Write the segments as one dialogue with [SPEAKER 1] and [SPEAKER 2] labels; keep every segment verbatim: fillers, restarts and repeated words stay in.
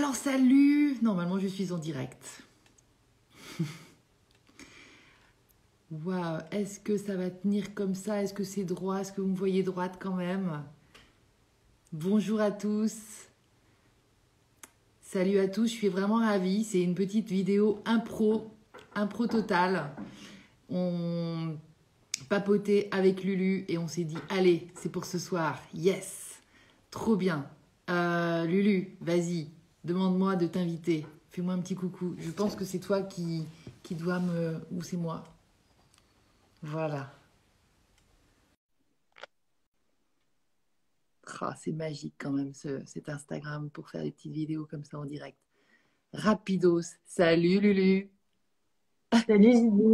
[SPEAKER 1] Alors salut, normalement je suis en direct. Waouh, est-ce que ça va tenir comme ça? Est-ce que c'est droit? Est-ce que vous me voyez droite quand même? Bonjour à tous. Salut à tous, je suis vraiment ravie. C'est une petite vidéo impro, impro totale. On papotait avec Lulu et on s'est dit, allez, c'est pour ce soir. Yes, trop bien. Euh, Lulu, vas-y, demande-moi de t'inviter. Fais-moi un petit coucou. Je pense que c'est toi qui, qui dois me... Ou c'est moi? Voilà. Ah, c'est magique quand même ce, cet Instagram pour faire des petites vidéos comme ça en direct. Rapidos. Salut Lulu.
[SPEAKER 2] Salut Lydie,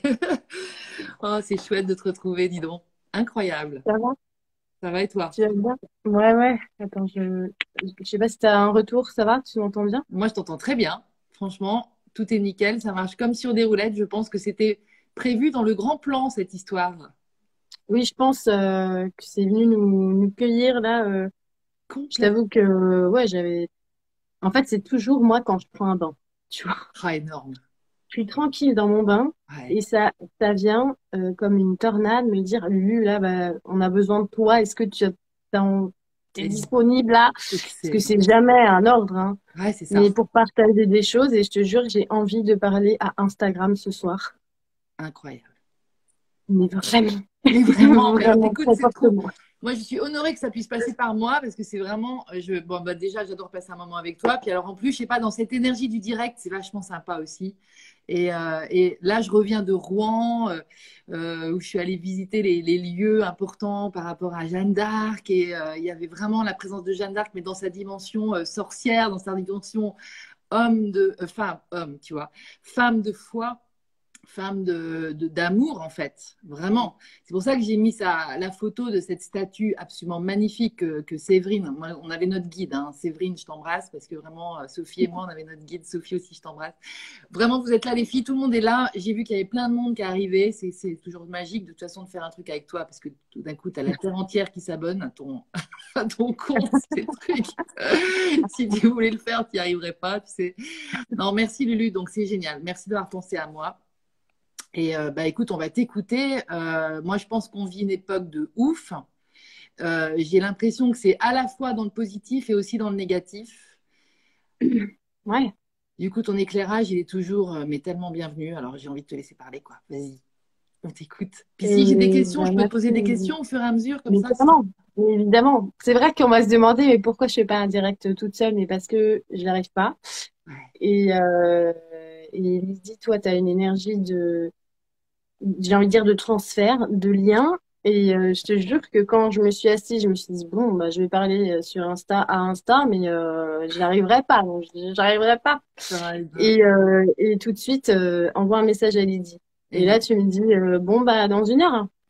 [SPEAKER 1] Oh, c'est chouette de te retrouver, dis donc. Incroyable.
[SPEAKER 2] ça va?
[SPEAKER 1] Ça va et toi?
[SPEAKER 2] Tu vas bien? Ouais, ouais. Attends, je je sais pas si t'as un retour, ça va? Tu m'entends bien?
[SPEAKER 1] Moi, je t'entends très bien. Franchement, tout est nickel. Ça marche comme sur des roulettes. Je pense que c'était prévu dans le grand plan, cette histoire.
[SPEAKER 2] Oui, je pense euh, que c'est venu nous, nous cueillir là. euh. Je
[SPEAKER 1] Complètement.
[SPEAKER 2] t'avoue que euh, ouais, j'avais. En fait, c'est toujours moi quand je prends un bain. Tu vois,
[SPEAKER 1] Ah, énorme.
[SPEAKER 2] je suis tranquille dans mon bain
[SPEAKER 1] Ouais.
[SPEAKER 2] et ça, ça vient euh, comme une tornade me dire, Lulu, là, bah, on a besoin de toi. Est-ce que tu as, t'as- t'es disponible là? Parce que
[SPEAKER 1] Excellent.
[SPEAKER 2] c'est jamais un ordre, hein.
[SPEAKER 1] Ouais, c'est ça.
[SPEAKER 2] Mais pour partager des choses et je te jure, j'ai envie de parler à Instagram ce soir.
[SPEAKER 1] Incroyable.
[SPEAKER 2] Mais vraiment,
[SPEAKER 1] Mais vraiment, mais
[SPEAKER 2] vraiment
[SPEAKER 1] écoute,
[SPEAKER 2] très
[SPEAKER 1] c'est trop.
[SPEAKER 2] fortement.
[SPEAKER 1] Moi, je suis honorée que ça puisse passer par moi parce que c'est vraiment. euh, Je... Bon, bah, déjà, j'adore passer un moment avec toi. Puis alors, en plus, je sais pas, dans cette énergie du direct, c'est vachement sympa aussi. Et, euh, et là, je reviens de Rouen euh, euh, où je suis allée visiter les, les lieux importants par rapport à Jeanne d'Arc. Et euh, il y avait vraiment la présence de Jeanne d'Arc, mais dans sa dimension euh, sorcière, dans sa dimension homme de. euh, femme, homme, tu vois, femme de foi, femme de, de- d'amour en fait, vraiment. C'est pour ça que j'ai mis ça, la photo de cette statue absolument magnifique que, que Séverine, moi, on avait notre guide, hein. Séverine, je t'embrasse parce que vraiment, euh, Sophie et moi, on avait notre guide, Sophie aussi, je t'embrasse. Vraiment, vous êtes là les filles, tout le monde est là. J'ai vu qu'il y avait plein de monde qui arrivait, c'est, c'est toujours magique de toute façon de faire un truc avec toi parce que tout d'un coup, tu as la terre entière qui s'abonne à ton, à ton compte, c'est le truc. Si tu voulais le faire, tu n'y arriverais pas, tu sais. Non, merci Lulu, donc c'est génial. Merci d'avoir pensé à moi. Et euh, bah écoute, on va t'écouter. Euh, moi, je pense qu'on vit une époque de ouf. Euh, j'ai l'impression que c'est à la fois dans le positif et aussi dans le négatif.
[SPEAKER 2] Ouais.
[SPEAKER 1] Du coup, ton éclairage, il est toujours, euh, mais tellement bienvenu. Alors, j'ai envie de te laisser parler, quoi. Vas-y, on t'écoute. Puis
[SPEAKER 2] Et
[SPEAKER 1] si j'ai des questions,
[SPEAKER 2] bah,
[SPEAKER 1] je peux te
[SPEAKER 2] merci.
[SPEAKER 1] poser des questions au fur et à mesure, comme
[SPEAKER 2] Mais
[SPEAKER 1] ça. Si...
[SPEAKER 2] évidemment, mais évidemment. C'est vrai qu'on va se demander, mais pourquoi je fais pas un direct toute seule? Mais parce que je n'arrive pas.
[SPEAKER 1] Ouais.
[SPEAKER 2] Et, euh, et Lydie, toi, tu as une énergie de, j'ai envie de dire, de transfert, de lien. Et euh, je te jure que quand je me suis assise, je me suis dit, bon, bah, je vais parler euh, sur Insta à Insta, mais euh, j'y arriverai pas. Donc, j'arriverai pas.
[SPEAKER 1] Ça va, Elsa.
[SPEAKER 2] Et, euh, et tout de suite, euh, envoie un message à Lydie.
[SPEAKER 1] Et
[SPEAKER 2] Et là,
[SPEAKER 1] Lily.
[SPEAKER 2] tu me dis, euh, bon, bah, dans une heure, hein.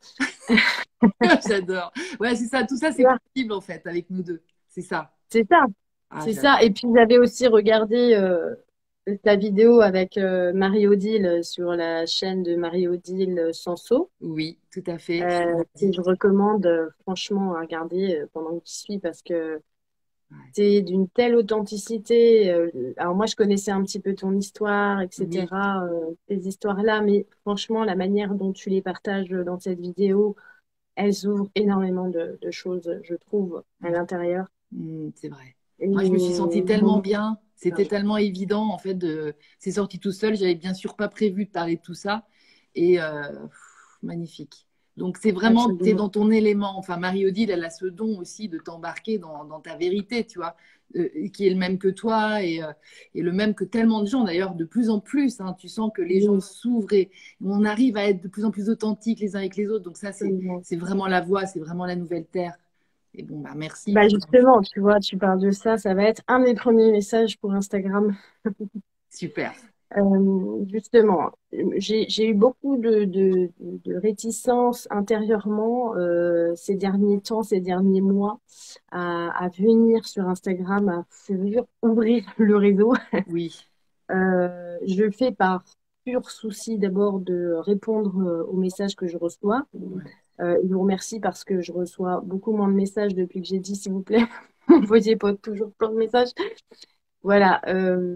[SPEAKER 1] J'adore. Ouais, c'est ça. Tout ça,
[SPEAKER 2] Tu
[SPEAKER 1] c'est
[SPEAKER 2] vois,
[SPEAKER 1] possible, en fait, avec nous deux. C'est ça.
[SPEAKER 2] c'est ça.
[SPEAKER 1] Ah,
[SPEAKER 2] C'est ça.
[SPEAKER 1] j'adore.
[SPEAKER 2] Et puis, j'avais aussi regardé euh, ta vidéo avec euh, Marie-Odile sur la chaîne de Marie-Odile Sanso,
[SPEAKER 1] Oui, tout à fait.
[SPEAKER 2] euh,
[SPEAKER 1] C'est
[SPEAKER 2] que
[SPEAKER 1] lundi.
[SPEAKER 2] je recommande euh, franchement à regarder euh, pendant que tu suis parce que
[SPEAKER 1] Ouais.
[SPEAKER 2] c'est d'une telle authenticité. euh, alors, moi, je connaissais un petit peu ton histoire,
[SPEAKER 1] Oui.
[SPEAKER 2] et cetera, euh, ces histoires-là, mais franchement, la manière dont tu les partages dans cette vidéo, elles ouvrent énormément de, de choses, je trouve, à l'intérieur.
[SPEAKER 1] Mm, c'est vrai.
[SPEAKER 2] Et
[SPEAKER 1] Moi, je me suis sentie tellement
[SPEAKER 2] bon,
[SPEAKER 1] bien. C'était tellement évident, en fait, de... c'est sorti tout seul. J'avais bien sûr pas prévu de parler de tout ça. Et euh, pff, magnifique. Donc, c'est vraiment, tu es
[SPEAKER 2] absolument.
[SPEAKER 1] dans ton élément. Enfin, Marie-Odile, elle a ce don aussi de t'embarquer dans, dans ta vérité, tu vois, euh, qui est le même que toi et, euh, et le même que tellement de gens, d'ailleurs, de plus en plus. Hein. Tu sens que les gens
[SPEAKER 2] Oui,
[SPEAKER 1] s'ouvrent et on arrive à être de plus en plus authentiques les uns avec les autres. Donc, ça, c'est,
[SPEAKER 2] absolument.
[SPEAKER 1] c'est vraiment la voie, c'est vraiment la nouvelle terre. Et bon, bah, merci.
[SPEAKER 2] Bah justement, tu vois, tu parles de ça, ça va être un des premiers messages pour Instagram.
[SPEAKER 1] Super.
[SPEAKER 2] Euh, justement, j'ai, j'ai eu beaucoup de, de, de réticence intérieurement euh, ces derniers temps, ces derniers mois, à, à venir sur Instagram, à ouvrir, ouvrir le réseau.
[SPEAKER 1] Oui.
[SPEAKER 2] Euh, je le fais par pur souci d'abord de répondre euh, aux messages que je reçois.
[SPEAKER 1] Ouais.
[SPEAKER 2] Euh, je vous remercie parce que je reçois beaucoup moins de messages depuis que j'ai dit, s'il vous plaît, n'envoyez pas toujours plein de messages. voilà, euh,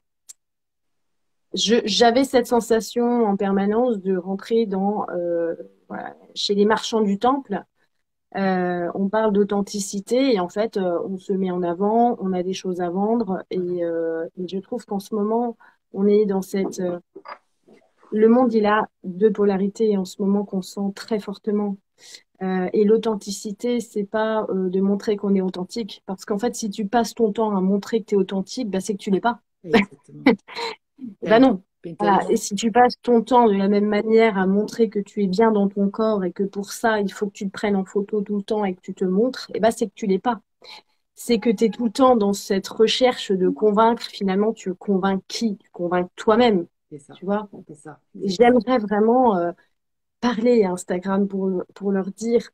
[SPEAKER 2] je, j'avais cette sensation en permanence de rentrer dans, euh, voilà, chez les marchands du temple. Euh, on parle d'authenticité et en fait, euh, on se met en avant, on a des choses à vendre et, euh, et je trouve qu'en ce moment, on est dans cette... euh, le monde, il a deux polarités en ce moment qu'on sent très fortement. Euh, et l'authenticité, c'est pas euh, de montrer qu'on est authentique. Parce qu'en fait, si tu passes ton temps à montrer que tu es authentique, bah, c'est que tu l'es pas.
[SPEAKER 1] Exactement.
[SPEAKER 2] Ben
[SPEAKER 1] Tellement.
[SPEAKER 2] non.
[SPEAKER 1] Ben
[SPEAKER 2] Voilà. Et
[SPEAKER 1] tellement.
[SPEAKER 2] si tu passes ton temps de la même manière à montrer que tu es bien dans ton corps et que pour ça, il faut que tu te prennes en photo tout le temps et que tu te montres, eh ben, c'est que tu l'es pas. C'est que tu es tout le temps dans cette recherche de convaincre. Finalement, tu convaincs qui? Tu convaincs toi-même.
[SPEAKER 1] C'est ça.
[SPEAKER 2] Tu vois?
[SPEAKER 1] C'est ça.
[SPEAKER 2] Et
[SPEAKER 1] Exactement.
[SPEAKER 2] j'aimerais vraiment euh, parler à Instagram pour, pour leur dire,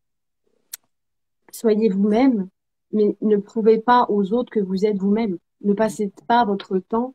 [SPEAKER 2] soyez vous-même, mais ne prouvez pas aux autres que vous êtes vous-même. Ne passez pas votre temps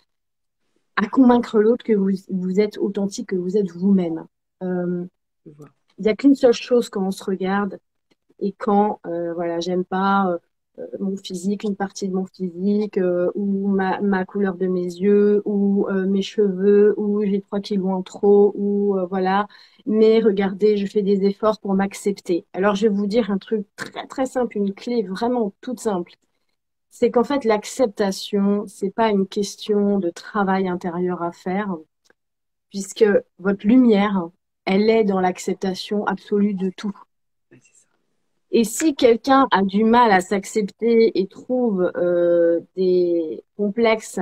[SPEAKER 2] à convaincre l'autre que vous, vous êtes authentique, que vous êtes vous-même. Euh,
[SPEAKER 1] Je vois.
[SPEAKER 2] Il n'y a qu'une seule chose quand on se regarde et quand, euh, voilà, j'aime pas euh, euh, mon physique, une partie de mon physique, euh, ou ma, ma couleur de mes yeux, ou euh, mes cheveux, ou j'ai trois kilos en trop, ou euh, voilà. Mais regardez, je fais des efforts pour m'accepter. Alors, je vais vous dire un truc très, très simple, une clé vraiment toute simple. C'est qu'en fait, l'acceptation, c'est pas une question de travail intérieur à faire, puisque votre lumière, elle est dans l'acceptation absolue de tout.
[SPEAKER 1] Ouais, c'est ça.
[SPEAKER 2] Et si quelqu'un a du mal à s'accepter et trouve euh, des complexes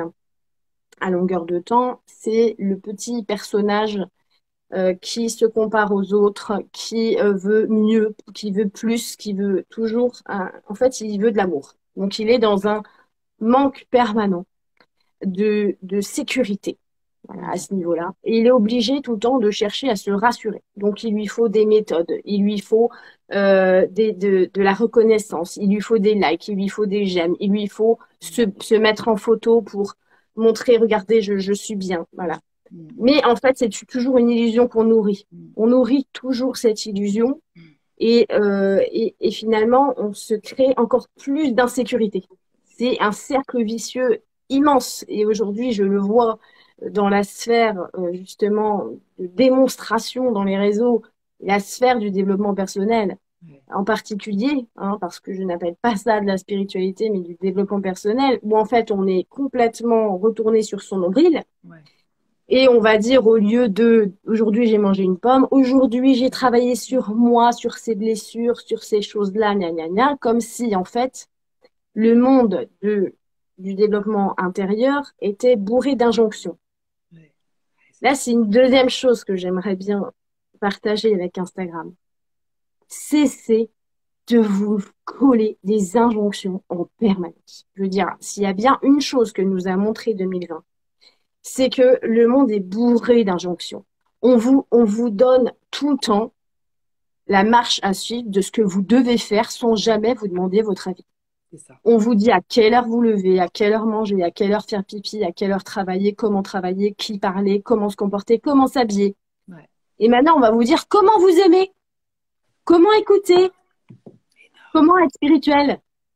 [SPEAKER 2] à longueur de temps, c'est le petit personnage euh, qui se compare aux autres, qui euh, veut mieux, qui veut plus, qui veut toujours... un- En fait, il veut de l'amour. Donc, il est dans un manque permanent de, de sécurité. Voilà, à
[SPEAKER 1] Mhm.
[SPEAKER 2] ce niveau-là. Et il est obligé tout le temps de chercher à se rassurer. Donc, il lui faut des méthodes, il lui faut euh, des, de, de la reconnaissance, il lui faut des likes, il lui faut des j'aime, il lui faut se, se mettre en photo pour montrer, regardez, je, je suis bien. Voilà.
[SPEAKER 1] Mhm.
[SPEAKER 2] Mais en fait, c'est toujours une illusion qu'on nourrit.
[SPEAKER 1] Mhm.
[SPEAKER 2] On nourrit toujours cette illusion
[SPEAKER 1] Mhm.
[SPEAKER 2] et, euh, et, et finalement, on se crée encore plus d'insécurité. C'est un cercle vicieux immense. Et aujourd'hui, je le vois dans la sphère euh, justement de démonstration dans les réseaux, la sphère du développement personnel
[SPEAKER 1] Ouais.
[SPEAKER 2] en particulier, hein, parce que je n'appelle pas ça de la spiritualité, mais du développement personnel, où en fait on est complètement retourné sur son nombril.
[SPEAKER 1] Ouais.
[SPEAKER 2] Et on va dire au lieu de aujourd'hui j'ai mangé une pomme, aujourd'hui j'ai travaillé sur moi, sur ces blessures, sur ces choses-là, gna gna gna, comme si en fait le monde de, du développement intérieur était bourré d'injonctions.
[SPEAKER 1] Ouais. Ouais, c'est
[SPEAKER 2] Là,
[SPEAKER 1] ça.
[SPEAKER 2] c'est une deuxième chose que j'aimerais bien partager avec Instagram. Cessez de vous coller des injonctions en permanence. Je veux dire, s'il y a bien une chose que nous a montré deux mille vingt, c'est que le monde est bourré d'injonctions. On vous, on vous donne tout le temps la marche à suivre de ce que vous devez faire sans jamais vous demander votre avis.
[SPEAKER 1] C'est ça.
[SPEAKER 2] On vous dit à quelle heure vous levez, à quelle heure manger, à quelle heure faire pipi, à quelle heure travailler, comment travailler, qui parler, comment se comporter, comment s'habiller.
[SPEAKER 1] Ouais.
[SPEAKER 2] Et maintenant, on va vous dire comment vous aimer, comment écouter, comment être spirituel.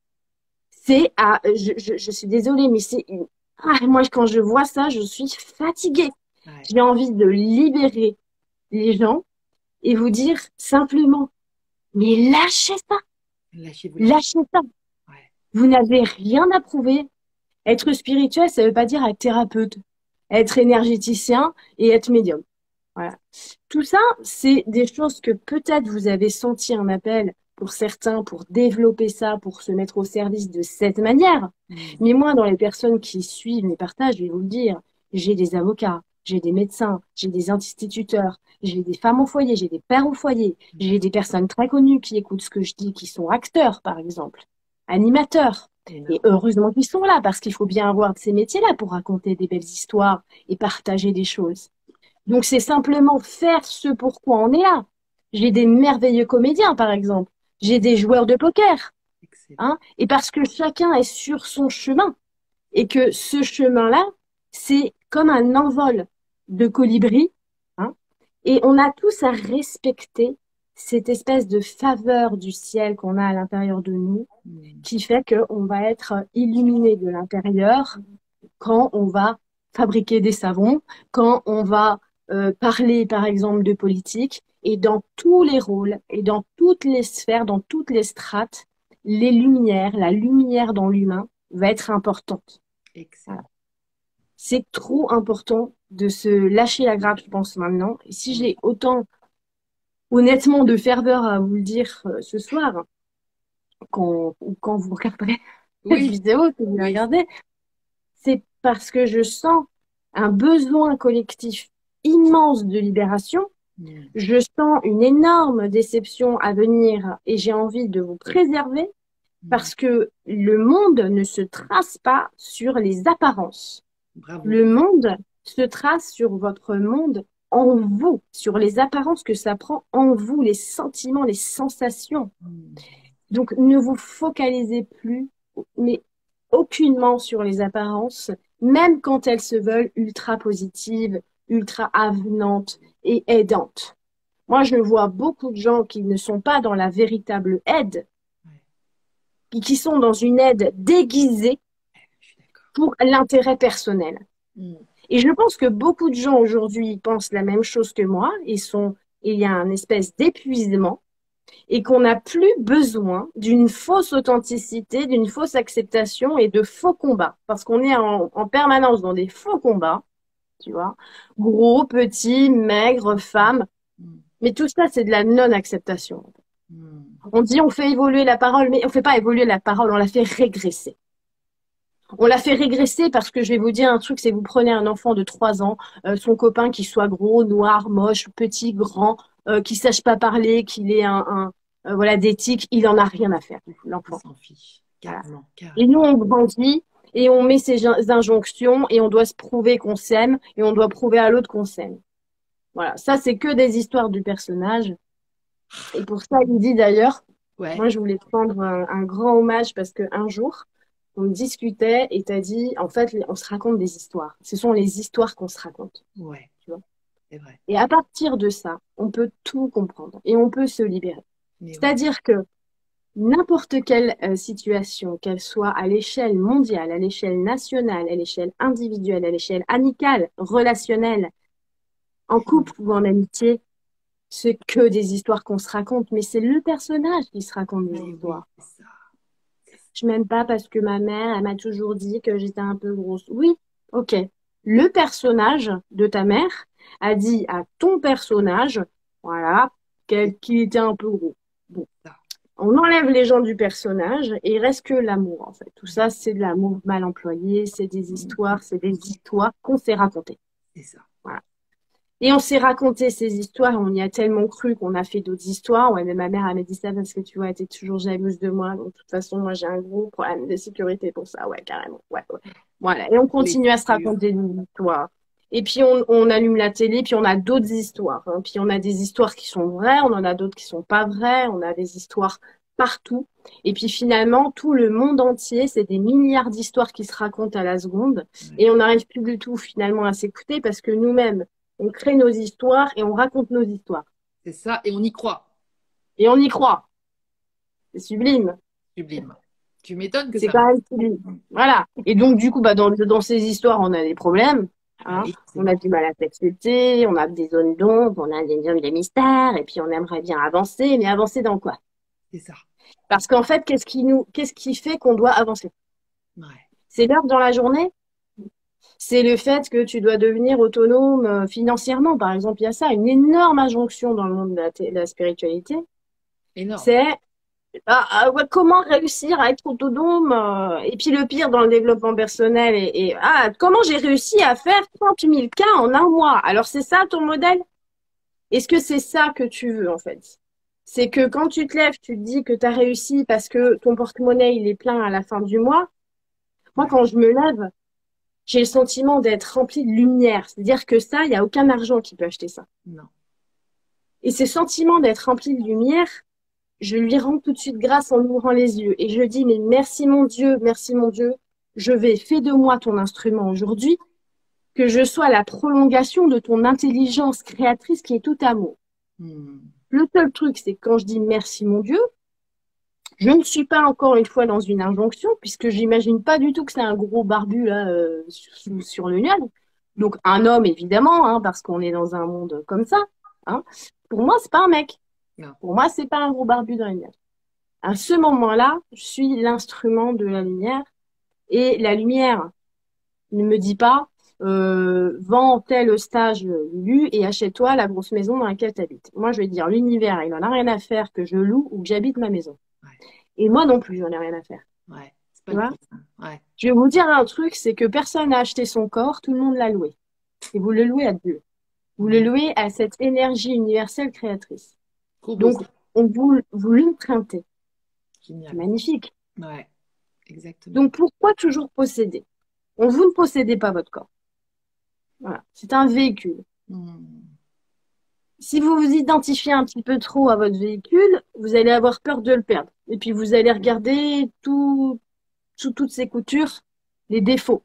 [SPEAKER 2] C'est à, je, je, je suis désolée, mais c'est une... Ah, moi, quand je vois ça, je suis fatiguée.
[SPEAKER 1] Ouais.
[SPEAKER 2] J'ai envie de libérer les gens et vous dire simplement, mais lâchez ça,
[SPEAKER 1] Lâchez votre vie.
[SPEAKER 2] lâchez ça.
[SPEAKER 1] Ouais.
[SPEAKER 2] Vous n'avez rien à prouver. Être spirituel, ça veut pas dire être thérapeute, être énergéticien et être médium. Voilà. Tout ça, c'est des choses que peut-être vous avez senti un appel pour certains pour développer ça, pour se mettre au service de cette manière.
[SPEAKER 1] Mhm.
[SPEAKER 2] Mais moi, dans les personnes qui suivent mes partages, je vais vous le dire, j'ai des avocats, j'ai des médecins, j'ai des instituteurs, j'ai des femmes au foyer, j'ai des pères au foyer, j'ai des personnes très connues qui écoutent ce que je dis, qui sont acteurs, par exemple, animateurs. Et
[SPEAKER 1] Énorme.
[SPEAKER 2] heureusement qu'ils sont là, parce qu'il faut bien avoir de ces métiers-là pour raconter des belles histoires et partager des choses. Donc, c'est simplement faire ce pourquoi on est là. J'ai des merveilleux comédiens, par exemple. J'ai des joueurs de poker,
[SPEAKER 1] Excellent.
[SPEAKER 2] hein, et parce que chacun est sur son chemin et que ce chemin-là, c'est comme un envol de colibri, hein, et on a tous à respecter cette espèce de faveur du ciel qu'on a à l'intérieur de nous
[SPEAKER 1] Mm.
[SPEAKER 2] qui fait qu'on va être illuminé de l'intérieur quand on va fabriquer des savons, quand on va euh, parler, par exemple, de politique, et dans tous les rôles et dans toutes les sphères, dans toutes les strates, les lumières, la lumière dans l'humain va être importante.
[SPEAKER 1] Excellent.
[SPEAKER 2] Voilà. C'est trop important de se lâcher la grappe, je pense, maintenant. Et si j'ai autant, honnêtement, de ferveur à vous le dire euh, ce soir, quand, ou quand vous regarderez cette
[SPEAKER 1] Oui,
[SPEAKER 2] vidéo, que vous la
[SPEAKER 1] oui.
[SPEAKER 2] regardez, c'est parce que je sens un besoin collectif immense de libération.
[SPEAKER 1] Mm.
[SPEAKER 2] Je sens une énorme déception à venir et j'ai envie de vous préserver
[SPEAKER 1] Mm.
[SPEAKER 2] parce que le monde ne se trace pas sur les apparences.
[SPEAKER 1] Bravo.
[SPEAKER 2] Le monde se trace sur votre monde en vous, sur les apparences que ça prend en vous, les sentiments, les sensations.
[SPEAKER 1] Mm.
[SPEAKER 2] Donc, ne vous focalisez plus, mais aucunement sur les apparences, même quand elles se veulent ultra positives, ultra avenantes et aidantes. Moi, je vois beaucoup de gens qui ne sont pas dans la véritable aide,
[SPEAKER 1] Ouais.
[SPEAKER 2] et qui sont dans une aide déguisée
[SPEAKER 1] Je suis d'accord.
[SPEAKER 2] pour l'intérêt personnel.
[SPEAKER 1] Mm.
[SPEAKER 2] Et je pense que beaucoup de gens aujourd'hui pensent la même chose que moi et sont, et il y a un espèce d'épuisement et qu'on n'a plus besoin d'une fausse authenticité, d'une fausse acceptation et de faux combats. Parce qu'on est en, en permanence dans des faux combats, tu vois, gros, petits, maigres, femmes.
[SPEAKER 1] Mm.
[SPEAKER 2] Mais tout ça, c'est de la non-acceptation.
[SPEAKER 1] Mm.
[SPEAKER 2] On dit on fait évoluer la parole, mais on fait pas évoluer la parole, on la fait régresser. On la fait régresser parce que je vais vous dire un truc, c'est vous prenez un enfant de trois ans, euh, son copain qui soit gros, noir, moche, petit, grand, euh, qui sache pas parler, qu'il ait un, un euh, voilà d'éthique, il en a rien à faire,
[SPEAKER 1] Il
[SPEAKER 2] l'enfant.
[SPEAKER 1] s'en fiche.
[SPEAKER 2] Voilà.
[SPEAKER 1] Carrément,
[SPEAKER 2] Et
[SPEAKER 1] carrément.
[SPEAKER 2] nous, on grandit et on met ces in- injonctions et on doit se prouver qu'on s'aime et on doit prouver à l'autre qu'on s'aime. Voilà, ça c'est que des histoires du personnage. Et pour ça, il dit d'ailleurs,
[SPEAKER 1] Ouais.
[SPEAKER 2] moi je voulais te rendre un, un grand hommage parce que un jour, on discutait et t'as dit, en fait, les- on se raconte des histoires. Ce sont les histoires qu'on se raconte,
[SPEAKER 1] Ouais.
[SPEAKER 2] tu vois.
[SPEAKER 1] C'est vrai.
[SPEAKER 2] Et à partir de ça, on peut tout comprendre et on peut se libérer.
[SPEAKER 1] Mais oui.
[SPEAKER 2] C'est-à-dire que n'importe quelle euh, situation, qu'elle soit à l'échelle mondiale, à l'échelle nationale, à l'échelle individuelle, à l'échelle amicale, relationnelle, en couple ou en amitié, c'est que des histoires qu'on se raconte, mais c'est le personnage qui se raconte des
[SPEAKER 1] Mais oui,
[SPEAKER 2] histoires.
[SPEAKER 1] c'est ça.
[SPEAKER 2] Je m'aime pas parce que ma mère, elle m'a toujours dit que j'étais un peu grosse. Oui, ok. Le personnage de ta mère a dit à ton personnage, voilà, qu'elle- qu'il était un peu gros. Bon.
[SPEAKER 1] Ça.
[SPEAKER 2] On enlève les gens du personnage et il reste que l'amour, en fait. Tout ça, c'est de l'amour mal employé, c'est des histoires, c'est des histoires qu'on s'est racontées.
[SPEAKER 1] C'est ça.
[SPEAKER 2] Voilà. Et on s'est raconté ces histoires, on y a tellement cru qu'on a fait d'autres histoires. Ouais, mais ma mère, elle m'a dit ça parce que tu vois, elle était toujours jalouse de moi. Donc, de toute façon, moi, j'ai un gros problème de sécurité pour ça. Ouais, carrément. Ouais, ouais. Voilà. Et on continue à se raconter des histoires. Et puis, on, on allume la télé, puis on a d'autres histoires. Hein. Puis, on a des histoires qui sont vraies, on en a d'autres qui sont pas vraies. On a des histoires partout. Et puis, finalement, tout le monde entier, c'est des milliards d'histoires qui se racontent à la seconde.
[SPEAKER 1] Ouais.
[SPEAKER 2] Et on n'arrive plus du tout, finalement, à s'écouter parce que nous-mêmes, on crée nos histoires et on raconte nos histoires.
[SPEAKER 1] C'est ça. Et on y croit.
[SPEAKER 2] Et on y croit. C'est sublime.
[SPEAKER 1] Sublime. Tu m'étonnes que
[SPEAKER 2] C'est
[SPEAKER 1] ça
[SPEAKER 2] quand
[SPEAKER 1] marche.
[SPEAKER 2] même sublime. Voilà. Et donc, du coup, bah, dans, dans ces histoires, on a des problèmes. Hein.
[SPEAKER 1] Oui, c'est
[SPEAKER 2] On a du mal à s'accepter, on a des zones d'ombre, on a des zones de mystère, et puis on aimerait bien avancer, mais avancer dans quoi?
[SPEAKER 1] c'est ça.
[SPEAKER 2] Parce qu'en fait, qu'est-ce qui nous, qu'est-ce qui fait qu'on doit avancer?
[SPEAKER 1] Ouais.
[SPEAKER 2] C'est l'heure dans la journée? C'est le fait que tu dois devenir autonome euh, financièrement, par exemple. Il y a ça, une énorme injonction dans le monde de la, de la spiritualité.
[SPEAKER 1] Énorme.
[SPEAKER 2] C'est ah, ah, ouais, comment réussir à être autonome euh, et puis le pire dans le développement personnel et, et ah, comment j'ai réussi à faire trente mille cas en un mois. Alors c'est ça ton modèle? Est-ce que c'est ça que tu veux en fait? C'est que quand tu te lèves, tu te dis que tu as réussi parce que ton porte-monnaie il est plein à la fin du mois. Moi,
[SPEAKER 1] Ouais.
[SPEAKER 2] quand je me lève, j'ai le sentiment d'être rempli de lumière. C'est-à-dire que ça, il n'y a aucun argent qui peut acheter ça.
[SPEAKER 1] Non.
[SPEAKER 2] Et ce sentiment d'être rempli de lumière, je lui rends tout de suite grâce en ouvrant les yeux. Et je dis, mais merci mon Dieu, merci mon Dieu, je vais, fais de moi ton instrument aujourd'hui, que je sois la prolongation de ton intelligence créatrice qui est tout amour.
[SPEAKER 1] Hmm.
[SPEAKER 2] Le seul truc, c'est que quand je dis merci mon Dieu, je ne suis pas encore une fois dans une injonction, puisque j'imagine pas du tout que c'est un gros barbu là euh, sur, sur le nuage. Donc un homme évidemment, hein, parce qu'on est dans un monde comme ça. Hein. Pour moi, c'est pas un mec.
[SPEAKER 1] Non.
[SPEAKER 2] Pour moi, c'est pas un gros barbu dans le nuage. À ce moment-là, je suis l'instrument de la lumière, et la lumière ne me dit pas euh, vends tel stage lu et achète-toi la grosse maison dans laquelle tu habites. Moi, je vais dire l'univers, il en a rien à faire que je loue ou que j'habite ma maison.
[SPEAKER 1] Ouais.
[SPEAKER 2] Et moi non plus, j'en ai rien à faire.
[SPEAKER 1] Ouais. C'est pas
[SPEAKER 2] Tu
[SPEAKER 1] le
[SPEAKER 2] vois?
[SPEAKER 1] cas, ça. Ouais.
[SPEAKER 2] Je vais vous dire un truc, c'est que personne n'a acheté son corps, tout le monde l'a loué. Et vous le louez à Dieu. Vous le
[SPEAKER 1] Mmh.
[SPEAKER 2] louez à cette énergie universelle créatrice.
[SPEAKER 1] Trop beau
[SPEAKER 2] Donc,
[SPEAKER 1] ça.
[SPEAKER 2] on vous, vous l'empruntez. C'est
[SPEAKER 1] Génial.
[SPEAKER 2] magnifique.
[SPEAKER 1] Ouais. Exactement.
[SPEAKER 2] Donc, pourquoi toujours posséder? On, vous ne possédez pas votre corps. Voilà. C'est un véhicule.
[SPEAKER 1] Mmh.
[SPEAKER 2] Si vous vous identifiez un petit peu trop à votre véhicule, vous allez avoir peur de le perdre. Et puis, vous allez regarder tout, sous toutes ses coutures, les défauts.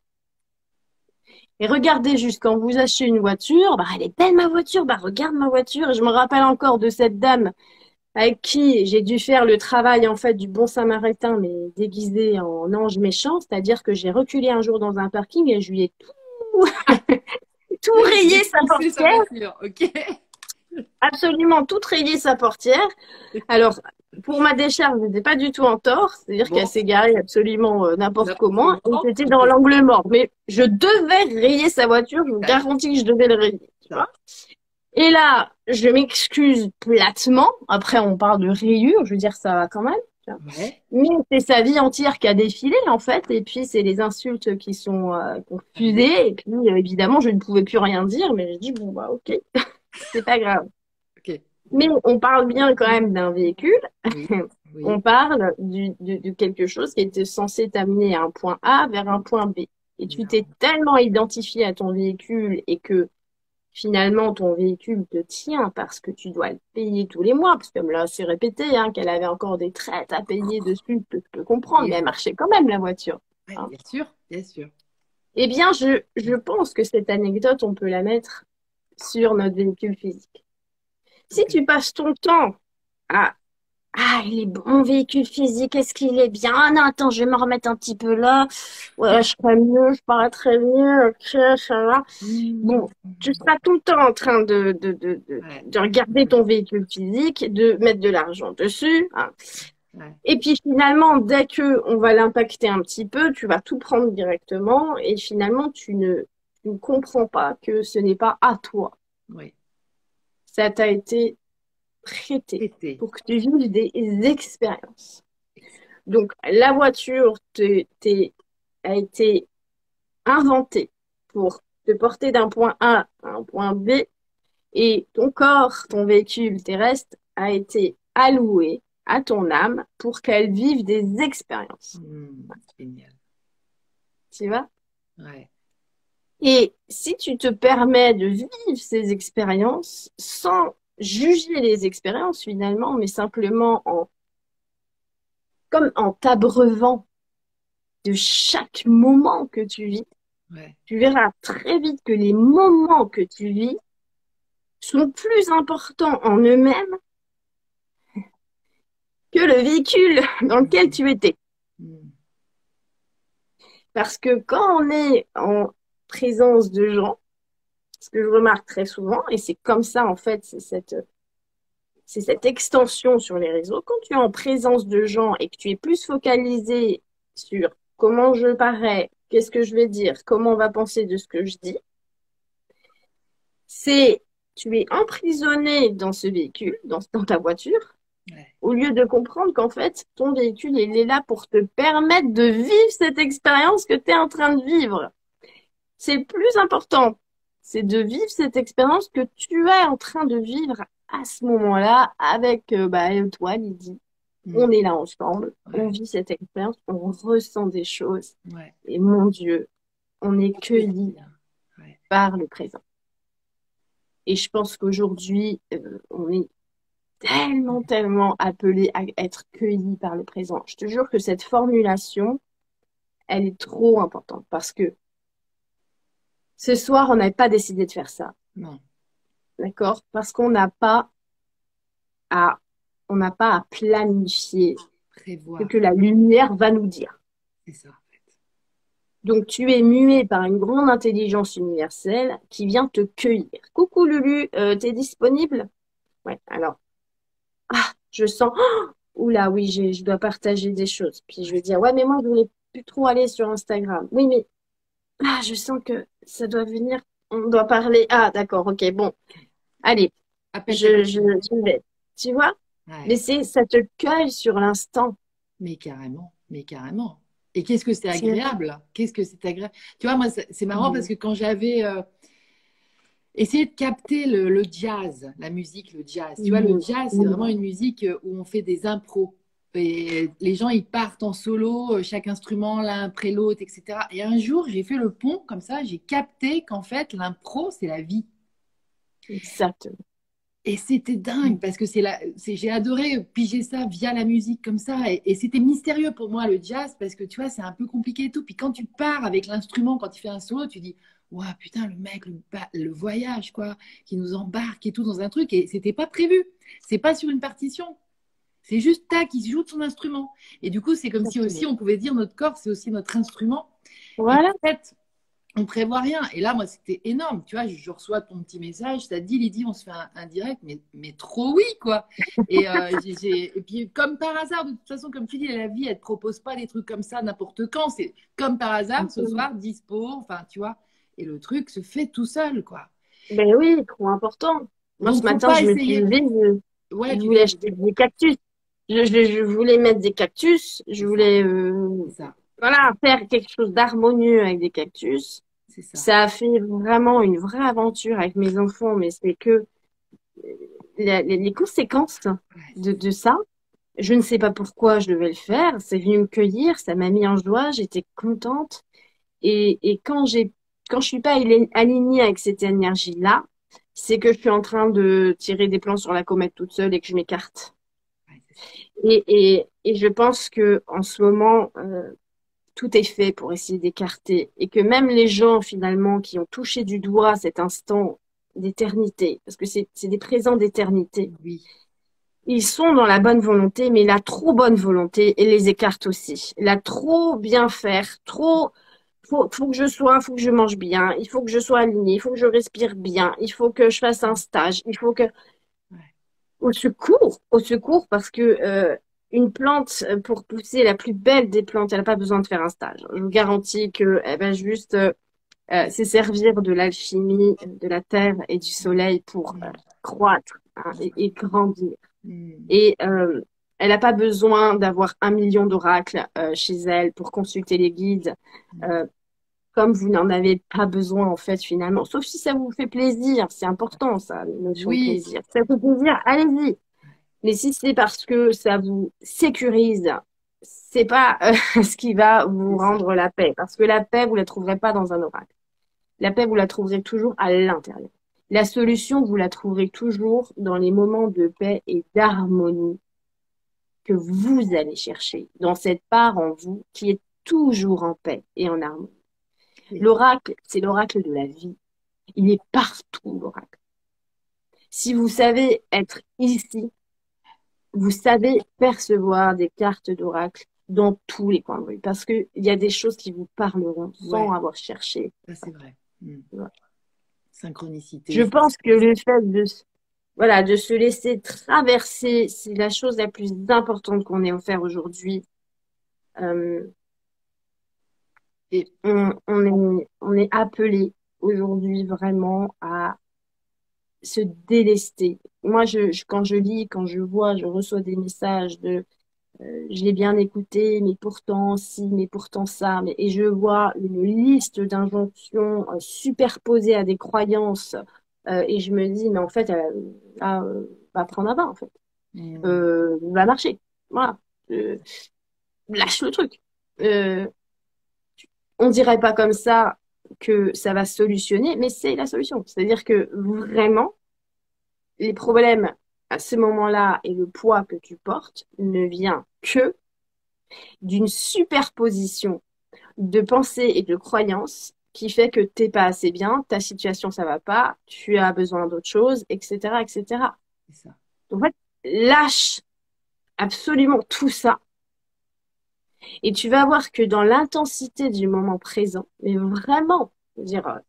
[SPEAKER 2] Et regardez juste quand vous achetez une voiture, bah, elle est belle ma voiture, bah, regarde ma voiture. Et je me rappelle encore de cette dame avec qui j'ai dû faire le travail en fait du bon samaritain, mais déguisé en ange méchant. C'est-à-dire que j'ai reculé un jour dans un parking et je lui ai tout, tout rayé sa
[SPEAKER 1] Défoncer sa
[SPEAKER 2] portière,
[SPEAKER 1] voiture. Ok.
[SPEAKER 2] absolument tout rayé sa portière. Alors, pour ma décharge, je n'étais pas du tout en tort, c'est-à-dire
[SPEAKER 1] Bon.
[SPEAKER 2] qu'elle s'est garée absolument euh, n'importe
[SPEAKER 1] N'importe
[SPEAKER 2] comment, et
[SPEAKER 1] comment.
[SPEAKER 2] c'était dans l'angle mort. Mais je devais rayer sa voiture, je vous garantis que je devais le rayer. Tu vois. Et là, je m'excuse platement. Après, on parle de rayures, je veux dire, ça va quand même. Tu vois.
[SPEAKER 1] Ouais.
[SPEAKER 2] Mais c'est sa vie entière qui a défilé, en fait, et puis c'est les insultes qui sont euh, confusées, et puis euh, évidemment, je ne pouvais plus rien dire, mais j'ai dit, bon, bah, ok, c'est pas grave.
[SPEAKER 1] Ok.
[SPEAKER 2] Mais on parle bien quand même d'un véhicule.
[SPEAKER 1] Oui. Oui.
[SPEAKER 2] On parle du, du- de quelque chose qui était censé t'amener à un point A vers un point B. Et tu t'es tellement identifié à ton véhicule et que finalement ton véhicule te tient parce que tu dois le payer tous les mois. Parce que là, c'est répété hein, qu'elle avait encore des traites à payer dessus, je peux comprendre,
[SPEAKER 1] Oui.
[SPEAKER 2] mais elle marchait quand même la voiture.
[SPEAKER 1] Ouais,
[SPEAKER 2] Hein.
[SPEAKER 1] bien sûr. Bien sûr.
[SPEAKER 2] Eh bien, je, je pense que cette anecdote, on peut la mettre sur notre véhicule physique. Si
[SPEAKER 1] Ok.
[SPEAKER 2] tu passes ton temps à ah, il est bon, mon véhicule physique, est-ce qu'il est bien? Ah non, attends, je vais me remettre un petit peu là. Ouais, je ferai mieux, je paraîtrai mieux, ok, ça va.
[SPEAKER 1] Mmh.
[SPEAKER 2] Bon, tu seras tout le temps en train de, de, de, de,
[SPEAKER 1] Ouais.
[SPEAKER 2] de regarder ton véhicule physique, de mettre de l'argent dessus. Hein.
[SPEAKER 1] Ouais.
[SPEAKER 2] Et puis finalement, dès que on va l'impacter un petit peu, tu vas tout prendre directement et finalement, tu ne, tu ne comprends pas que ce n'est pas à toi.
[SPEAKER 1] Oui.
[SPEAKER 2] Ça t'a été prêté
[SPEAKER 1] Été.
[SPEAKER 2] pour que tu vives des expériences. Donc, la voiture te, t'est- a été inventée pour te porter d'un point A à un point B et ton corps, ton véhicule terrestre, a été alloué à ton âme pour qu'elle vive des expériences.
[SPEAKER 1] Mmh. Génial.
[SPEAKER 2] Tu vois?
[SPEAKER 1] Ouais.
[SPEAKER 2] Et si tu te permets de vivre ces expériences sans juger les expériences finalement, mais simplement en, comme en t'abreuvant de chaque moment que tu vis,
[SPEAKER 1] Ouais.
[SPEAKER 2] tu verras très vite que les moments que tu vis sont plus importants en eux-mêmes que le véhicule dans lequel tu étais.
[SPEAKER 1] Mmh.
[SPEAKER 2] Parce que quand on est en présence de gens, ce que je remarque très souvent, et c'est comme ça en fait, c'est cette, c'est cette extension sur les réseaux, quand tu es en présence de gens et que tu es plus focalisé sur comment je parais, qu'est-ce que je vais dire, comment on va penser de ce que je dis, c'est tu es emprisonné dans ce véhicule, dans, dans ta voiture,
[SPEAKER 1] Ouais.
[SPEAKER 2] au lieu de comprendre qu'en fait, ton véhicule, il est là pour te permettre de vivre cette expérience que tu es en train de vivre. C'est le plus important. C'est de vivre cette expérience que tu es en train de vivre à ce moment-là avec euh, bah, toi, Lydie.
[SPEAKER 1] Mmh.
[SPEAKER 2] On est là ensemble,
[SPEAKER 1] Ouais.
[SPEAKER 2] on vit cette expérience, on ressent des choses.
[SPEAKER 1] Ouais.
[SPEAKER 2] Et mon Dieu, on est cueilli
[SPEAKER 1] Bien. Ouais.
[SPEAKER 2] par le présent. Et je pense qu'aujourd'hui, euh, on est tellement, tellement appelé à être cueilli par le présent. Je te jure que cette formulation, elle est trop importante parce que ce soir, on n'avait pas décidé de faire ça.
[SPEAKER 1] Non.
[SPEAKER 2] D'accord? Parce qu'on n'a pas à, on n'a pas à planifier ce
[SPEAKER 1] Prévoir.
[SPEAKER 2] que la lumière va nous dire.
[SPEAKER 1] C'est ça, en fait.
[SPEAKER 2] Donc, tu es muet par une grande intelligence universelle qui vient te cueillir. Coucou Lulu, euh, t'es disponible? Ouais, alors, ah, je sens, oh, oula, oui, j'ai- je dois partager des choses. Puis je vais dire, ouais, mais moi, je voulais plus trop aller sur Instagram. Oui, mais ah, je sens que ça doit venir, on doit parler. Ah, d'accord, ok, bon, allez,
[SPEAKER 1] Appelle ta
[SPEAKER 2] je, je,
[SPEAKER 1] copine.
[SPEAKER 2] je vais. Tu vois? Mais
[SPEAKER 1] Ouais.
[SPEAKER 2] c'est, ça te cueille sur l'instant.
[SPEAKER 1] Mais carrément, mais carrément. Et qu'est-ce que c'est
[SPEAKER 2] C'est-
[SPEAKER 1] agréable? Qu'est-ce que c'est agréable? Tu vois, moi, c'est c'est marrant parce
[SPEAKER 2] Mhm.
[SPEAKER 1] que quand j'avais euh, essayé de capter le, le jazz, la musique, le jazz, tu vois, le
[SPEAKER 2] Mhm.
[SPEAKER 1] jazz, c'est vraiment
[SPEAKER 2] Mhm.
[SPEAKER 1] une musique euh, où on fait des impros. Et les gens, ils partent en solo, euh, chaque instrument l'un après l'autre, et cetera. Et un jour, j'ai fait le pont comme ça, j'ai capté qu'en fait, l'impro, c'est la vie.
[SPEAKER 2] Exactement.
[SPEAKER 1] Et c'était dingue parce que c'est la, c'est, j'ai adoré piger ça via la musique comme ça. Et, et c'était mystérieux pour moi, le jazz, parce que tu vois, c'est un peu compliqué et tout. Puis quand tu pars avec l'instrument, quand il fait un solo, tu dis, waouh, putain, le mec, le, ba- le voyage, quoi, qui nous embarque et tout dans un truc. Et c'était pas prévu. C'est pas sur une partition. C'est juste tac, il joue de son instrument. Et du coup, c'est comme si aussi
[SPEAKER 2] Exactement.
[SPEAKER 1] on pouvait dire notre corps, c'est aussi notre instrument. Et
[SPEAKER 2] Voilà.
[SPEAKER 1] en fait, on prévoit rien. Et là, moi, c'était énorme. Tu vois, je, je reçois ton petit message, ça te dit, Lydie, on se fait un, un direct, mais, mais trop oui, quoi. Et, euh, j'ai, j'ai- et puis, comme par hasard, de toute façon, comme tu dis, la vie, elle te propose pas des trucs comme ça n'importe quand. C'est comme par hasard, ce soir, dispo, enfin, tu vois. Et le truc se fait tout seul, quoi.
[SPEAKER 2] Ben oui, trop important. Moi, ce
[SPEAKER 1] Donc, faut
[SPEAKER 2] matin,
[SPEAKER 1] pas
[SPEAKER 2] je me suis
[SPEAKER 1] essayer.
[SPEAKER 2] levée, je,
[SPEAKER 1] Ouais,
[SPEAKER 2] je
[SPEAKER 1] tu
[SPEAKER 2] voulais
[SPEAKER 1] disais,
[SPEAKER 2] acheter des cactus. Je, je, je voulais mettre des cactus. Je
[SPEAKER 1] c'est ça,
[SPEAKER 2] voulais, euh,
[SPEAKER 1] c'est ça,
[SPEAKER 2] voilà, faire quelque chose d'harmonieux avec des cactus.
[SPEAKER 1] c'est ça.
[SPEAKER 2] Ça a fait vraiment une vraie aventure avec mes enfants, mais c'est que la- les, les conséquences
[SPEAKER 1] Ouais,
[SPEAKER 2] de, de ça, je ne sais pas pourquoi je devais le faire. C'est venu me cueillir, ça m'a mis en joie, j'étais contente. Et, et quand j'ai, quand je suis pas ali- alignée avec cette énergie-là, c'est que je suis en train de tirer des plans sur la comète toute seule et que je m'écarte.
[SPEAKER 1] ouais, c'est ça.
[SPEAKER 2] Et, et, et je pense que en ce moment, euh, tout est fait pour essayer d'écarter et que même les gens finalement qui ont touché du doigt cet instant d'éternité, parce que c'est c'est des présents d'éternité,
[SPEAKER 1] Oui,
[SPEAKER 2] ils sont dans la bonne volonté, mais la trop bonne volonté et les écarte aussi. La trop bien faire, trop faut, faut que je sois, faut que je mange bien, il faut que je sois alignée, il faut que je respire bien, il faut que je fasse un stage, il faut que
[SPEAKER 1] ouais,
[SPEAKER 2] au secours, au secours, parce que euh, une plante, euh, pour pousser la plus belle des plantes, elle n'a pas besoin de faire un stage. Je vous garantis que elle va juste euh, euh, se servir de l'alchimie de la terre et du soleil pour euh,
[SPEAKER 1] mm,
[SPEAKER 2] croître hein, et, et grandir.
[SPEAKER 1] mm,
[SPEAKER 2] Et euh, elle n'a pas besoin d'avoir un million d'oracles euh, chez elle pour consulter les guides.
[SPEAKER 1] mm.
[SPEAKER 2] Euh, comme vous n'en avez pas besoin en fait finalement, sauf si ça vous fait plaisir, c'est important ça, la notion de
[SPEAKER 1] Oui,
[SPEAKER 2] plaisir. Ça vous fait plaisir, allez-y. Mais si c'est parce que ça vous sécurise, c'est pas euh, ce qui va vous
[SPEAKER 1] c'est ça.
[SPEAKER 2] rendre la paix, parce que la paix vous la trouverez pas dans un oracle. La paix vous la trouverez toujours à l'intérieur. La solution vous la trouverez toujours dans les moments de paix et d'harmonie que vous allez chercher, dans cette part en vous qui est toujours en paix et en harmonie.
[SPEAKER 1] Oui,
[SPEAKER 2] L'oracle, c'est l'oracle de la vie. Il est partout, l'oracle. Si vous savez être ici, vous savez percevoir des cartes d'oracle dans tous les coins de rue. Parce qu'il y a des choses qui vous parleront sans
[SPEAKER 1] ouais,
[SPEAKER 2] avoir cherché.
[SPEAKER 1] ça c'est vrai. Mm.
[SPEAKER 2] Voilà. Je
[SPEAKER 1] Synchronicité, ça se
[SPEAKER 2] pense que
[SPEAKER 1] passe.
[SPEAKER 2] le fait de, voilà, de se laisser traverser, c'est la chose la plus importante qu'on ait offert aujourd'hui. Euh,
[SPEAKER 1] Et
[SPEAKER 2] on, on est, on est appelé aujourd'hui vraiment à se délester. Moi, je, je- quand je lis, quand je vois, je reçois des messages de euh, je l'ai bien écouté, mais pourtant si, mais pourtant ça, mais, et je vois une liste d'injonctions euh, superposées à des croyances euh, et je me dis, mais en fait, euh, là, euh, va prendre un bain, en fait.
[SPEAKER 1] mm,
[SPEAKER 2] Euh, va marcher. Voilà. Euh, lâche le truc. Euh, on dirait pas comme ça que ça va solutionner, mais c'est la solution. C'est-à-dire que vraiment, les problèmes à ce moment-là et le poids que tu portes ne vient que d'une superposition de pensées et de croyances qui fait que t'es pas assez bien, ta situation ça va pas, tu as besoin d'autre chose, et cetera, et cetera.
[SPEAKER 1] c'est ça.
[SPEAKER 2] Donc, en fait, lâche absolument tout ça. Et tu vas voir que dans l'intensité du moment présent, mais vraiment, je veux dire, euh,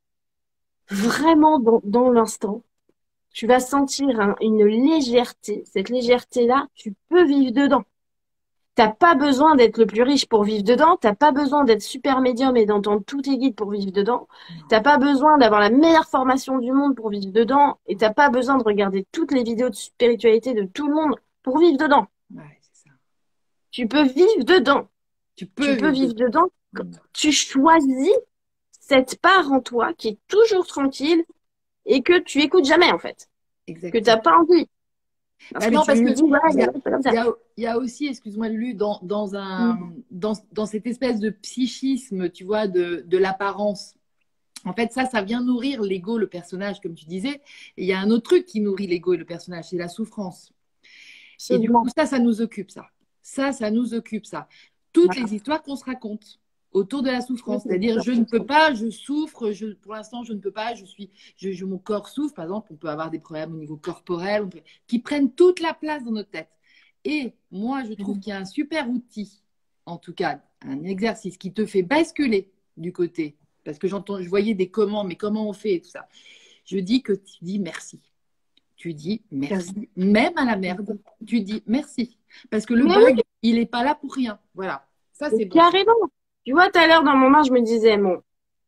[SPEAKER 2] vraiment dans, dans l'instant, tu vas sentir un- une légèreté. Cette légèreté-là, tu peux vivre dedans. T'as pas besoin d'être le plus riche pour vivre dedans. T'as pas besoin d'être super médium et d'entendre tous tes guides pour vivre dedans.
[SPEAKER 1] Non.
[SPEAKER 2] T'as pas besoin d'avoir la meilleure formation du monde pour vivre dedans. Et t'as pas besoin de regarder toutes les vidéos de spiritualité de tout le monde pour vivre dedans.
[SPEAKER 1] Ouais, c'est ça.
[SPEAKER 2] Tu peux vivre dedans.
[SPEAKER 1] Tu peux
[SPEAKER 2] Tu peux
[SPEAKER 1] vivre
[SPEAKER 2] vivre
[SPEAKER 1] dedans.
[SPEAKER 2] dedans.
[SPEAKER 1] Mm.
[SPEAKER 2] Tu choisis cette part en toi qui est toujours tranquille et que tu écoutes jamais, en fait. Que t'as
[SPEAKER 1] Exactement.
[SPEAKER 2] pas envie. Parce
[SPEAKER 1] Bah
[SPEAKER 2] que
[SPEAKER 1] non, parce
[SPEAKER 2] tu
[SPEAKER 1] que
[SPEAKER 2] dis, ouais,
[SPEAKER 1] il y
[SPEAKER 2] mais
[SPEAKER 1] a,
[SPEAKER 2] non, c'est pas comme
[SPEAKER 1] il
[SPEAKER 2] ça.
[SPEAKER 1] y a, il y a aussi, excuse-moi Lulu, dans, dans un,
[SPEAKER 2] Mm.
[SPEAKER 1] dans, dans cette espèce de psychisme, tu vois, de, de l'apparence. En fait, ça, ça vient nourrir l'ego, le personnage, comme tu disais. Et il y a un autre truc qui nourrit l'ego et le personnage, c'est la souffrance. Et du coup,
[SPEAKER 2] Absolument.
[SPEAKER 1] ça, ça nous occupe, ça. Ça, ça nous occupe, ça. Toutes
[SPEAKER 2] Voilà.
[SPEAKER 1] les histoires qu'on se raconte autour de la
[SPEAKER 2] Oui,
[SPEAKER 1] souffrance.
[SPEAKER 2] bien
[SPEAKER 1] C'est-à-dire,
[SPEAKER 2] sûr,
[SPEAKER 1] je ne
[SPEAKER 2] bien
[SPEAKER 1] peux
[SPEAKER 2] sûr.
[SPEAKER 1] pas, je souffre, je, pour l'instant, je ne peux pas, je suis, je, je- mon corps souffre, par exemple, on peut avoir des problèmes au niveau corporel, on peut- qui prennent toute la place dans notre tête. Et moi, je trouve qu'il y a un super outil, en tout cas, un exercice qui te fait basculer du côté. Parce que j'entends, je voyais des comment, mais comment on fait et tout ça. Je dis que tu dis merci. Tu dis merci. Même à la merde, tu dis merci. Parce que le
[SPEAKER 2] Mais oui,
[SPEAKER 1] bug, il n'est pas là pour rien. Voilà. Ça,
[SPEAKER 2] mais
[SPEAKER 1] c'est bon.
[SPEAKER 2] carrément. Tu vois, tout à l'heure, dans mon moment, je me disais, bon,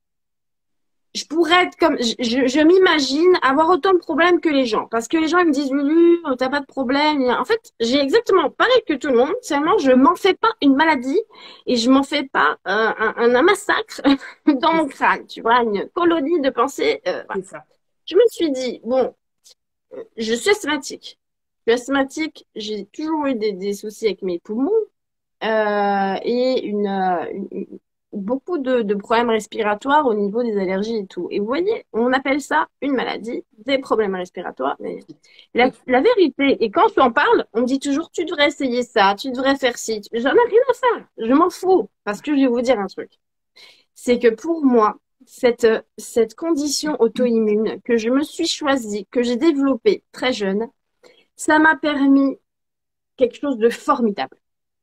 [SPEAKER 2] je pourrais être comme, je, je, je m'imagine avoir autant de problèmes que les gens. Parce que les gens, ils me disent, Lulu, t'as pas de problème. En fait, j'ai exactement pareil que tout le monde. Seulement, je m'en fais pas une maladie et je m'en fais pas euh, un, un, un massacre dans
[SPEAKER 1] C'est
[SPEAKER 2] mon crâne. Tu vois, une colonie de pensées. Euh, voilà.
[SPEAKER 1] c'est ça.
[SPEAKER 2] Je me suis dit, bon, je suis asthmatique. Je suis asthmatique. J'ai toujours eu des, des soucis avec mes poumons. euh, et une, euh, une- une- beaucoup de, de problèmes respiratoires au niveau des allergies et tout. Et vous voyez, on appelle ça une maladie, des problèmes respiratoires. Mais la, la vérité, et quand tu en parles, on me dit toujours, tu devrais essayer ça, tu devrais faire ci. J'en ai rien à faire. Je m'en fous. Parce que je vais vous dire un truc. C'est que pour moi, cette, cette condition auto-immune que je me suis choisie, que j'ai développée très jeune, ça m'a permis quelque chose de formidable.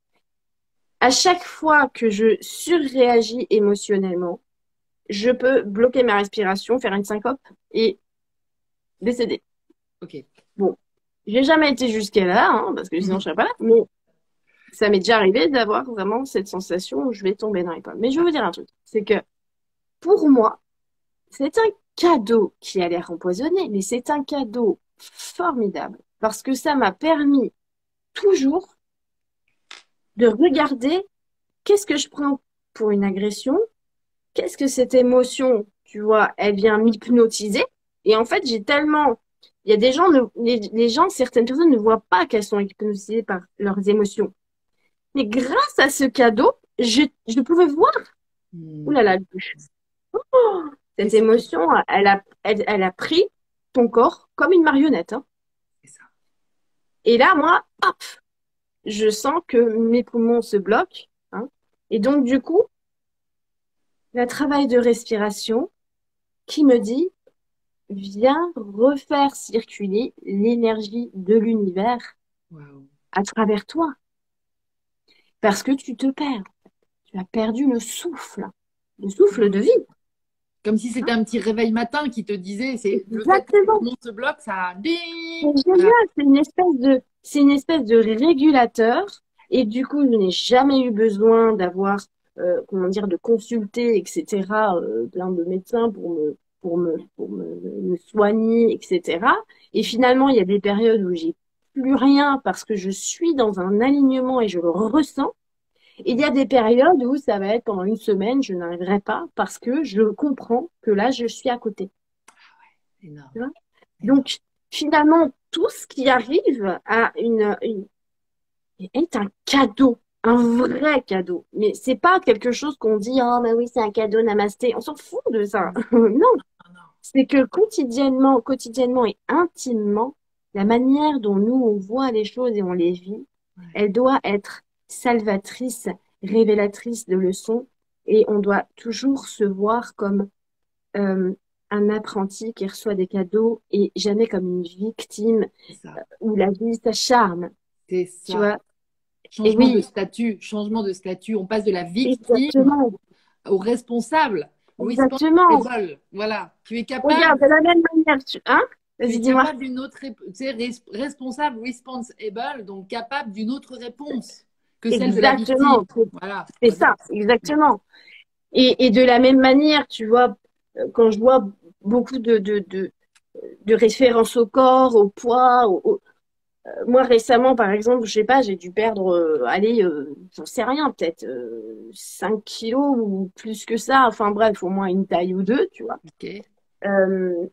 [SPEAKER 2] À chaque fois que je surréagis émotionnellement, je peux bloquer ma respiration, faire une syncope et décéder.
[SPEAKER 1] Ok.
[SPEAKER 2] Bon, j'ai jamais été jusqu'à là, hein, parce que sinon je serais pas là, mais ça m'est déjà arrivé d'avoir vraiment cette sensation où je vais tomber dans les pommes. Mais je veux vous dire un truc, c'est que pour moi, c'est un cadeau qui a l'air empoisonné, mais c'est un cadeau formidable parce que ça m'a permis toujours de regarder qu'est-ce que je prends pour une agression. Qu'est-ce que cette émotion, tu vois, elle vient m'hypnotiser. Et en fait, j'ai tellement, il y a des gens, ne- les, les gens, certaines personnes ne voient pas qu'elles sont hypnotisées par leurs émotions. Mais grâce à ce cadeau, je, je pouvais voir, ouh
[SPEAKER 1] Hmm.
[SPEAKER 2] là là, oh,
[SPEAKER 1] Et
[SPEAKER 2] cette
[SPEAKER 1] c'est tout.
[SPEAKER 2] émotion, elle a, elle, elle a pris ton corps comme une marionnette, hein.
[SPEAKER 1] C'est ça.
[SPEAKER 2] Et là, moi, hop, je sens que mes poumons se bloquent, hein. Et donc, du coup, le travail de respiration qui me dit, viens refaire circuler l'énergie de l'univers
[SPEAKER 1] Waouh.
[SPEAKER 2] à travers toi. Parce que tu te perds. Tu as perdu le souffle, le souffle de vie,
[SPEAKER 1] Comme si c'était
[SPEAKER 2] hein.
[SPEAKER 1] un petit réveil matin qui te disait, c'est le fait que tout
[SPEAKER 2] Exactement.
[SPEAKER 1] le monde se bloque, ça. Ding.
[SPEAKER 2] C'est
[SPEAKER 1] Voilà.
[SPEAKER 2] génial. C'est une espèce de, c'est une espèce de régulateur. Et du coup, je n'ai jamais eu besoin d'avoir, euh, comment dire, de consulter, et cetera, euh, plein de médecins pour me, pour me, pour me, me soigner, et cetera. Et finalement, il y a des périodes où j'ai plus rien parce que je suis dans un alignement et je le ressens. Et il y a des périodes où ça va être pendant une semaine, je n'arriverai pas parce que je comprends que là, je suis à côté. Tu
[SPEAKER 1] Énorme.
[SPEAKER 2] vois.
[SPEAKER 1] Énorme.
[SPEAKER 2] Donc, finalement, tout ce qui arrive à une, une- est un cadeau, un vrai cadeau. Mais c'est pas quelque chose qu'on dit, oh, ben oui, c'est un cadeau, namasté. On s'en fout de ça. Non,
[SPEAKER 1] Non, non.
[SPEAKER 2] c'est que quotidiennement, quotidiennement et intimement, la manière dont nous, on voit les choses et on les vit,
[SPEAKER 1] Ouais.
[SPEAKER 2] elle doit être salvatrice, révélatrice de leçons. Et on doit toujours se voir comme euh, un apprenti qui reçoit des cadeaux et jamais comme une victime
[SPEAKER 1] C'est ça.
[SPEAKER 2] où la vie s'acharne,
[SPEAKER 1] C'est
[SPEAKER 2] tu
[SPEAKER 1] ça.
[SPEAKER 2] vois. Et
[SPEAKER 1] Changement de
[SPEAKER 2] oui,
[SPEAKER 1] statut, changement de statut. On passe de la victime
[SPEAKER 2] exactement,
[SPEAKER 1] au responsable.
[SPEAKER 2] exactement.
[SPEAKER 1] Responsible. Voilà. Tu es
[SPEAKER 2] Regarde,
[SPEAKER 1] capable,
[SPEAKER 2] de la même manière, tu... Hein?
[SPEAKER 1] tu
[SPEAKER 2] Vas-y,
[SPEAKER 1] es
[SPEAKER 2] dis-moi.
[SPEAKER 1] capable d'une autre, rép- tu sais, res- responsable, responsible, donc capable d'une autre réponse que celle de la victime.
[SPEAKER 2] Exactement, c'est
[SPEAKER 1] Voilà.
[SPEAKER 2] c'est
[SPEAKER 1] Moi,
[SPEAKER 2] ça,
[SPEAKER 1] c'est-
[SPEAKER 2] exactement. Et, et de la même manière, tu vois, euh, quand je vois beaucoup de, de, de, de références au corps, au poids, au, au- euh, moi récemment, par exemple, je sais pas, j'ai dû perdre, euh, allez, euh, j'en sais rien, peut-être euh, cinq kilos ou plus que ça, enfin bref, au moins une taille ou deux, tu vois.
[SPEAKER 1] Ok.
[SPEAKER 2] Euh,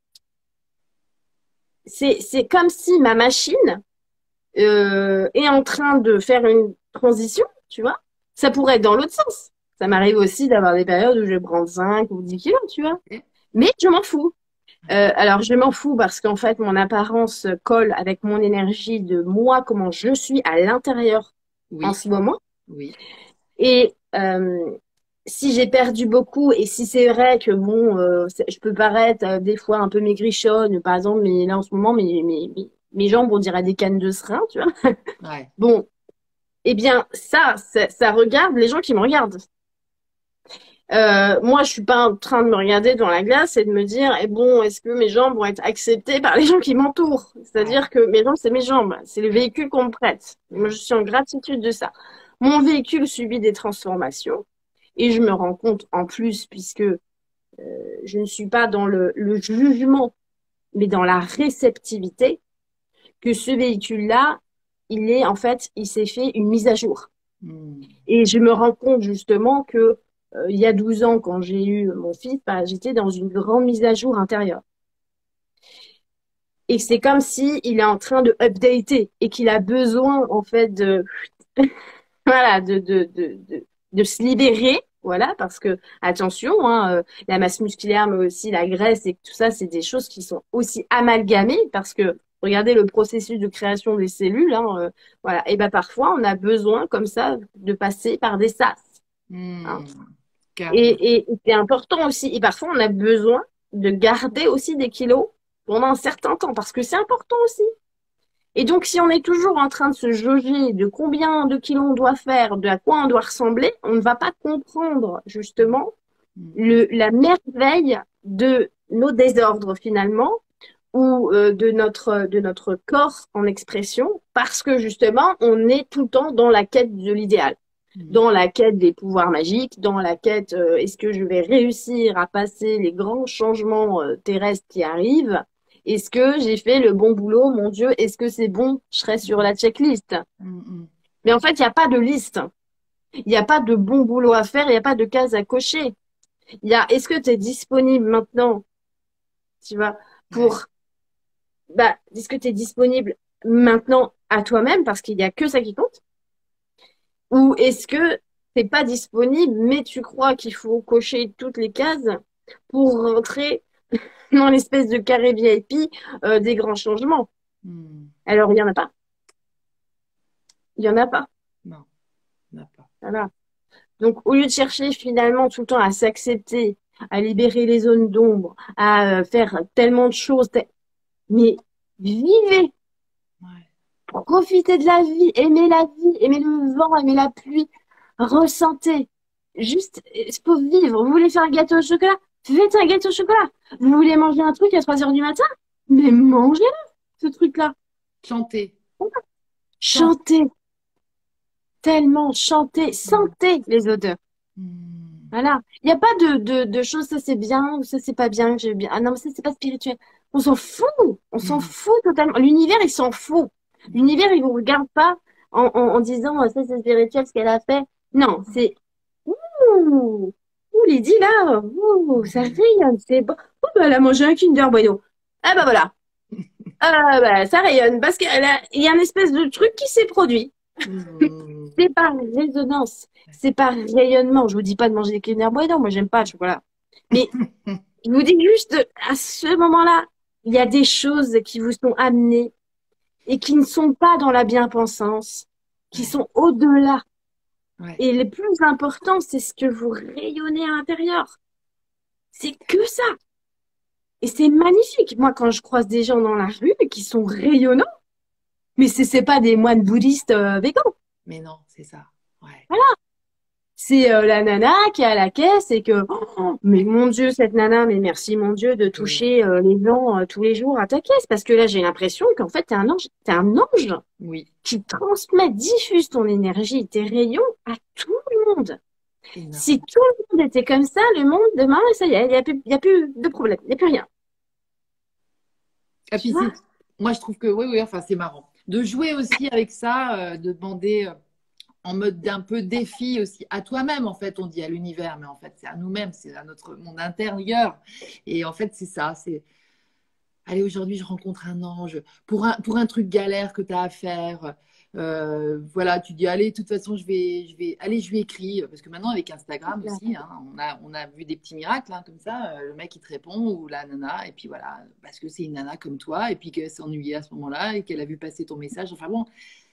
[SPEAKER 2] c'est, c'est comme si ma machine euh, est en train de faire une transition, tu vois. Ça pourrait être dans l'autre sens. Ça m'arrive aussi d'avoir des périodes où je vais prendre cinq ou dix kilos, tu vois.
[SPEAKER 1] Ok.
[SPEAKER 2] Mais je m'en fous. Euh, alors, je m'en fous parce qu'en fait, mon apparence colle avec mon énergie de moi, comment je suis à l'intérieur en
[SPEAKER 1] Oui.
[SPEAKER 2] ce moment.
[SPEAKER 1] Oui.
[SPEAKER 2] Et euh, si j'ai perdu beaucoup, et si c'est vrai que bon, euh, c'est- je peux paraître euh, des fois un peu maigrichonne, par exemple, mais là en ce moment, mes, mes, mes, mes jambes, on dirait des cannes de serin, tu vois.
[SPEAKER 1] Ouais.
[SPEAKER 2] Bon, eh bien, ça, ça, ça regarde les gens qui me regardent. Euh, moi, je suis pas en train de me regarder dans la glace et de me dire, eh bon, est-ce que mes jambes vont être acceptées par les gens qui m'entourent?
[SPEAKER 1] Ouais.
[SPEAKER 2] C'est-à-dire que mes jambes, c'est mes jambes, c'est le
[SPEAKER 1] Ouais.
[SPEAKER 2] véhicule qu'on me prête. Moi,
[SPEAKER 1] Ouais.
[SPEAKER 2] je suis en gratitude de ça. Mon véhicule subit des transformations et je me rends compte en plus, puisque euh, je ne suis pas dans le, le jugement, mais dans la réceptivité, que ce véhicule-là, il est en fait, il s'est fait une mise à jour.
[SPEAKER 1] Hmm.
[SPEAKER 2] Et je me rends compte justement que euh, il y a douze ans, quand j'ai eu mon fils, bah, j'étais dans une grande mise à jour intérieure. Et c'est comme si il est en train de updater et qu'il a besoin en fait de voilà de de de de, de se libérer. Voilà, parce que attention, hein, euh, la masse musculaire, mais aussi la graisse et tout ça, c'est des choses qui sont aussi amalgamées parce que regardez le processus de création des cellules. Hein, euh, voilà, et ben parfois on a besoin comme ça de passer par des sas. Hein.
[SPEAKER 1] Hmm. Carrément.
[SPEAKER 2] Et, et, et c'est important aussi. Et parfois, on a besoin de garder aussi des kilos pendant un certain temps parce que c'est important aussi. Et donc, si on est toujours en train de se jauger de combien de kilos on doit faire, de à quoi on doit ressembler, on ne va pas comprendre justement
[SPEAKER 1] Hmm.
[SPEAKER 2] le, la merveille de nos désordres finalement ou euh, de notre de notre corps en expression parce que justement, on est tout le temps dans la quête de l'idéal
[SPEAKER 1] Hmm.
[SPEAKER 2] dans la quête des pouvoirs magiques, dans la quête euh, est-ce que je vais réussir à passer les grands changements euh, terrestres qui arrivent? Est-ce que j'ai fait le bon boulot? Mon Dieu, est-ce que c'est bon? Je serai sur la checklist.
[SPEAKER 1] Hmm. Hmm.
[SPEAKER 2] Mais en fait, il n'y a pas de liste. Il n'y a pas de bon boulot à faire, il n'y a pas de case à cocher. Il y a est-ce que tu es disponible maintenant, tu vois,
[SPEAKER 1] Ouais.
[SPEAKER 2] pour bah, est-ce que tu es disponible maintenant à toi-même parce qu'il n'y a que ça qui compte? Ou est-ce que t'es pas disponible, mais tu crois qu'il faut cocher toutes les cases pour rentrer dans l'espèce de carré V I P euh, des grands changements?
[SPEAKER 1] Hmm.
[SPEAKER 2] Alors, il y en a pas. Il y en a pas.
[SPEAKER 1] Non, n'a pas.
[SPEAKER 2] Voilà. Donc, au lieu de chercher finalement tout le temps à s'accepter, à libérer les zones d'ombre, à euh, faire tellement de choses, te- mais vivez,
[SPEAKER 1] Ouais.
[SPEAKER 2] profitez de la vie, aimez la vie, aimez le vent, aimez la pluie, ressentez. Juste, il faut vivre. Vous voulez faire un gâteau au chocolat? Faites un gâteau au chocolat. Vous voulez manger un truc à trois heures du matin? Mais mangez-le, ce truc-là.
[SPEAKER 1] Chanter. Chanter.
[SPEAKER 2] Chantez, tellement, chantez,
[SPEAKER 1] Hmm.
[SPEAKER 2] sentez les odeurs.
[SPEAKER 1] Hmm.
[SPEAKER 2] Voilà. Il n'y a pas de, de, de choses, ça c'est bien ou ça c'est pas bien, que j'ai bien. Ah non, mais ça c'est pas spirituel. On s'en fout. On s'en
[SPEAKER 1] Hmm.
[SPEAKER 2] fout totalement. L'univers, il s'en fout.
[SPEAKER 1] Hmm.
[SPEAKER 2] L'univers, il vous regarde pas en, en, en disant euh, ça c'est spirituel ce qu'elle a fait. Non, c'est ouh, ouh, Lydie là, ouh, ça
[SPEAKER 1] Hmm.
[SPEAKER 2] rayonne, c'est bon. Oh, bah, elle a mangé un Kinder Bueno. Ah bah voilà. Ah bah ça rayonne parce qu'il y a il y a une espèce de truc qui s'est produit.
[SPEAKER 1] Hmm.
[SPEAKER 2] C'est par résonance, c'est par rayonnement. Je vous dis pas de manger des Kinder Bueno, moi j'aime pas le chocolat. Mais je vous dis juste, à ce moment-là, il y a des choses qui vous sont amenées et qui ne sont pas dans la bien-pensance, qui
[SPEAKER 1] Ouais.
[SPEAKER 2] sont au-delà.
[SPEAKER 1] Ouais.
[SPEAKER 2] Et le plus important, c'est ce que vous rayonnez à l'intérieur. C'est que ça. Et c'est magnifique. Moi, quand je croise des gens dans la rue qui sont rayonnants, mais c'est c'est pas des moines bouddhistes euh, végans.
[SPEAKER 1] Mais non, c'est ça. Ouais.
[SPEAKER 2] C'est euh, la nana qui est à la caisse et que, oh, mais mon Dieu, cette nana, mais merci mon Dieu de
[SPEAKER 1] Et-
[SPEAKER 2] toucher euh, les gens euh, tous les jours à ta caisse. Parce que là, j'ai l'impression qu'en fait, t'es un ange, t'es un ange
[SPEAKER 1] oui,
[SPEAKER 2] qui transmet, diffuse ton énergie, tes rayons à tout le monde. Si
[SPEAKER 1] énorme.
[SPEAKER 2] tout le monde était comme ça, le monde demain, ça y est, il n'y a plus, il y a plus de problème, il n'y a plus rien.
[SPEAKER 1] Et
[SPEAKER 2] Tu
[SPEAKER 1] puis,
[SPEAKER 2] vois?
[SPEAKER 1] c'est- moi, je trouve que, oui, oui, enfin, c'est marrant. De jouer aussi avec ça, euh, de demander euh, en mode d'un peu défi aussi à toi-même, en fait, on dit à l'univers, mais en fait, c'est à nous-mêmes, c'est à notre monde intérieur. Et en fait, c'est ça, c'est, allez, aujourd'hui, je rencontre un ange pour un, pour un truc galère que tu as à faire. Euh, voilà, tu dis, allez, de toute façon, je vais, je vais, allez, je lui écris. Parce que maintenant, avec Instagram aussi, hein, on a, on a vu des petits miracles, hein, comme ça. Euh, le mec, il te répond, ou la nana, et puis voilà, parce que c'est une nana comme toi, et puis qu'elle s'ennuyait à ce moment-là, et qu'elle a vu passer ton message. Enfin bon,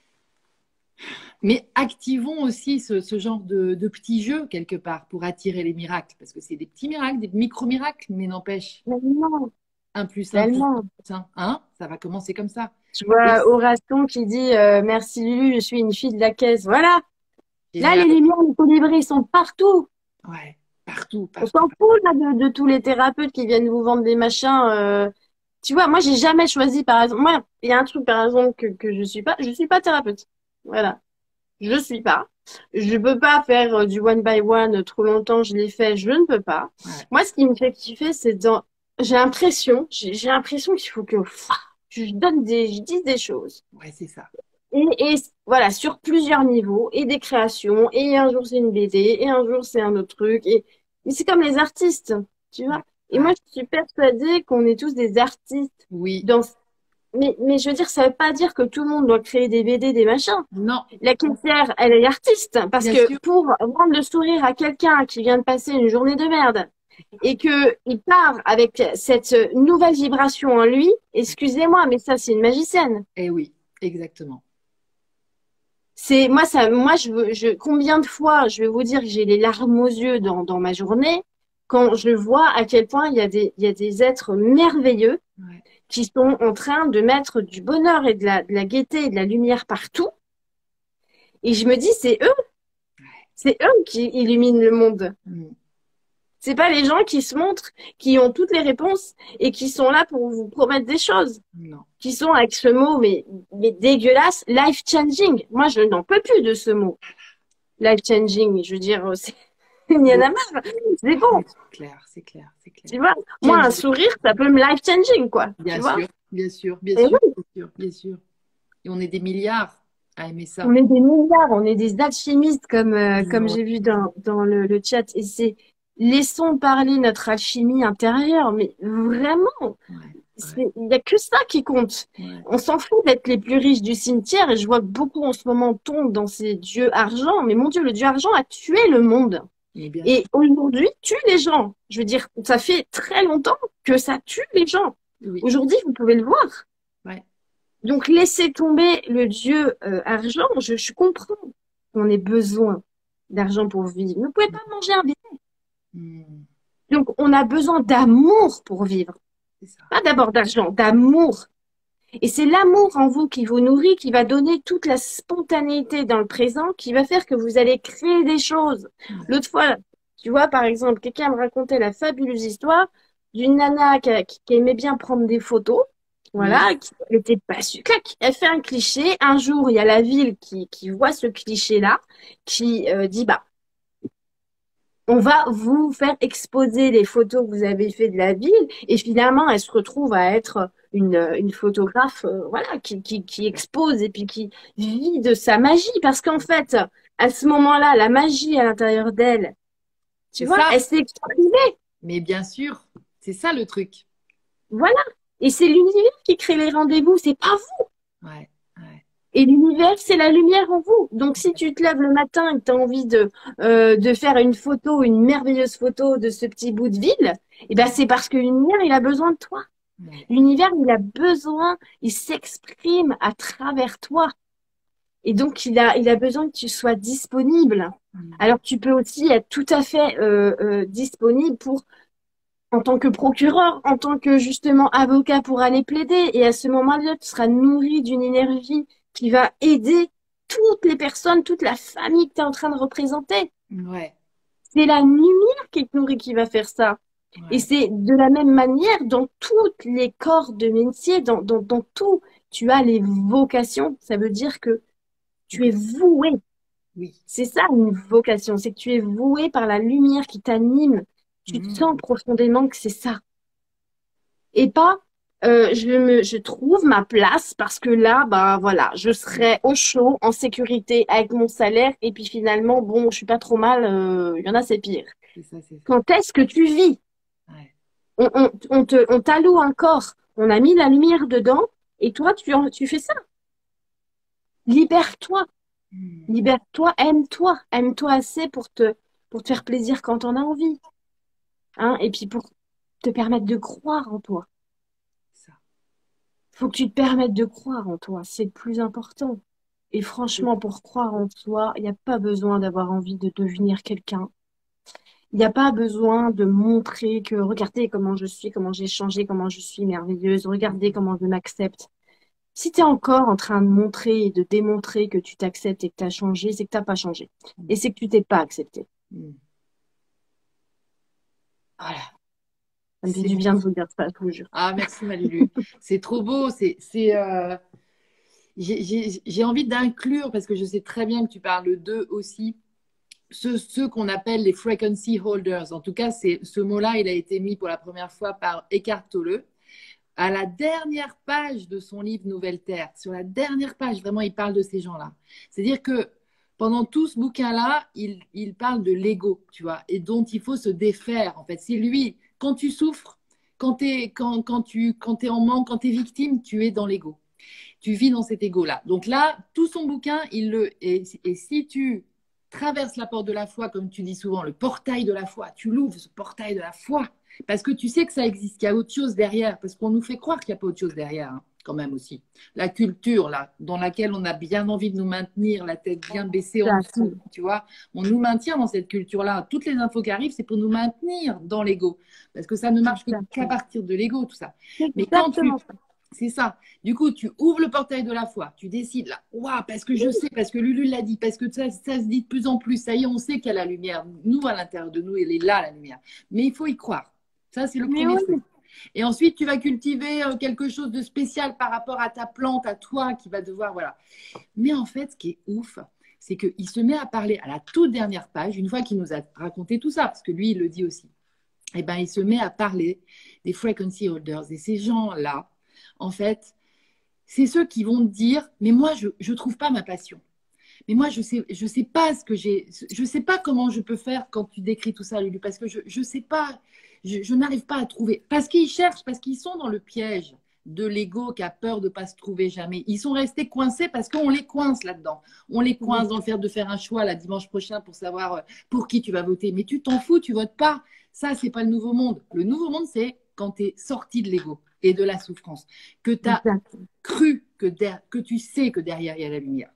[SPEAKER 1] mais activons aussi ce, ce genre de, de petits jeux, quelque part, pour attirer les miracles. Parce que c'est des petits miracles, des micro-miracles, mais n'empêche,
[SPEAKER 2] Tellement,
[SPEAKER 1] un plus un plus
[SPEAKER 2] tellement.
[SPEAKER 1] un, hein, ça va commencer comme ça.
[SPEAKER 2] Je
[SPEAKER 1] Et
[SPEAKER 2] vois Horaton qui dit euh, merci Lulu, je suis une fille de la caisse. Voilà. Là, les
[SPEAKER 1] génial.
[SPEAKER 2] lumières, les colibris sont partout.
[SPEAKER 1] Ouais, partout,
[SPEAKER 2] On
[SPEAKER 1] partout,
[SPEAKER 2] s'en
[SPEAKER 1] partout.
[SPEAKER 2] fout là de, de tous les thérapeutes qui viennent vous vendre des machins. euh. Tu vois, moi, j'ai jamais choisi, par exemple. Moi, il y a un truc, par exemple, que, que je suis pas. Je suis pas thérapeute. Voilà. Je suis pas. Je peux pas faire euh, du one by one trop longtemps. Je l'ai fait. Je ne peux pas.
[SPEAKER 1] Ouais,
[SPEAKER 2] Moi, ce qui me fait kiffer, c'est dans. J'ai l'impression. J'ai j'ai l'impression qu'il faut que pff, je donne des, je dise des choses.
[SPEAKER 1] ouais, c'est ça.
[SPEAKER 2] Et, et voilà, sur plusieurs niveaux, et des créations, et un jour c'est une B D, et un jour c'est un autre truc. Et, mais c'est comme les artistes, tu
[SPEAKER 1] Ouais,
[SPEAKER 2] vois. Et moi,
[SPEAKER 1] ouais.
[SPEAKER 2] je suis persuadée qu'on est tous des artistes.
[SPEAKER 1] Oui,
[SPEAKER 2] Dans... Mais, mais je veux dire, ça veut pas dire que tout le monde doit créer des B D, des machins.
[SPEAKER 1] non,
[SPEAKER 2] La caissière, elle est artiste, parce
[SPEAKER 1] bien
[SPEAKER 2] que
[SPEAKER 1] sûr.
[SPEAKER 2] pour rendre le sourire à quelqu'un qui vient de passer une journée de merde, et que il part avec cette nouvelle vibration en lui, excusez-moi, mais ça, c'est une magicienne.
[SPEAKER 1] Eh oui, exactement.
[SPEAKER 2] C'est moi ça moi je, veux- je combien de fois je vais vous dire que j'ai les larmes aux yeux dans, dans ma journée quand je vois à quel point il y a des il y a des êtres merveilleux
[SPEAKER 1] Ouais,
[SPEAKER 2] qui sont en train de mettre du bonheur et de la, de la gaieté et de la lumière partout et je me dis c'est eux
[SPEAKER 1] ouais.
[SPEAKER 2] c'est eux qui illuminent le monde.
[SPEAKER 1] Mm.
[SPEAKER 2] C'est pas les gens qui se montrent, qui ont toutes les réponses et qui sont là pour vous promettre des choses,
[SPEAKER 1] Non.
[SPEAKER 2] qui sont avec ce mot mais, mais dégueulasse, life changing. Moi je n'en peux plus de ce mot life changing. Je veux dire, c'est il y en
[SPEAKER 1] Oui,
[SPEAKER 2] a marre. C'est
[SPEAKER 1] oui,
[SPEAKER 2] bon,
[SPEAKER 1] c'est clair, c'est clair, c'est clair.
[SPEAKER 2] tu vois. Moi, un
[SPEAKER 1] Change.
[SPEAKER 2] sourire, ça peut me life changing, quoi. Tu
[SPEAKER 1] Bien
[SPEAKER 2] vois.
[SPEAKER 1] sûr, bien sûr, bien
[SPEAKER 2] Et
[SPEAKER 1] sûr,
[SPEAKER 2] oui,
[SPEAKER 1] bien sûr, bien sûr. Et on est des milliards à aimer
[SPEAKER 2] on
[SPEAKER 1] ça.
[SPEAKER 2] est des milliards, on est des alchimistes, comme, euh, comme
[SPEAKER 1] Ouais,
[SPEAKER 2] j'ai vu dans, dans le, le chat. Et c'est laissons parler notre alchimie intérieure, mais vraiment,
[SPEAKER 1] ouais, ouais,
[SPEAKER 2] c'est- il n'y a que ça qui compte.
[SPEAKER 1] ouais.
[SPEAKER 2] On s'en fout d'être les plus riches du cimetière, et je vois que beaucoup en ce moment tombent dans ces dieux argent. Mais mon Dieu, le dieu argent a tué le monde.
[SPEAKER 1] Mais bien
[SPEAKER 2] Et
[SPEAKER 1] sûr.
[SPEAKER 2] aujourd'hui, tue les gens. Je veux dire, ça fait très longtemps que ça tue les gens.
[SPEAKER 1] Oui,
[SPEAKER 2] Aujourd'hui, vous pouvez le voir.
[SPEAKER 1] ouais.
[SPEAKER 2] Donc, laissez tomber le dieu euh, argent. Je, je comprends qu'on ait besoin d'argent pour vivre. Vous ne pouvez pas manger un bébé.
[SPEAKER 1] Mm.
[SPEAKER 2] Donc, on a besoin d'amour pour vivre.
[SPEAKER 1] C'est ça.
[SPEAKER 2] Pas d'abord d'argent, d'amour. Et c'est l'amour en vous qui vous nourrit, qui va donner toute la spontanéité dans le présent, qui va faire que vous allez créer des choses.
[SPEAKER 1] Ouais.
[SPEAKER 2] L'autre fois, tu vois, par exemple, quelqu'un me racontait la fabuleuse histoire d'une nana qui, a- qui aimait bien prendre des photos.
[SPEAKER 1] Oui,
[SPEAKER 2] Voilà, qui était pas su. Clac, elle fait un cliché. Un jour, il y a la ville qui, qui voit ce cliché-là, qui euh, dit, bah, on va vous faire exposer les photos que vous avez fait de la ville et finalement elle se retrouve à être une, une photographe euh, voilà qui, qui, qui expose et puis qui vit de sa magie parce qu'en fait à ce moment-là la magie à l'intérieur d'elle tu
[SPEAKER 1] c'est
[SPEAKER 2] vois
[SPEAKER 1] ça.
[SPEAKER 2] elle s'est exprimée
[SPEAKER 1] Mais bien sûr, c'est ça le truc.
[SPEAKER 2] voilà et c'est l'univers qui crée les rendez-vous c'est pas vous
[SPEAKER 1] Ouais, ouais.
[SPEAKER 2] et l'univers c'est la lumière en vous donc si tu te lèves le matin et que tu as envie de euh, de faire une photo une merveilleuse photo de ce petit bout de ville et ben c'est parce que l'univers il a besoin de toi.
[SPEAKER 1] Ouais.
[SPEAKER 2] L'univers, il a besoin, il s'exprime à travers toi. Et donc, il a, il a besoin que tu sois disponible.
[SPEAKER 1] Mm.
[SPEAKER 2] Alors, tu peux aussi être tout à fait euh, euh, disponible pour en tant que procureur, en tant que justement avocat pour aller plaider. Et à ce moment-là, tu seras nourri d'une énergie qui va aider toutes les personnes, toute la famille que tu es en train de représenter.
[SPEAKER 1] Ouais,
[SPEAKER 2] C'est la lumière qui te nourrit qui va faire ça. Et
[SPEAKER 1] ouais.
[SPEAKER 2] c'est de la même manière dans tous les corps de métier, dans, dans, dans tout. Tu as les vocations. Ça veut dire que tu es voué.
[SPEAKER 1] Oui.
[SPEAKER 2] C'est ça une vocation. C'est que tu es voué par la lumière qui t'anime. Tu sens
[SPEAKER 1] Mhm.
[SPEAKER 2] profondément que c'est ça. Et pas, euh, je me, je trouve ma place parce que là, bah voilà, je serai au chaud, en sécurité avec mon salaire. Et puis finalement, bon, je suis pas trop mal. euh, Il y en a, c'est pire.
[SPEAKER 1] C'est ça, c'est ça.
[SPEAKER 2] Quand est-ce que tu vis?
[SPEAKER 1] Ouais.
[SPEAKER 2] On, on, on te, on t'alloue un corps, on a mis la lumière dedans, et toi, tu, en- tu fais ça. Libère-toi,
[SPEAKER 1] Mhm.
[SPEAKER 2] libère-toi, aime-toi, aime-toi assez pour te, pour te faire plaisir quand on a envie, hein, et puis pour te permettre de croire en toi.
[SPEAKER 1] Ça.
[SPEAKER 2] Faut que tu te permettes de croire en toi, c'est le plus important. Et franchement, pour croire en soi, il n'y a pas besoin d'avoir envie de devenir quelqu'un. Il n'y a pas besoin de montrer que regardez comment je suis, comment j'ai changé, comment je suis merveilleuse, regardez comment je m'accepte. Si tu es encore en train de montrer et de démontrer que tu t'acceptes et que tu as changé, c'est que tu n'as pas changé. Et c'est que tu t'es pas accepté.
[SPEAKER 1] Mhm.
[SPEAKER 2] Voilà. Ça me fait
[SPEAKER 1] C'est
[SPEAKER 2] du
[SPEAKER 1] beau.
[SPEAKER 2] bien de vous dire ça, je vous jure.
[SPEAKER 1] Ah, merci Malulu. C'est trop beau. C'est, c'est, euh, j'ai j'ai- j'ai envie d'inclure, parce que je sais très bien que tu parles d'eux aussi, ceux, ceux qu'on appelle les frequency holders. En tout cas, c'est, ce mot-là, il a été mis pour la première fois par Eckhart Tolle à la dernière page de son livre Nouvelle Terre. Sur la dernière page, vraiment, il parle de ces gens-là. C'est-à-dire que pendant tout ce bouquin-là, il, il parle de l'ego, tu vois, et dont il faut se défaire. En fait, c'est lui, quand tu souffres, quand, t'es, quand, quand tu quand es en manque, quand tu es victime, tu es dans l'ego. Tu vis dans cet ego-là. Donc là, tout son bouquin, il le. Et, et si tu traverses la porte de la foi, comme tu dis souvent, le portail de la foi, tu l'ouvres, ce portail de la foi, parce que tu sais que ça existe, qu'il y a autre chose derrière, parce qu'on nous fait croire qu'il n'y a pas autre chose derrière, hein, quand même aussi. La culture, là, dans laquelle on a bien envie de nous maintenir, la tête bien baissée en dessous,
[SPEAKER 2] Exactement.
[SPEAKER 1] tu vois, on nous maintient dans cette culture-là. Toutes les infos qui arrivent, c'est pour nous maintenir dans l'ego, parce que ça ne marche qu'à
[SPEAKER 2] Exactement.
[SPEAKER 1] partir de l'ego, tout ça.
[SPEAKER 2] C'est
[SPEAKER 1] Mais quand tu
[SPEAKER 2] exactement ça.
[SPEAKER 1] c'est ça. Du coup, tu ouvres le portail de la foi. Tu décides là, waouh, parce que je sais, parce que Lulu l'a dit, parce que ça, ça se dit de plus en plus. Ça y est, on sait qu'il y a la lumière. Nous, à l'intérieur de nous, elle est là, la lumière. Mais il faut y croire. Ça, c'est le
[SPEAKER 2] Mais
[SPEAKER 1] premier truc.
[SPEAKER 2] oui,
[SPEAKER 1] Et ensuite, tu vas cultiver euh, quelque chose de spécial par rapport à ta plante, à toi, qui va devoir, voilà. Mais en fait, ce qui est ouf, c'est qu'il se met à parler à la toute dernière page, une fois qu'il nous a raconté tout ça, parce que lui, il le dit aussi. Eh ben, il se met à parler des frequency holders. Et ces gens-là, en fait, c'est ceux qui vont te dire, mais moi, je ne trouve pas ma passion. Mais moi, je sais, je sais pas ce que j'ai, je sais pas comment je peux faire quand tu décris tout ça, Lulu, parce que je, je sais pas, je, je n'arrive pas à trouver. Parce qu'ils cherchent, parce qu'ils sont dans le piège de l'ego qui a peur de pas se trouver jamais. Ils sont restés coincés parce qu'on les coince là-dedans. On les coince dans le fait de faire un choix là dimanche prochain pour savoir euh, pour qui tu vas voter. Mais tu t'en fous, tu votes pas. Ça, c'est pas le nouveau monde. Le nouveau monde, c'est quand tu es sorti de l'ego et de la souffrance, que tu as
[SPEAKER 2] exactement.
[SPEAKER 1] cru que, der- que tu sais que derrière, il y a la lumière.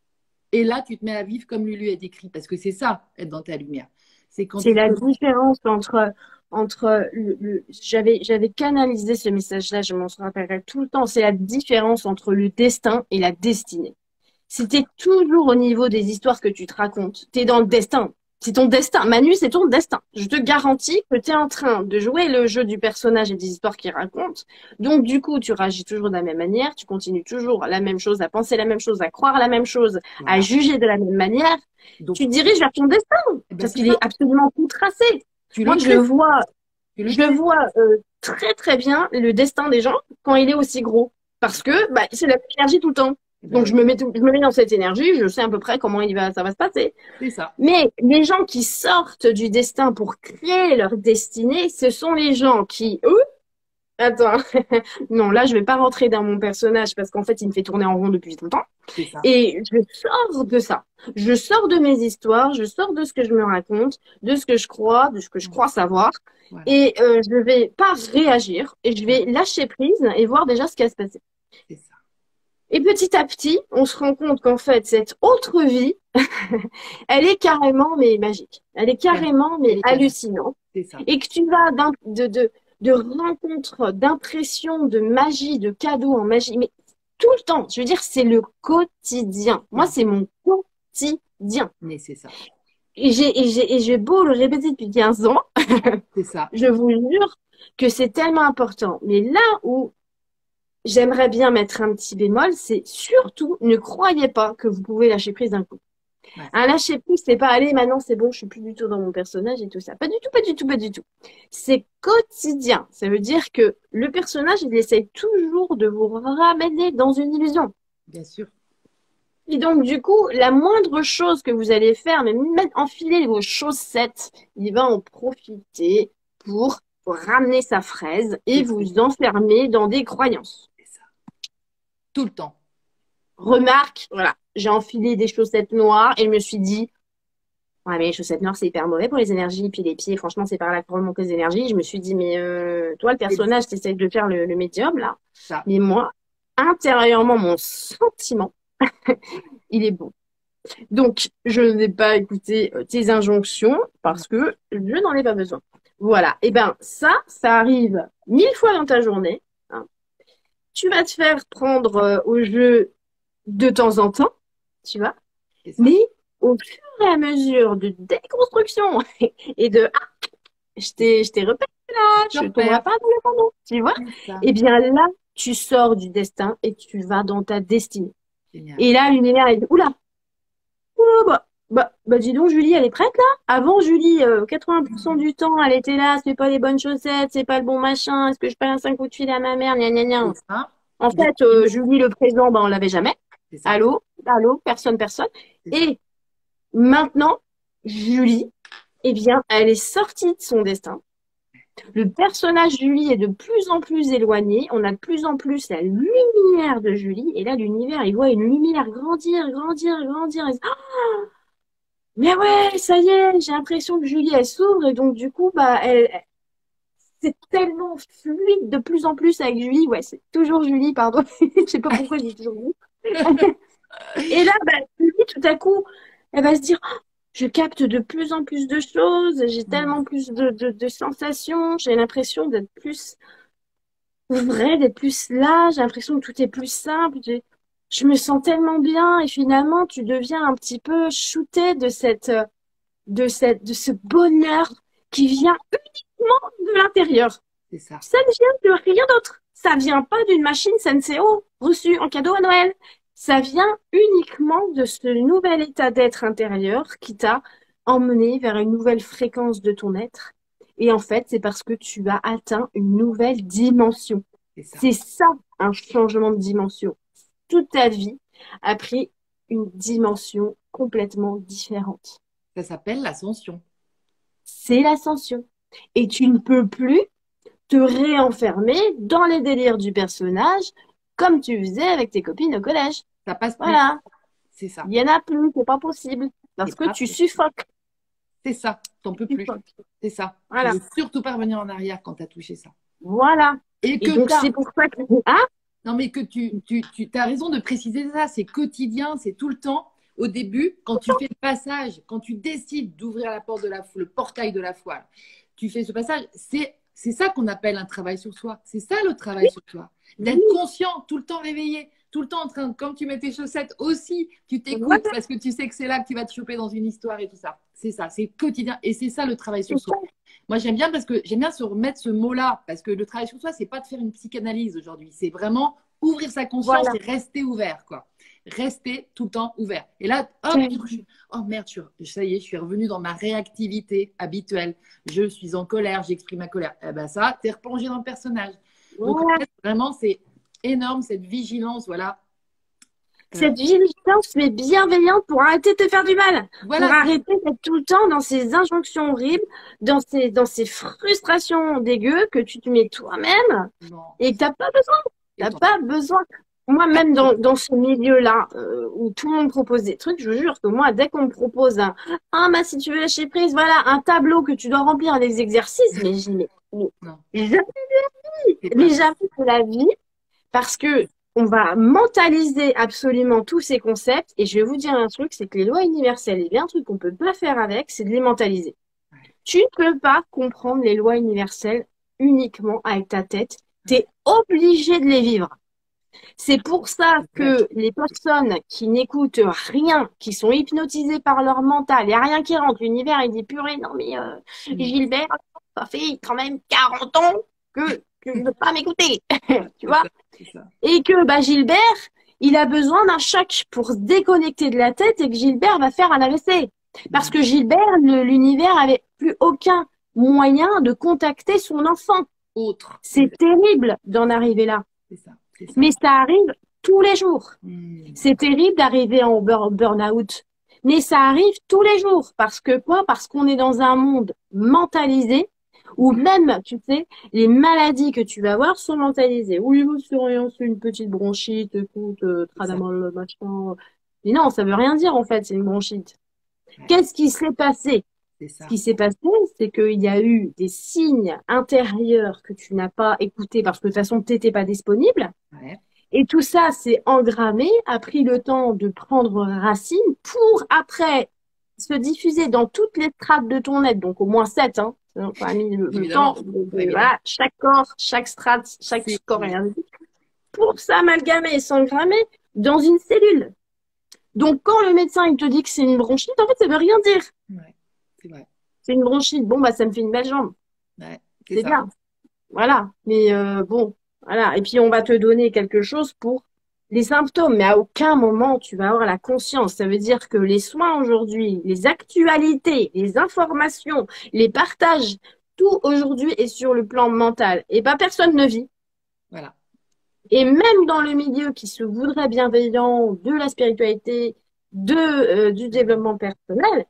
[SPEAKER 1] Et là, tu te mets à vivre comme Lulu a décrit, parce que c'est ça, être dans ta lumière. C'est quand
[SPEAKER 2] C'est
[SPEAKER 1] tu
[SPEAKER 2] la
[SPEAKER 1] peux.
[SPEAKER 2] différence entre, entre le, le- j'avais, j'avais canalisé ce message-là, je m'en rappellerai tout le temps. C'est la différence entre le destin et la destinée. C'était toujours au niveau des histoires que tu te racontes. T'es dans le destin. C'est ton destin. Manu, c'est ton destin. Je te garantis que tu es en train de jouer le jeu du personnage et des histoires qu'il raconte. Donc, du coup, tu réagis toujours de la même manière. Tu continues toujours la même chose, à penser la même chose, à croire la même chose, à
[SPEAKER 1] Voilà.
[SPEAKER 2] juger de la même manière.
[SPEAKER 1] Donc,
[SPEAKER 2] Tu te diriges vers ton destin
[SPEAKER 1] eh ben,
[SPEAKER 2] parce
[SPEAKER 1] c'est
[SPEAKER 2] qu'il est
[SPEAKER 1] ça.
[SPEAKER 2] absolument tout tracé.
[SPEAKER 1] Tu
[SPEAKER 2] Moi,
[SPEAKER 1] le
[SPEAKER 2] je le
[SPEAKER 1] sais.
[SPEAKER 2] vois,
[SPEAKER 1] Tu le
[SPEAKER 2] je le
[SPEAKER 1] sais.
[SPEAKER 2] vois euh, très, très bien, le destin des gens quand il est aussi gros. Parce que bah, c'est la même énergie tout le temps.
[SPEAKER 1] Eh ben
[SPEAKER 2] Donc,
[SPEAKER 1] oui,
[SPEAKER 2] je me mets, tout- je me mets dans cette énergie, je sais à peu près comment il va, ça va se passer.
[SPEAKER 1] c'est ça.
[SPEAKER 2] Mais les gens qui sortent du destin pour créer leur destinée, ce sont les gens qui, eux, attends, non, là, je vais pas rentrer dans mon personnage parce qu'en fait, il me fait tourner en rond depuis longtemps.
[SPEAKER 1] C'est ça.
[SPEAKER 2] Et je sors de ça. Je sors de mes histoires, je sors de ce que je me raconte, de ce que je crois, de ce que je crois savoir.
[SPEAKER 1] Voilà.
[SPEAKER 2] Et euh, je vais pas réagir et je vais lâcher prise et voir déjà ce qui va se passer.
[SPEAKER 1] C'est ça.
[SPEAKER 2] Et petit à petit, on se rend compte qu'en fait, cette autre vie, elle est carrément mais magique. Elle est
[SPEAKER 1] Elle,
[SPEAKER 2] carrément
[SPEAKER 1] elle
[SPEAKER 2] mais
[SPEAKER 1] est canon.
[SPEAKER 2] hallucinante.
[SPEAKER 1] C'est ça.
[SPEAKER 2] et que tu vas d'un- de, de, de rencontres, d'impressions, de magie, de cadeaux en magie, mais tout le temps, je veux dire, c'est le quotidien. Moi,
[SPEAKER 1] Mm.
[SPEAKER 2] c'est mon quotidien.
[SPEAKER 1] Mais c'est ça.
[SPEAKER 2] Et j'ai, et j'ai, et j'ai beau le répéter depuis quinze ans,
[SPEAKER 1] C'est ça.
[SPEAKER 2] je vous jure que c'est tellement important. Mais là où j'aimerais bien mettre un petit bémol, c'est surtout ne croyez pas que vous pouvez lâcher prise d'un coup.
[SPEAKER 1] Ouais.
[SPEAKER 2] Un lâcher prise, c'est pas aller maintenant, c'est bon, je suis plus du tout dans mon personnage et tout ça. Pas du tout, pas du tout, pas du tout. C'est quotidien. Ça veut dire que le personnage, il essaye toujours de vous ramener dans une illusion.
[SPEAKER 1] Bien sûr.
[SPEAKER 2] Et donc, du coup, la moindre chose que vous allez faire, même mettre, enfiler vos chaussettes, il va en profiter pour ramener sa fraise et
[SPEAKER 1] C'est
[SPEAKER 2] vous enfermer dans des croyances.
[SPEAKER 1] c'est ça. Tout le temps.
[SPEAKER 2] Remarque, voilà, j'ai enfilé des chaussettes noires et je me suis dit, ouais, mais les chaussettes noires, c'est hyper mauvais pour les énergies. Puis les pieds, franchement, c'est par là que remontent les énergies. Je me suis dit, mais euh, toi, le
[SPEAKER 1] C'est
[SPEAKER 2] personnage, t'essayes de faire le, le médium, là.
[SPEAKER 1] ça.
[SPEAKER 2] Mais moi, intérieurement, mon sentiment, il est bon. Donc, je n'ai pas écouté euh, tes injonctions parce que je n'en ai pas besoin. Voilà. Et ben, ça, ça arrive mille fois dans ta journée, hein. Tu vas te faire prendre euh, au jeu de temps en temps, tu vois.
[SPEAKER 1] C'est ça.
[SPEAKER 2] Mais au fur et à mesure de déconstruction et de ah, je t'ai je t'ai repéré là,
[SPEAKER 1] Je
[SPEAKER 2] je tomberai
[SPEAKER 1] repère.
[SPEAKER 2] pas dans le panneau, tu vois.
[SPEAKER 1] C'est ça.
[SPEAKER 2] Et bien là, tu sors du destin et tu vas dans ta destinée.
[SPEAKER 1] Génial.
[SPEAKER 2] Et là, l'univers est oula, oh, bah, bah, bah dis donc, Julie, elle est prête là? Avant, Julie, euh, quatre-vingts pour cent du temps, elle était là, c'est pas les bonnes chaussettes, c'est pas le bon machin, est-ce que je passe un coup de fil à ma mère, gna gna gna.
[SPEAKER 1] C'est ça.
[SPEAKER 2] En fait, euh, Julie, le présent, bah, on l'avait jamais.
[SPEAKER 1] C'est ça.
[SPEAKER 2] Allô, allô, personne, personne.
[SPEAKER 1] C'est ça.
[SPEAKER 2] Et maintenant, Julie, eh bien, elle est sortie de son destin. Le personnage Julie est de plus en plus éloigné. On a de plus en plus la lumière de Julie. Et là, l'univers, il voit une lumière grandir, grandir, grandir. Et... Ah, mais ouais, ça y est, j'ai l'impression que Julie, elle s'ouvre. Et donc, du coup, bah, elle, c'est tellement fluide de plus en plus avec Julie. Ouais, c'est toujours Julie, pardon. Je sais pas pourquoi je dis toujours Julie. Et là, bah, Julie, tout à coup, elle va se dire, oh, je capte de plus en plus de choses, j'ai
[SPEAKER 1] Mm.
[SPEAKER 2] tellement plus de, de, de sensations, j'ai l'impression d'être plus vrai, d'être plus là, j'ai l'impression que tout est plus simple, j'ai- je me sens tellement bien et finalement, tu deviens un petit peu shooté de cette, euh, de cette, de ce bonheur qui vient uniquement de l'intérieur.
[SPEAKER 1] C'est ça.
[SPEAKER 2] Ça ne vient de rien d'autre. Ça vient pas d'une machine Senseo reçue en cadeau à Noël. Ça vient uniquement de ce nouvel état d'être intérieur qui t'a emmené vers une nouvelle fréquence de ton être. Et en fait, c'est parce que tu as atteint une nouvelle dimension.
[SPEAKER 1] C'est ça.
[SPEAKER 2] C'est ça, un changement de dimension. Toute ta vie a pris une dimension complètement différente.
[SPEAKER 1] Ça s'appelle l'ascension.
[SPEAKER 2] C'est l'ascension. Et tu ne peux plus te réenfermer dans les délires du personnage comme tu faisais avec tes copines au collège.
[SPEAKER 1] Ça passe plus.
[SPEAKER 2] Voilà.
[SPEAKER 1] C'est ça.
[SPEAKER 2] Il n'y en a plus, c'est pas possible. Parce
[SPEAKER 1] C'est
[SPEAKER 2] que
[SPEAKER 1] pas
[SPEAKER 2] tu
[SPEAKER 1] possible.
[SPEAKER 2] suffoques.
[SPEAKER 1] C'est ça. T'en peux
[SPEAKER 2] Tu
[SPEAKER 1] plus.
[SPEAKER 2] suffoques.
[SPEAKER 1] C'est ça.
[SPEAKER 2] Voilà.
[SPEAKER 1] Tu veux surtout pas revenir en arrière quand t'as touché ça.
[SPEAKER 2] Voilà.
[SPEAKER 1] Et
[SPEAKER 2] Et
[SPEAKER 1] que
[SPEAKER 2] donc,
[SPEAKER 1] t'as.
[SPEAKER 2] c'est pour ça que... Hein?
[SPEAKER 1] Non, mais que tu, tu, tu as raison de préciser ça. C'est quotidien, c'est tout le temps. Au début, quand tu fais le passage, quand tu décides d'ouvrir la porte de la foi, le portail de la foi, tu fais ce passage, c'est c'est ça qu'on appelle un travail sur soi. C'est ça le travail sur soi. D'être
[SPEAKER 2] Oui.
[SPEAKER 1] conscient, tout le temps réveillé, tout le temps en train, comme tu mets tes chaussettes aussi, tu t'écoutes
[SPEAKER 2] Voilà.
[SPEAKER 1] parce que tu sais que c'est là que tu vas te choper dans une histoire et tout ça. C'est ça, c'est quotidien. Et c'est ça le travail sur
[SPEAKER 2] C'est
[SPEAKER 1] soi.
[SPEAKER 2] ça.
[SPEAKER 1] Moi, j'aime bien parce que j'aime bien se remettre ce mot-là, parce que le travail sur soi, c'est pas de faire une psychanalyse aujourd'hui. C'est vraiment ouvrir sa conscience
[SPEAKER 2] Voilà.
[SPEAKER 1] et rester ouvert, quoi. Rester tout le temps ouvert. Et là, hop, je- oh merde, je- ça y est, je suis revenue dans ma réactivité habituelle. Je suis en colère, j'exprime ma colère. Eh ben ça, t'es replongé dans le personnage. Donc en
[SPEAKER 2] Voilà.
[SPEAKER 1] fait, vraiment, c'est énorme cette vigilance, voilà. Euh,
[SPEAKER 2] Cette vigilance, mais bienveillante pour arrêter de te faire du mal. Pour
[SPEAKER 1] voilà,
[SPEAKER 2] arrêter d'être tout le temps dans ces injonctions horribles, dans ces, dans ces frustrations dégueu que tu te mets toi-même
[SPEAKER 1] non,
[SPEAKER 2] et que t'as pas besoin.
[SPEAKER 1] et
[SPEAKER 2] T'as
[SPEAKER 1] ton-
[SPEAKER 2] pas besoin. Moi, même dans, dans ce milieu-là, euh, où tout le monde propose des trucs, je vous jure que moi, dès qu'on me propose un, ah, bah, si tu veux lâcher prise, voilà, un tableau que tu dois remplir avec des exercices, mais je mais, mais,
[SPEAKER 1] non,
[SPEAKER 2] jamais,
[SPEAKER 1] c'est
[SPEAKER 2] mais
[SPEAKER 1] pas
[SPEAKER 2] jamais de la vie, parce que on va mentaliser absolument tous ces concepts, et je vais vous dire un truc, c'est que les lois universelles, il y a un truc qu'on peut pas faire avec, c'est de les mentaliser. Tu ne peux pas comprendre les lois universelles uniquement avec ta tête. Tu es obligé de les vivre. C'est pour ça que les personnes qui n'écoutent rien, qui sont hypnotisées par leur mental, il n'y a rien qui rentre. L'univers, il dit purée, non mais euh, Gilbert, ça fait quand même quarante ans que tu ne veux pas m'écouter, tu vois. Et que bah, Gilbert, il a besoin d'un choc pour se déconnecter de la tête et que Gilbert va faire un A V C. Parce que Gilbert, l'univers avait plus aucun moyen de contacter son enfant.
[SPEAKER 1] Autre.
[SPEAKER 2] C'est terrible d'en arriver là.
[SPEAKER 1] C'est ça. Ça.
[SPEAKER 2] Mais ça arrive tous les jours.
[SPEAKER 1] Mmh.
[SPEAKER 2] C'est terrible d'arriver en burn-out. Mais ça arrive tous les jours. Parce que quoi? Parce qu'on est dans un monde mentalisé où même, tu sais, les maladies que tu vas avoir sont mentalisées. Oui, c'est rien, c'est une petite bronchite, écoute, euh, tradamol, machin. Mais non, ça veut rien dire en fait, c'est une bronchite. Ouais. Qu'est-ce qui s'est passé? Ce qui s'est passé, c'est qu'il y a eu des signes intérieurs que tu n'as pas écoutés parce que de toute façon, tu n'étais pas disponible.
[SPEAKER 1] Ouais.
[SPEAKER 2] Et tout ça s'est engrammé, a pris le temps de prendre racine pour après se diffuser dans toutes les strates de ton être, donc au moins sept, hein. Donc, on a mis le, le temps, de, de, voilà, chaque corps, chaque strate, chaque corps énergétique, pour s'amalgamer et s'engrammer dans une cellule. Donc, quand le médecin il te dit que c'est une bronchite, en fait, ça veut rien dire.
[SPEAKER 1] Ouais. C'est vrai.
[SPEAKER 2] C'est une bronchite. Bon, bah, ça me fait une belle jambe.
[SPEAKER 1] Ouais,
[SPEAKER 2] c'est bien. Voilà. Mais euh, bon, voilà. Et puis, on va te donner quelque chose pour les symptômes. Mais à aucun moment, tu vas avoir la conscience. Ça veut dire que les soins aujourd'hui, les actualités, les informations, les partages, tout aujourd'hui est sur le plan mental. Et bah, personne ne vit.
[SPEAKER 1] Voilà.
[SPEAKER 2] Et même dans le milieu qui se voudrait bienveillant de la spiritualité, de, euh, du développement personnel,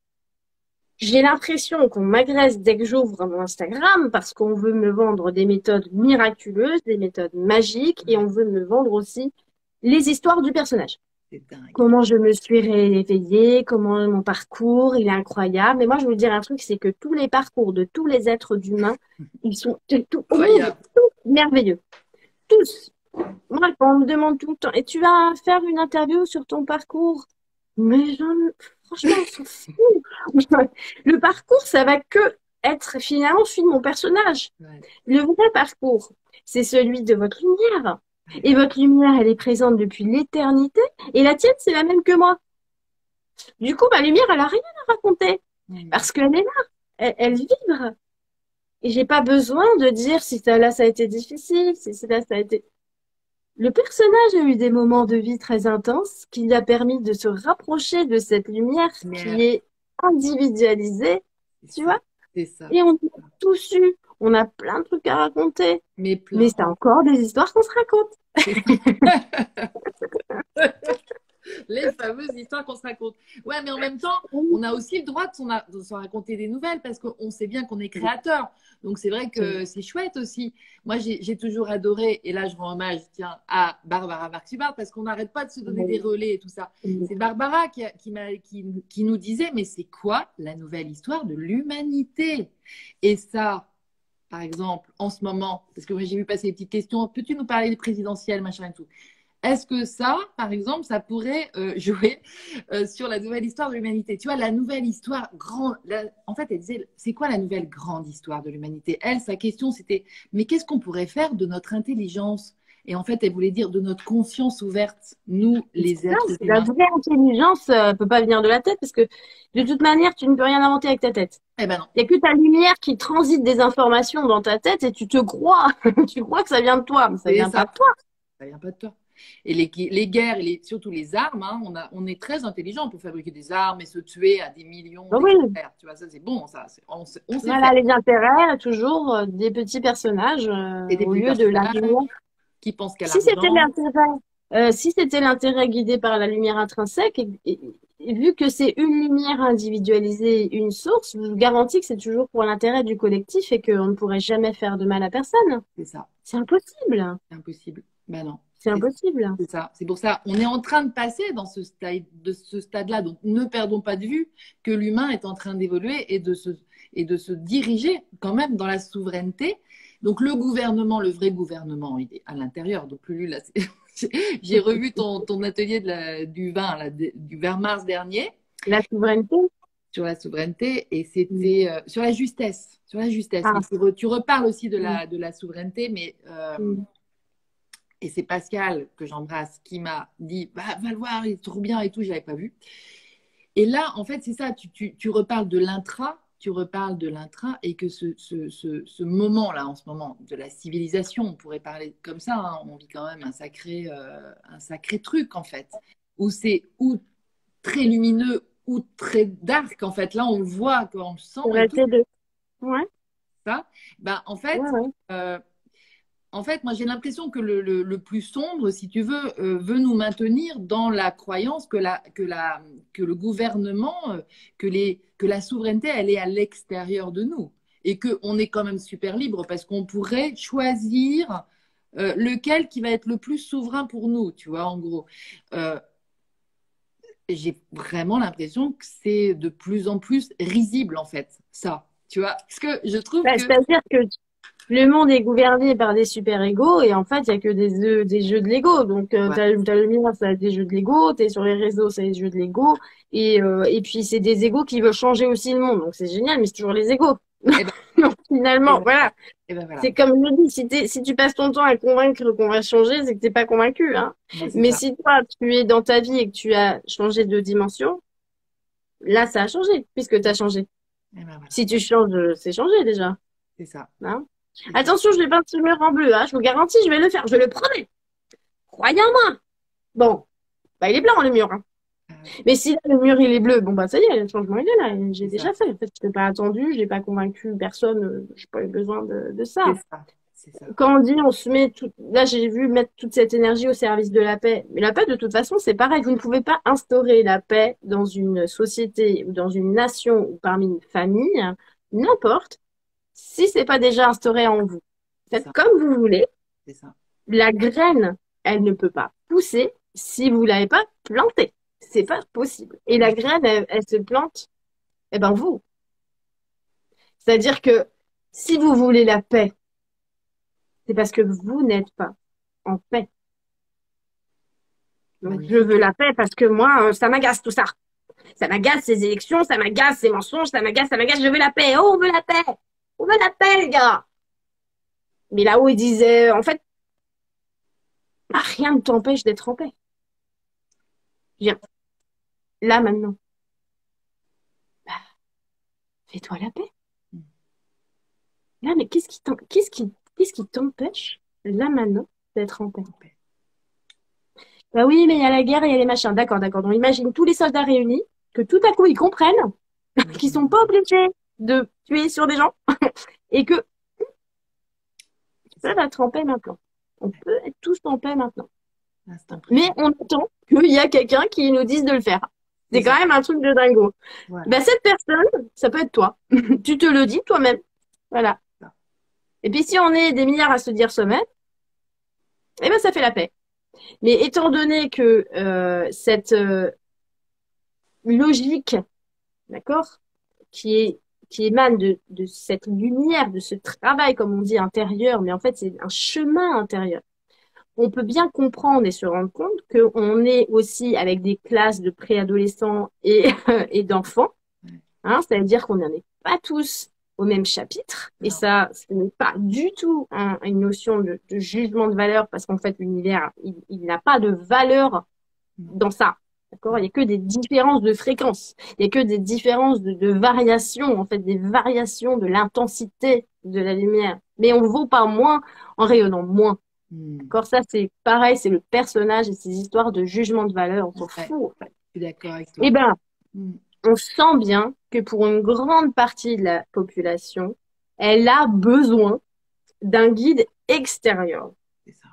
[SPEAKER 2] j'ai l'impression qu'on m'agresse dès que j'ouvre mon Instagram parce qu'on veut me vendre des méthodes miraculeuses, des méthodes magiques, et on veut me vendre aussi les histoires du personnage.
[SPEAKER 1] C'est dingue.
[SPEAKER 2] Comment je me suis réveillée, comment mon parcours, il est incroyable. Mais moi, je veux dire un truc, c'est que tous les parcours de tous les êtres humains, ils sont tout, au monde, tous merveilleux. Tous. Moi, quand on me demande tout le temps, et tu vas faire une interview sur ton parcours? Mais j'en... franchement, on s'en fout. Le parcours, ça va que être finalement celui de mon personnage.
[SPEAKER 1] Ouais.
[SPEAKER 2] Le vrai parcours, c'est celui de votre lumière. Et votre lumière, elle est présente depuis l'éternité. Et la tienne, c'est la même que moi. Du coup, ma lumière, elle a rien à raconter.
[SPEAKER 1] Mmh.
[SPEAKER 2] Parce qu'elle est là. Elle, elle vibre. Et j'ai pas besoin de dire si ça, là, ça a été difficile, si là, ça a été... Le personnage a eu des moments de vie très intenses qui lui a permis de se rapprocher de cette lumière
[SPEAKER 1] Mais
[SPEAKER 2] qui est individualisée, tu
[SPEAKER 1] ça,
[SPEAKER 2] vois.
[SPEAKER 1] C'est ça.
[SPEAKER 2] Et on a tous eu, on a plein de trucs à raconter.
[SPEAKER 1] Mais, plein.
[SPEAKER 2] Mais c'est encore des histoires qu'on se raconte.
[SPEAKER 1] Les fameuses histoires qu'on se raconte. Ouais, mais en même temps, on a aussi le droit de s'en, de s'en raconter des nouvelles parce qu'on sait bien qu'on est créateur. Donc, c'est vrai que c'est chouette aussi. Moi, j'ai, j'ai toujours adoré, et là, je rends hommage, tiens, à Barbara Marx-Hubbard parce qu'on n'arrête pas de se donner des relais et tout ça. C'est Barbara qui, a, qui, m'a, qui, qui nous disait, mais c'est quoi la nouvelle histoire de l'humanité? Et ça, par exemple, en ce moment, parce que moi, j'ai vu passer des petites questions, peux-tu nous parler des présidentielles, machin et tout? Est-ce que ça, par exemple, ça pourrait euh, jouer euh, sur la nouvelle histoire de l'humanité? Tu vois, la nouvelle histoire grande. La... En fait, elle disait, c'est quoi la nouvelle grande histoire de l'humanité? Elle, sa question, c'était, mais qu'est-ce qu'on pourrait faire de notre intelligence? Et en fait, elle voulait dire de notre conscience ouverte, nous, les êtres humains.
[SPEAKER 2] La vraie intelligence ne euh, peut pas venir de la tête parce que de toute manière, tu ne peux rien inventer avec ta tête.
[SPEAKER 1] Eh ben non.
[SPEAKER 2] Il n'y a que ta lumière qui transite des informations dans ta tête et tu te crois. Tu crois que ça vient de toi, mais ça ne vient
[SPEAKER 1] ça.
[SPEAKER 2] pas de toi.
[SPEAKER 1] Ça vient pas de toi. Et les, les guerres, et les, surtout les armes, hein, on, a, on est très intelligent pour fabriquer des armes et se tuer à des millions
[SPEAKER 2] oh oui.
[SPEAKER 1] d'experts. Tu vois, ça c'est bon, ça. C'est, on, on sait
[SPEAKER 2] voilà,
[SPEAKER 1] faire.
[SPEAKER 2] Les intérêts, toujours euh, des petits personnages euh,
[SPEAKER 1] et des
[SPEAKER 2] au lieu de la lumière.
[SPEAKER 1] Qui pensent qu'à
[SPEAKER 2] si c'était
[SPEAKER 1] l'argent.
[SPEAKER 2] l'intérêt, euh, si c'était l'intérêt guidé par la lumière intrinsèque, et, et, et vu que c'est une lumière individualisée, une source, je vous garantis que c'est toujours pour l'intérêt du collectif et qu'on ne pourrait jamais faire de mal à personne.
[SPEAKER 1] C'est ça.
[SPEAKER 2] C'est impossible.
[SPEAKER 1] C'est impossible. Ben non.
[SPEAKER 2] C'est impossible.
[SPEAKER 1] C'est ça. C'est pour ça. On est en train de passer dans ce stade, de ce stade-là. Donc, ne perdons pas de vue que l'humain est en train d'évoluer et de se, et de se diriger quand même dans la souveraineté. Donc, le gouvernement, le vrai gouvernement, il est à l'intérieur. Donc, lui, là, c'est... j'ai revu ton, ton atelier de la, du vingt, là, du vingt mars dernier.
[SPEAKER 2] La souveraineté.
[SPEAKER 1] sur la souveraineté et
[SPEAKER 2] Mm.
[SPEAKER 1] c'était euh, sur la justesse, sur la justesse. Mais
[SPEAKER 2] Ah,
[SPEAKER 1] tu, re- tu reparles aussi de
[SPEAKER 2] mm,
[SPEAKER 1] la, de la souveraineté, mais euh,
[SPEAKER 2] mm.
[SPEAKER 1] et c'est Pascal que j'embrasse qui m'a dit bah, va le voir, il est trop bien et tout, je l'avais pas vu. Et là, en fait, c'est ça, tu, tu, tu reparles de l'intra, tu reparles de l'intra et que ce, ce, ce, ce moment-là, en ce moment, de la civilisation, on pourrait parler comme ça, hein, on vit quand même un sacré, euh, un sacré truc, en fait, où c'est ou très lumineux ou très dark, en fait. Là, on le voit, on le sent et tout
[SPEAKER 2] Arrêtez de. Ouais,
[SPEAKER 1] ça. Ben, en
[SPEAKER 2] ouais,
[SPEAKER 1] fait,
[SPEAKER 2] ouais.
[SPEAKER 1] euh, en fait, moi, j'ai l'impression que le, le- le plus sombre, si tu veux, euh, veut nous maintenir dans la croyance que, la, que, la, que le gouvernement, euh, que, les, que la souveraineté, elle est à l'extérieur de nous. Et qu'on est quand même super libre parce qu'on pourrait choisir euh, lequel qui va être le plus souverain pour nous, tu vois, en gros. Euh, j'ai vraiment l'impression que c'est de plus en plus risible, en fait, ça. Tu vois, parce que je trouve
[SPEAKER 2] Bah,
[SPEAKER 1] que
[SPEAKER 2] c'est-à-dire que le monde est gouverné par des super-égos et en fait, il y a que des, jeux- des jeux de Lego. Donc, euh,
[SPEAKER 1] ouais,
[SPEAKER 2] t'as, t'as le mien, ça a des jeux de Lego, t'es sur les réseaux, c'est des jeux de Lego. Et, euh, et puis, c'est des égos qui veulent changer aussi le monde. Donc, c'est génial, mais c'est toujours les égos.
[SPEAKER 1] et ben,
[SPEAKER 2] Donc,
[SPEAKER 1] et
[SPEAKER 2] finalement,
[SPEAKER 1] ben,
[SPEAKER 2] voilà.
[SPEAKER 1] et ben voilà.
[SPEAKER 2] C'est comme je dis, si t'es, si tu passes ton temps à convaincre qu'on va changer, c'est que t'es pas convaincu, hein.
[SPEAKER 1] Ben, c'est
[SPEAKER 2] Mais
[SPEAKER 1] ça.
[SPEAKER 2] si toi, tu es dans ta vie et que tu as changé de dimension, là, ça a changé, puisque tu as changé.
[SPEAKER 1] Et ben voilà.
[SPEAKER 2] Si tu changes, euh, c'est changé déjà,
[SPEAKER 1] C'est ça.
[SPEAKER 2] hein.
[SPEAKER 1] C'est ça.
[SPEAKER 2] Attention, je vais peindre ce mur en bleu, hein. Je vous garantis, je vais le faire. Je le promets. Croyez en moi. Bon, bah, il est blanc, le mur, hein.
[SPEAKER 1] Ah ouais,
[SPEAKER 2] Mais si là, le mur, il est bleu, bon, bah, ça y est, le changement, il est là. J'ai
[SPEAKER 1] c'est
[SPEAKER 2] déjà
[SPEAKER 1] ça.
[SPEAKER 2] fait. En fait, je t'ai pas attendu, j'ai pas convaincu personne, euh, j'ai pas eu besoin de, de
[SPEAKER 1] C'est
[SPEAKER 2] ça.
[SPEAKER 1] ça. C'est ça.
[SPEAKER 2] Quand on dit on se met tout, là j'ai vu mettre toute cette énergie au service de la paix. Mais la paix, de toute façon, c'est pareil. Vous ne pouvez pas instaurer la paix dans une société ou dans une nation ou parmi une famille, hein, n'importe, si c'est pas déjà instauré en vous.
[SPEAKER 1] C'est
[SPEAKER 2] Faites
[SPEAKER 1] ça.
[SPEAKER 2] comme vous voulez.
[SPEAKER 1] C'est ça.
[SPEAKER 2] La graine, elle ne peut pas pousser si vous l'avez pas plantée. C'est
[SPEAKER 1] C'est ça.
[SPEAKER 2] pas possible. Et la
[SPEAKER 1] Ouais.
[SPEAKER 2] graine, elle, elle se plante, eh ben vous. C'est-à-dire que si vous voulez la paix, c'est parce que vous n'êtes pas en paix. Donc, je veux
[SPEAKER 1] Magnifique.
[SPEAKER 2] la paix parce que moi, euh, ça m'agace tout ça. Ça m'agace ces élections, ça m'agace ces mensonges, ça m'agace, ça m'agace. Je veux la paix. Oh, on veut la paix. On veut la paix, les gars. Mais là-haut, il disait, en fait, ah, rien ne t'empêche d'être en paix. Viens, là, maintenant. Bah, fais-toi la paix.
[SPEAKER 1] Mm.
[SPEAKER 2] Là, mais qu'est-ce qui t'em- qu'est-ce qui, qu'est-ce qui t'empêche, là, maintenant, d'être en paix?
[SPEAKER 1] Ouais.
[SPEAKER 2] Bah oui, mais il y a la guerre et il y a les machins. D'accord, d'accord. Donc, imagine tous les soldats réunis, que tout à coup, ils comprennent qu'ils sont
[SPEAKER 1] Mm.
[SPEAKER 2] pas obligés de tuer sur des gens et que
[SPEAKER 1] C'est ça.
[SPEAKER 2] peuvent être en paix maintenant. On
[SPEAKER 1] Ouais.
[SPEAKER 2] peut être tous en paix maintenant.
[SPEAKER 1] L'instant
[SPEAKER 2] Mais
[SPEAKER 1] présent.
[SPEAKER 2] on attend qu'il y a quelqu'un qui nous dise de le faire.
[SPEAKER 1] C'est
[SPEAKER 2] C'est quand
[SPEAKER 1] ça.
[SPEAKER 2] même un truc de dingo.
[SPEAKER 1] Voilà.
[SPEAKER 2] Ben, cette personne, ça peut être toi. Tu te le dis toi-même. Voilà.
[SPEAKER 1] C'est ça.
[SPEAKER 2] Et puis si on est des milliards à se dire soi-même, eh ben ça fait la paix. Mais étant donné que euh, cette euh, logique, d'accord, qui est qui émane de, de cette lumière, de ce travail, comme on dit, intérieur, mais en fait c'est un chemin intérieur. On peut bien comprendre et se rendre compte qu'on est aussi avec des classes de préadolescents et, et d'enfants,
[SPEAKER 1] Ouais.
[SPEAKER 2] hein, c'est-à-dire qu'on n'en est pas tous au même chapitre, et
[SPEAKER 1] Non.
[SPEAKER 2] ça, ce n'est pas du tout un- une notion de, de jugement de valeur, parce qu'en fait, l'univers, il, il n'a pas de valeur
[SPEAKER 1] Non.
[SPEAKER 2] dans ça. D'accord? Il n'y a que des différences de fréquence, il n'y a que des différences de, de variation, en fait, des variations de l'intensité de la lumière. Mais on ne vaut pas moins en rayonnant moins.
[SPEAKER 1] Mm.
[SPEAKER 2] D'accord, ça c'est pareil, c'est le personnage et ces histoires de jugement de valeur, on s'en
[SPEAKER 1] Ouais.
[SPEAKER 2] fout en fait.
[SPEAKER 1] Je suis d'accord avec
[SPEAKER 2] Eh
[SPEAKER 1] toi.
[SPEAKER 2] ben,
[SPEAKER 1] Mm.
[SPEAKER 2] on sent bien que pour une grande partie de la population, elle a besoin d'un guide extérieur.
[SPEAKER 1] C'est ça.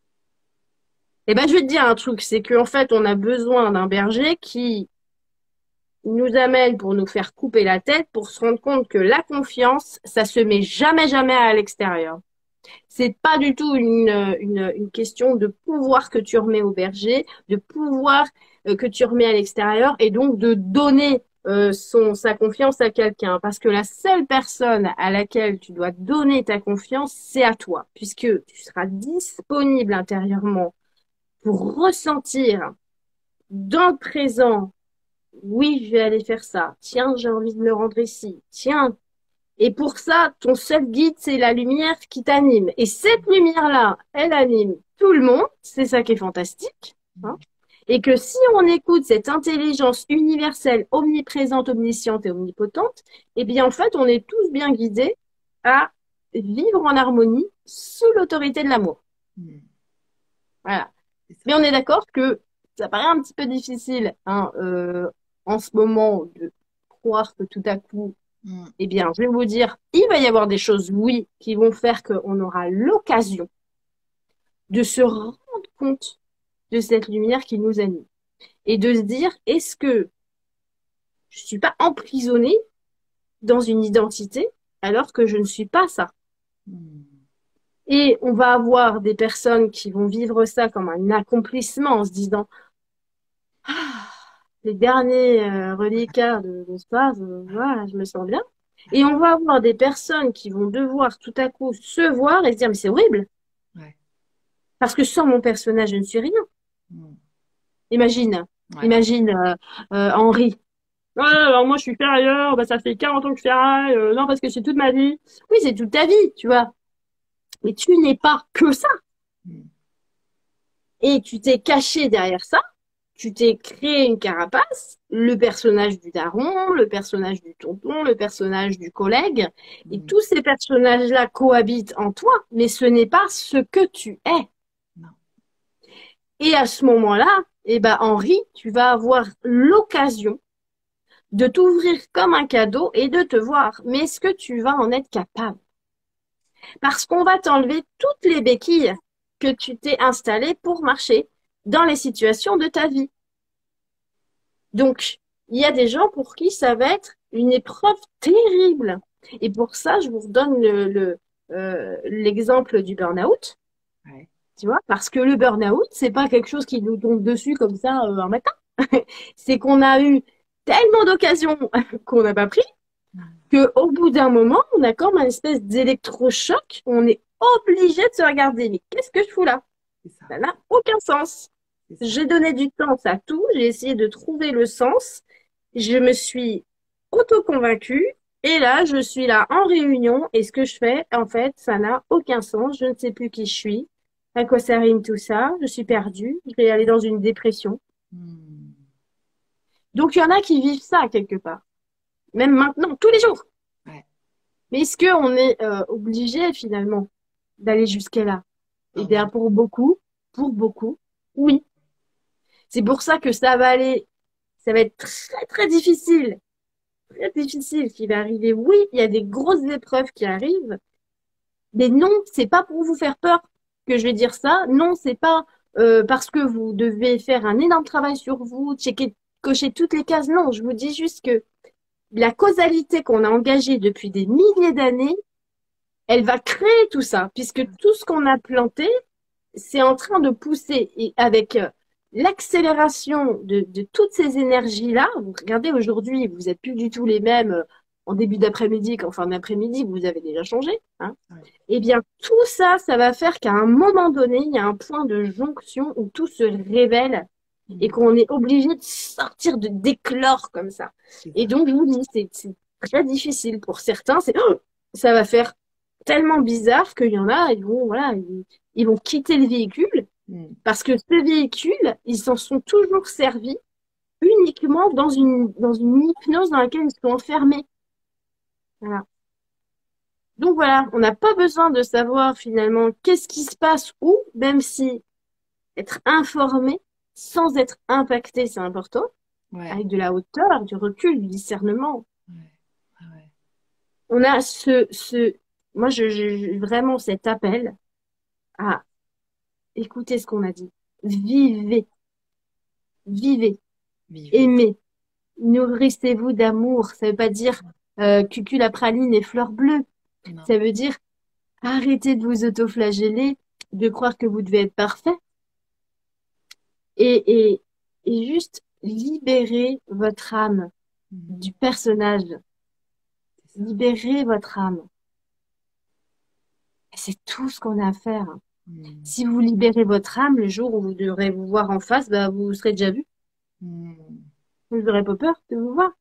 [SPEAKER 2] Eh ben, je vais te dire un truc, c'est qu'en fait, on a besoin d'un berger qui nous amène pour nous faire couper la tête, pour se rendre compte que la confiance, ça se met jamais, jamais à l'extérieur. C'est pas du tout une, une, une question de pouvoir que tu remets au berger, de pouvoir euh, que tu remets à l'extérieur et donc de donner euh, son, sa confiance à quelqu'un. Parce que la seule personne à laquelle tu dois donner ta confiance, c'est à toi, puisque tu seras disponible intérieurement pour ressentir dans le présent oui, je vais aller faire ça. Tiens, j'ai envie de me rendre ici. Tiens. Et pour ça, ton seul guide, c'est la lumière qui t'anime. Et cette lumière-là, elle anime tout le monde. C'est ça qui est fantastique, hein. Et que si on écoute cette intelligence universelle, omniprésente, omnisciente et omnipotente, eh bien, en fait, on est tous bien guidés à vivre en harmonie sous l'autorité de l'amour.
[SPEAKER 1] Mm.
[SPEAKER 2] Voilà.
[SPEAKER 1] C'est ça.
[SPEAKER 2] Mais on est d'accord que ça paraît un petit peu difficile, hein, euh, en ce moment de croire que tout à coup,
[SPEAKER 1] Mm.
[SPEAKER 2] eh bien, je vais vous dire, il va y avoir des choses, oui, qui vont faire qu'on aura l'occasion de se rendre compte de cette lumière qui nous anime et de se dire, est-ce que je suis pas emprisonnée dans une identité alors que je ne suis pas ça?
[SPEAKER 1] Mm.
[SPEAKER 2] Et on va avoir des personnes qui vont vivre ça comme un accomplissement en se disant, ah, les derniers euh, reliquats de, de ça, euh, voilà, je me sens bien. Et on va avoir des personnes qui vont devoir tout à coup se voir et se dire, mais c'est horrible,
[SPEAKER 1] Ouais.
[SPEAKER 2] parce que sans mon personnage, je ne suis rien.
[SPEAKER 1] Mm.
[SPEAKER 2] Imagine,
[SPEAKER 1] Ouais.
[SPEAKER 2] imagine euh, euh, Henri. Ouais, alors moi je suis ferrailleur, bah, ça fait quarante ans que je ferraille, euh, non parce que c'est toute ma vie. Oui, c'est toute ta vie, tu vois. Mais tu n'es pas que ça.
[SPEAKER 1] Mm.
[SPEAKER 2] Et tu t'es caché derrière ça, tu t'es créé une carapace, le personnage du daron, le personnage du tonton, le personnage du collègue, et
[SPEAKER 1] Mm.
[SPEAKER 2] tous ces personnages-là cohabitent en toi, mais ce n'est pas ce que tu es.
[SPEAKER 1] Non.
[SPEAKER 2] Et à ce moment-là, eh ben, Henri, tu vas avoir l'occasion de t'ouvrir comme un cadeau et de te voir. Mais est-ce que tu vas en être capable? Parce qu'on va t'enlever toutes les béquilles que tu t'es installées pour marcher dans les situations de ta vie. Donc, il y a des gens pour qui ça va être une épreuve terrible. Et pour ça, je vous redonne le, le, euh, l'exemple du burn-out,
[SPEAKER 1] Ouais.
[SPEAKER 2] tu vois, parce que le burn-out, c'est pas quelque chose qui nous tombe dessus comme ça euh, un matin. C'est qu'on a eu tellement d'occasions qu'on n'a pas pris
[SPEAKER 1] Mm.
[SPEAKER 2] que au bout d'un moment, on a comme un espèce d'électrochoc. On est obligé de se regarder. Mais qu'est-ce que je fous là?
[SPEAKER 1] C'est ça.
[SPEAKER 2] Ça n'a aucun sens.
[SPEAKER 1] C'est ça.
[SPEAKER 2] J'ai donné du sens à tout. J'ai essayé de trouver le sens. Je me suis auto-convaincue. Et là, je suis là en réunion. Et ce que je fais, en fait, ça n'a aucun sens. Je ne sais plus qui je suis. À quoi ça rime tout ça? Je suis perdue. Je vais aller dans une dépression.
[SPEAKER 1] Mm.
[SPEAKER 2] Donc, il y en a qui vivent ça quelque part. Même maintenant, tous les jours.
[SPEAKER 1] Ouais.
[SPEAKER 2] Mais est-ce qu'on est euh, obligé finalement d'aller jusqu'à là? Eh
[SPEAKER 1] Non,
[SPEAKER 2] bien,
[SPEAKER 1] non.
[SPEAKER 2] pour beaucoup, pour beaucoup, oui. C'est pour ça que ça va aller, ça va être très très difficile, très difficile qui va arriver. Oui, il y a des grosses épreuves qui arrivent, mais non, c'est pas pour vous faire peur que je vais dire ça. Non, c'est pas euh, parce que vous devez faire un énorme travail sur vous, checker, cocher toutes les cases. Non, je vous dis juste que la causalité qu'on a engagée depuis des milliers d'années, elle va créer tout ça, puisque tout ce qu'on a planté, c'est en train de pousser. Et avec euh, l'accélération de, de toutes ces énergies-là, vous regardez aujourd'hui, vous n'êtes plus du tout les mêmes euh, en début d'après-midi qu'en fin d'après-midi, vous avez déjà changé, hein.
[SPEAKER 1] Ouais.
[SPEAKER 2] Eh bien, tout ça, ça va faire qu'à un moment donné, il y a un point de jonction où tout se révèle et
[SPEAKER 1] Mm.
[SPEAKER 2] qu'on est obligé de sortir, de d'éclore comme ça.
[SPEAKER 1] C'est
[SPEAKER 2] Et
[SPEAKER 1] ça.
[SPEAKER 2] donc, je vous dis, c'est c'est très difficile pour certains. C'est, oh, ça va faire tellement bizarre qu'il y en a, ils vont, voilà, ils, ils vont quitter le véhicule
[SPEAKER 1] Mm.
[SPEAKER 2] parce que ce véhicule, ils s'en sont toujours servis uniquement dans une, dans une hypnose dans laquelle ils sont enfermés. Voilà. Donc voilà, on n'a pas besoin de savoir finalement qu'est-ce qui se passe où, même si être informé sans être impacté, c'est important,
[SPEAKER 1] Ouais.
[SPEAKER 2] avec de la hauteur, du recul, du discernement.
[SPEAKER 1] Ouais. Ah ouais.
[SPEAKER 2] On a ce, ce, moi, je, je- je- vraiment cet appel à écouter ce qu'on a dit. Vivez, vivez,
[SPEAKER 1] Vivez.
[SPEAKER 2] aimez, nourrissez-vous d'amour. Ça veut pas dire euh, cucul la praline et fleurs bleues.
[SPEAKER 1] Non.
[SPEAKER 2] Ça veut dire arrêtez de vous autoflageller, de croire que vous devez être parfait et, et, et juste libérez votre âme
[SPEAKER 1] Mm.
[SPEAKER 2] du personnage.
[SPEAKER 1] C'est ça.
[SPEAKER 2] Libérez votre âme. Et c'est tout ce qu'on a à faire.
[SPEAKER 1] Mm.
[SPEAKER 2] Si vous libérez votre âme, le jour où vous devrez vous voir en face, bah, vous serez déjà vu.
[SPEAKER 1] Mm.
[SPEAKER 2] Vous n'aurez pas peur de vous voir.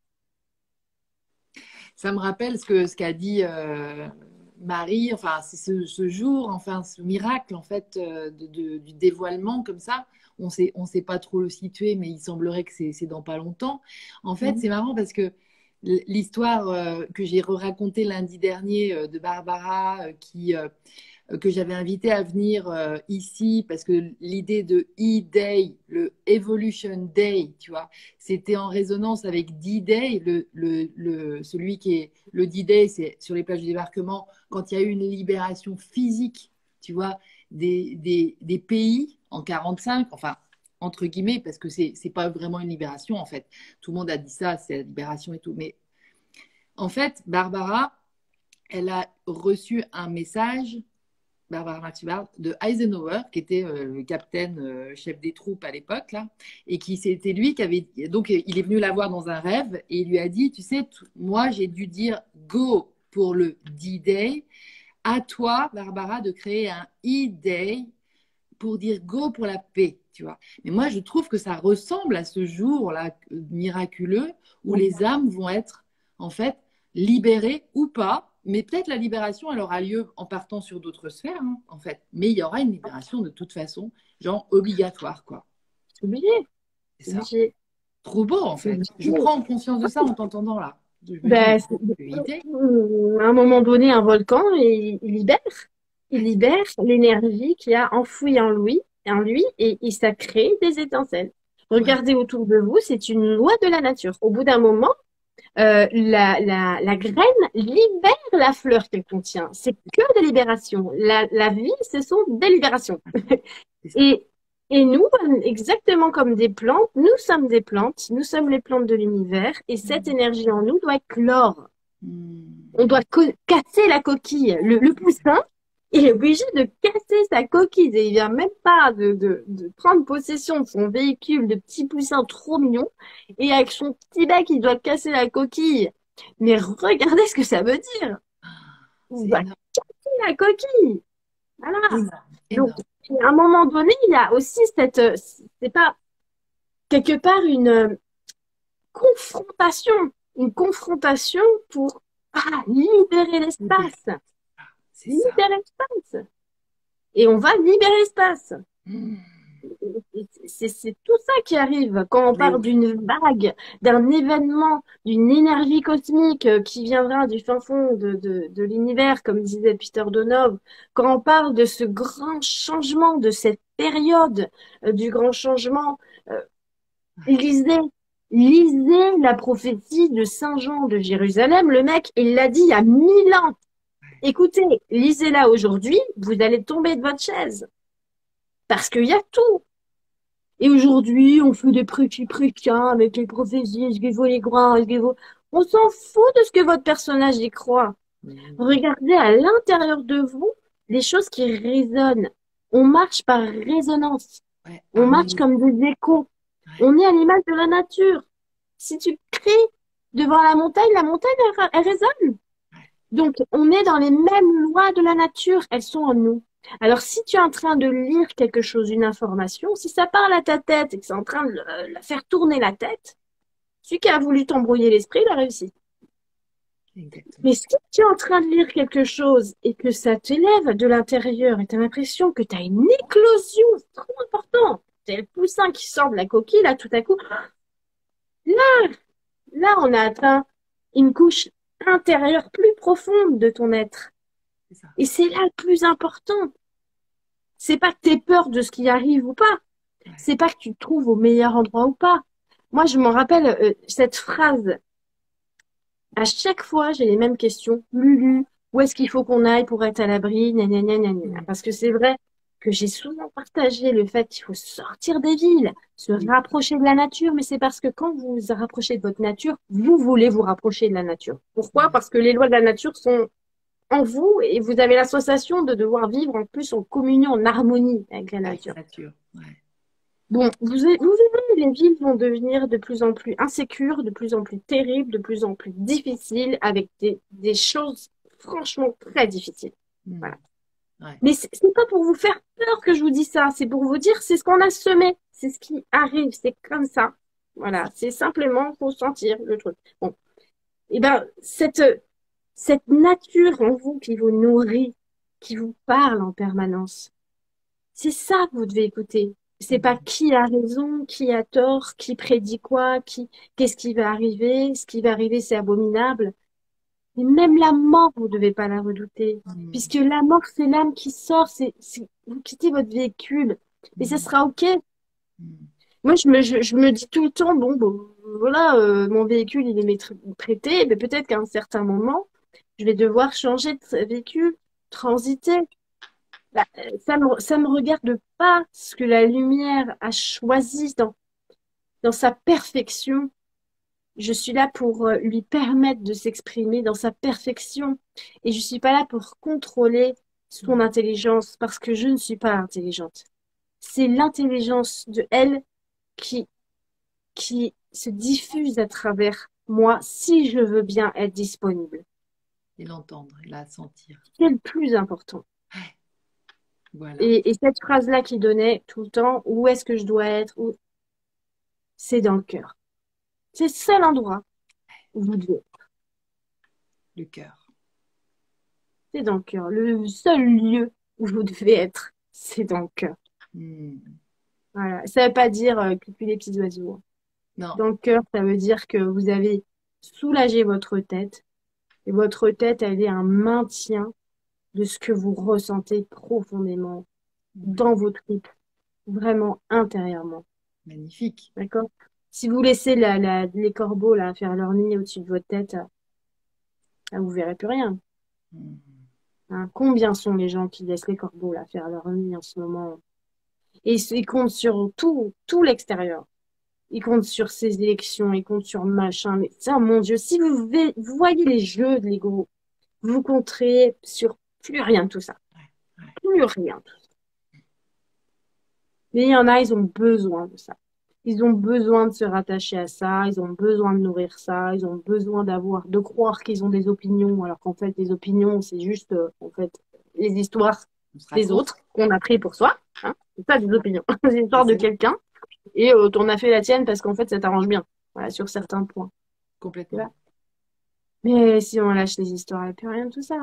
[SPEAKER 1] Ça me rappelle ce que ce qu'a dit euh, Marie, enfin, c'est ce, ce jour, enfin, ce miracle, en fait, euh, de, de- du dévoilement comme ça. On sait, on sait pas trop le situer, mais il semblerait que c'est c'est dans pas longtemps. En fait,
[SPEAKER 2] Mhm.
[SPEAKER 1] c'est marrant parce que l'histoire euh, que j'ai racontée lundi dernier euh, de Barbara, euh, qui, euh, euh, que j'avais invité à venir euh, ici parce que l'idée de E-Day, le Evolution Day, tu vois, c'était en résonance avec D-Day, le, le, le, celui qui est le D-Day, c'est sur les plages de débarquement, quand il y a eu une libération physique, tu vois, des, des, des pays en quarante-cinq, enfin, entre guillemets, parce que c'est c'est pas vraiment une libération, en fait. Tout le monde a dit ça, c'est la libération et tout. Mais en fait, Barbara, elle a reçu un message Barbara Martivard, de Eisenhower, qui était euh, le capitaine euh, chef des troupes à l'époque, là, et qui c'était lui qui avait. Donc, il est venu la voir dans un rêve et il lui a dit, tu sais, moi, j'ai dû dire go pour le D-Day. À toi, Barbara, de créer un E-Day pour dire go pour la paix, tu vois. Mais moi, je trouve que ça ressemble à ce jour-là miraculeux où les âmes vont être, en fait, libérées ou pas. Mais peut-être la libération, elle aura lieu en partant sur d'autres sphères, hein, en fait. Mais il y aura une libération de toute façon, genre obligatoire, quoi.
[SPEAKER 2] C'est obligé,
[SPEAKER 1] C'est
[SPEAKER 2] c'est
[SPEAKER 1] ça.
[SPEAKER 2] obligé,
[SPEAKER 1] Trop beau, en
[SPEAKER 2] c'est
[SPEAKER 1] fait. Je
[SPEAKER 2] obligé.
[SPEAKER 1] prends conscience de ça en t'entendant là. Je me dis,
[SPEAKER 2] Ben,
[SPEAKER 1] mais
[SPEAKER 2] c'est-
[SPEAKER 1] idée.
[SPEAKER 2] à un moment donné, un volcan, il, il libère, il libère l'énergie qu'il y a enfouie en lui, en lui, et, et ça crée des étincelles.
[SPEAKER 1] Ouais.
[SPEAKER 2] Regardez autour de vous, c'est une loi de la nature. Au bout d'un moment, euh, la, la, la graine libère la fleur qu'elle contient. C'est que des libérations. La, la vie, ce sont des libérations.
[SPEAKER 1] C'est ça.
[SPEAKER 2] Et, et nous, exactement comme des plantes, nous sommes des plantes, nous sommes les plantes de l'univers, et cette énergie en nous doit éclore. On
[SPEAKER 1] Hmm.
[SPEAKER 2] doit co- casser la coquille. Le, le poussin, il est obligé de casser sa coquille. Et il vient même pas de, de, de prendre possession de son véhicule de petit poussin trop mignon. Et avec son petit bec, il doit casser la coquille. Mais regardez ce que ça veut dire. Il
[SPEAKER 1] C'est
[SPEAKER 2] doit
[SPEAKER 1] énorme.
[SPEAKER 2] casser la coquille. Voilà.
[SPEAKER 1] Énorme.
[SPEAKER 2] Donc,
[SPEAKER 1] Énorme.
[SPEAKER 2] à un moment donné, il y a aussi cette, euh, c'est pas quelque part une euh, confrontation, une confrontation pour ah, libérer
[SPEAKER 1] Libérer.
[SPEAKER 2] l'espace,
[SPEAKER 1] C'est ça.
[SPEAKER 2] libérer l'espace. Et on va libérer l'espace.
[SPEAKER 1] Hmm.
[SPEAKER 2] C'est c'est tout ça qui arrive quand on
[SPEAKER 1] Mais
[SPEAKER 2] parle
[SPEAKER 1] oui.
[SPEAKER 2] d'une vague, d'un événement, d'une énergie cosmique euh, qui viendra du fin fond de, de, de l'univers, comme disait Peter Donov, quand on parle de ce grand changement, de cette période euh, du grand changement, euh, lisez, lisez la prophétie de Saint Jean de Jérusalem. Le mec, il l'a dit il y a mille ans. Écoutez, lisez-la aujourd'hui, vous allez tomber de votre chaise. Parce qu'il y a tout. Et aujourd'hui, on fait des précis chrétiens avec les prophéties, est-ce qu'il faut les croire, est-ce qu'il faut... On s'en fout de ce que votre personnage y croit.
[SPEAKER 1] Hmm.
[SPEAKER 2] Regardez à l'intérieur de vous les choses qui résonnent. On marche par résonance.
[SPEAKER 1] Ouais,
[SPEAKER 2] On marche
[SPEAKER 1] harmonie.
[SPEAKER 2] comme des échos.
[SPEAKER 1] Ouais.
[SPEAKER 2] On est à l'image de la nature. Si tu cries devant la montagne, la montagne, elle, elle résonne.
[SPEAKER 1] Ouais.
[SPEAKER 2] Donc, on est dans les mêmes lois de la nature. Elles sont en nous. Alors, si tu es en train de lire quelque chose, une information, si ça parle à ta tête et que c'est en train de le- la faire tourner la tête, celui qui a voulu t'embrouiller l'esprit, il a réussi.
[SPEAKER 1] Exactement.
[SPEAKER 2] Mais si tu es en train de lire quelque chose et que ça t'élève de l'intérieur et tu as l'impression que tu as une éclosion, c'est trop important. C'est le poussin qui sort de la coquille, là, tout à coup. Là, là, on a atteint une couche intérieure plus profonde de ton être.
[SPEAKER 1] C'est ça.
[SPEAKER 2] Et c'est là le plus important. C'est pas que tu aies peur de ce qui arrive ou pas.
[SPEAKER 1] Ouais.
[SPEAKER 2] C'est pas que tu te trouves au meilleur endroit ou pas. Moi, je m'en rappelle euh, cette phrase. À chaque fois, j'ai les mêmes questions. Lulu, où est-ce qu'il faut qu'on aille pour être à l'abri? Gna, gna, gna, gna, gna.
[SPEAKER 1] Hmm.
[SPEAKER 2] Parce que c'est vrai que j'ai souvent partagé le fait qu'il faut sortir des villes, se
[SPEAKER 1] Oui.
[SPEAKER 2] rapprocher de la nature, mais c'est parce que quand vous vous rapprochez de votre nature, vous voulez vous rapprocher de la nature. Pourquoi?
[SPEAKER 1] Hmm.
[SPEAKER 2] Parce que les lois de la nature sont en vous et vous avez l'association de devoir vivre en plus en communion, en harmonie avec la
[SPEAKER 1] Avec
[SPEAKER 2] nature.
[SPEAKER 1] la nature. Ouais.
[SPEAKER 2] Bon, vous, vous verrez, les villes vont devenir de plus en plus insécures, de plus en plus terribles, de plus en plus difficiles, avec des, des choses franchement très difficiles.
[SPEAKER 1] Hmm.
[SPEAKER 2] Voilà.
[SPEAKER 1] Ouais.
[SPEAKER 2] Mais c'est c'est pas pour vous faire peur que je vous dis ça, c'est pour vous dire c'est ce qu'on a semé, c'est ce qui arrive, c'est comme ça. Voilà, c'est simplement pour sentir le truc. Bon, et ben cette cette nature en vous qui vous nourrit, qui vous parle en permanence, c'est ça que vous devez écouter. C'est pas
[SPEAKER 1] Mm.
[SPEAKER 2] qui a raison, qui a tort, qui prédit quoi, qui qu'est-ce qui va arriver. Ce qui va arriver, c'est abominable. Et même la mort, vous devez pas la redouter,
[SPEAKER 1] Mm.
[SPEAKER 2] puisque la mort, c'est l'âme qui sort. C'est c'est- vous quittez votre véhicule, et ça
[SPEAKER 1] Mm.
[SPEAKER 2] sera OK.
[SPEAKER 1] Mm.
[SPEAKER 2] Moi, je me, je, je me dis tout le temps, bon, bon voilà, euh, mon véhicule, il est maîtr- prêté, mais peut-être qu'à un certain moment, je vais devoir changer de tra- véhicule, transiter. Bah, euh, ça me, ça me regarde pas ce que la lumière a choisi dans, dans sa perfection. Je suis là pour euh, lui permettre de s'exprimer dans sa perfection. Et je suis pas là pour contrôler son
[SPEAKER 1] Mm.
[SPEAKER 2] intelligence parce que je ne suis pas intelligente. C'est l'intelligence de elle qui qui se diffuse à travers moi si je veux bien être disponible.
[SPEAKER 1] Et l'entendre, et la sentir.
[SPEAKER 2] C'est le plus important.
[SPEAKER 1] Voilà.
[SPEAKER 2] Et, et cette phrase-là qui donnait tout le temps, où est-ce que je dois être? Où- C'est dans le cœur. C'est le seul endroit où vous devez être.
[SPEAKER 1] Le cœur.
[SPEAKER 2] C'est dans le cœur. Le seul lieu où vous devez être, c'est dans le cœur.
[SPEAKER 1] Mm.
[SPEAKER 2] Voilà. Ça veut pas dire euh, cueillir les petits oiseaux, hein.
[SPEAKER 1] Non.
[SPEAKER 2] Dans le cœur, ça veut dire que vous avez soulagé votre tête. Et votre tête, elle est un maintien de ce que vous ressentez profondément
[SPEAKER 1] Ouais.
[SPEAKER 2] dans vos tripes, vraiment intérieurement.
[SPEAKER 1] Magnifique.
[SPEAKER 2] D'accord? Si vous laissez la, la- les corbeaux là, faire leur nid au-dessus de votre tête, là, vous verrez plus rien.
[SPEAKER 1] Mm.
[SPEAKER 2] Hein. Combien sont les gens qui laissent les corbeaux là, faire leur nid en ce moment? Et ils ils comptent sur tout, tout l'extérieur. Ils comptent sur ces élections, ils comptent sur machin. Mais ça, mon Dieu, si vous, ve- vous voyez les jeux de l'ego, vous compterez sur plus rien de tout ça.
[SPEAKER 1] Ouais. Ouais.
[SPEAKER 2] Plus rien. Mais il y en a, ils ont besoin de ça. Ils ont besoin de se rattacher à ça, ils ont besoin de nourrir ça, ils ont besoin d'avoir, de croire qu'ils ont des opinions, alors qu'en fait, les opinions, c'est juste, euh, en fait, les histoires
[SPEAKER 1] On se
[SPEAKER 2] des
[SPEAKER 1] raconte.
[SPEAKER 2] autres qu'on a pris pour soi. Hein. C'est ça, des opinions. C'est
[SPEAKER 1] C'est
[SPEAKER 2] l'histoire de
[SPEAKER 1] ça.
[SPEAKER 2] quelqu'un et euh, t'en as fait la tienne parce qu'en fait, ça t'arrange bien. Voilà, sur certains points. Tu
[SPEAKER 1] Complètement.
[SPEAKER 2] vois. Mais si on lâche les histoires, il n'y a plus rien de tout ça.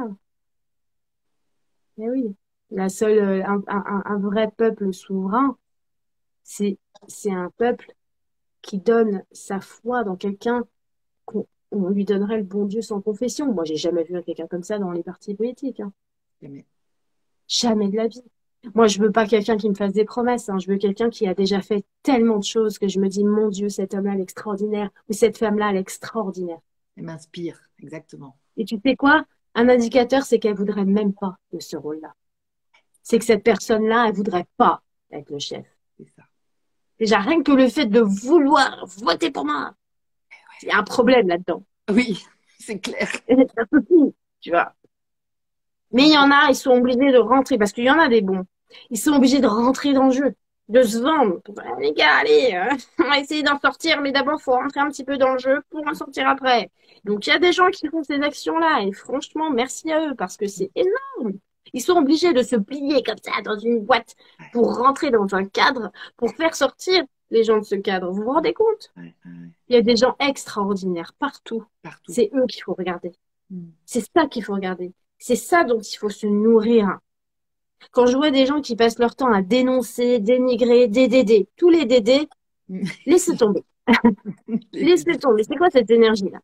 [SPEAKER 2] Mais oui, la seule, euh, un, un, un vrai peuple souverain, c'est, c'est un peuple qui donne sa foi dans quelqu'un qu'on on lui donnerait le bon Dieu sans confession. Moi, j'ai jamais vu quelqu'un comme ça dans les partis politiques, hein.
[SPEAKER 1] Jamais.
[SPEAKER 2] Jamais de la vie. Moi, je veux pas quelqu'un qui me fasse des promesses, hein. Je veux quelqu'un qui a déjà fait tellement de choses que je me dis, mon Dieu, cet homme-là, elle est extraordinaire, ou cette femme-là, elle est extraordinaire.
[SPEAKER 1] Elle m'inspire. Exactement.
[SPEAKER 2] Et tu sais quoi? Un indicateur, c'est qu'elle voudrait même pas de ce rôle-là. C'est que cette personne-là, elle voudrait pas être le chef.
[SPEAKER 1] C'est ça.
[SPEAKER 2] Déjà, rien que le fait de vouloir voter pour moi, il y a un problème là-dedans.
[SPEAKER 1] Oui, c'est clair.
[SPEAKER 2] Et c'est un peu fou, tu vois. Mais il y en a, ils sont obligés de rentrer, parce qu'il y en a des bons. Ils sont obligés de rentrer dans le jeu, de se vendre. Ah, les gars, allez, euh, on va essayer d'en sortir, mais d'abord, faut rentrer un petit peu dans le jeu pour en sortir après. Donc, il y a des gens qui font ces actions-là, et franchement, merci à eux, parce que c'est énorme. Ils sont obligés de se plier comme ça dans une boîte
[SPEAKER 1] Ouais.
[SPEAKER 2] pour rentrer dans un cadre, pour faire sortir les gens de ce cadre. Vous vous rendez compte?
[SPEAKER 1] Ouais. Ouais.
[SPEAKER 2] Il y a des gens extraordinaires partout.
[SPEAKER 1] Partout.
[SPEAKER 2] C'est eux qu'il faut regarder.
[SPEAKER 1] Mm.
[SPEAKER 2] C'est ça qu'il faut regarder. C'est ça dont il faut se nourrir. Quand je vois des gens qui passent leur temps à dénoncer, dénigrer, dédéder, tous les dédés,
[SPEAKER 1] Mm.
[SPEAKER 2] laissez tomber.
[SPEAKER 1] Les
[SPEAKER 2] Laissez
[SPEAKER 1] bébés.
[SPEAKER 2] tomber. C'est quoi cette énergie-là?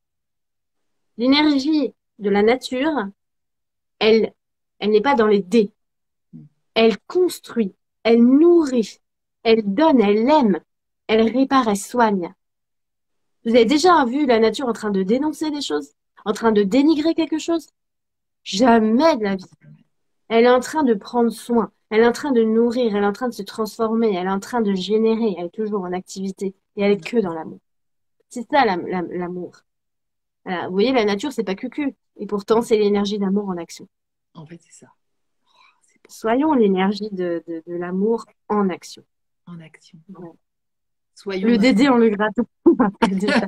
[SPEAKER 2] L'énergie de la nature, elle, elle n'est pas dans les dés.
[SPEAKER 1] Mm.
[SPEAKER 2] Elle construit, elle nourrit, elle donne, elle aime, elle répare, elle soigne. Vous avez déjà vu la nature en train de dénoncer des choses? En train de dénigrer quelque chose? Jamais de la vie. Elle est en train de prendre soin, elle est en train de nourrir, elle est en train de se transformer, elle est en train de générer, elle est toujours en activité et elle est que dans l'amour. C'est ça la- la- l'amour. Voilà. Vous voyez, la nature, c'est pas cucu. Et pourtant, c'est l'énergie d'amour en action.
[SPEAKER 1] En fait, c'est ça. Oh, c'est beau.
[SPEAKER 2] Soyons l'énergie de, de, de l'amour en action.
[SPEAKER 1] En action.
[SPEAKER 2] Voilà.
[SPEAKER 1] Soyons
[SPEAKER 2] Le
[SPEAKER 1] notre...
[SPEAKER 2] dédé en le grattant. On appelle déjà.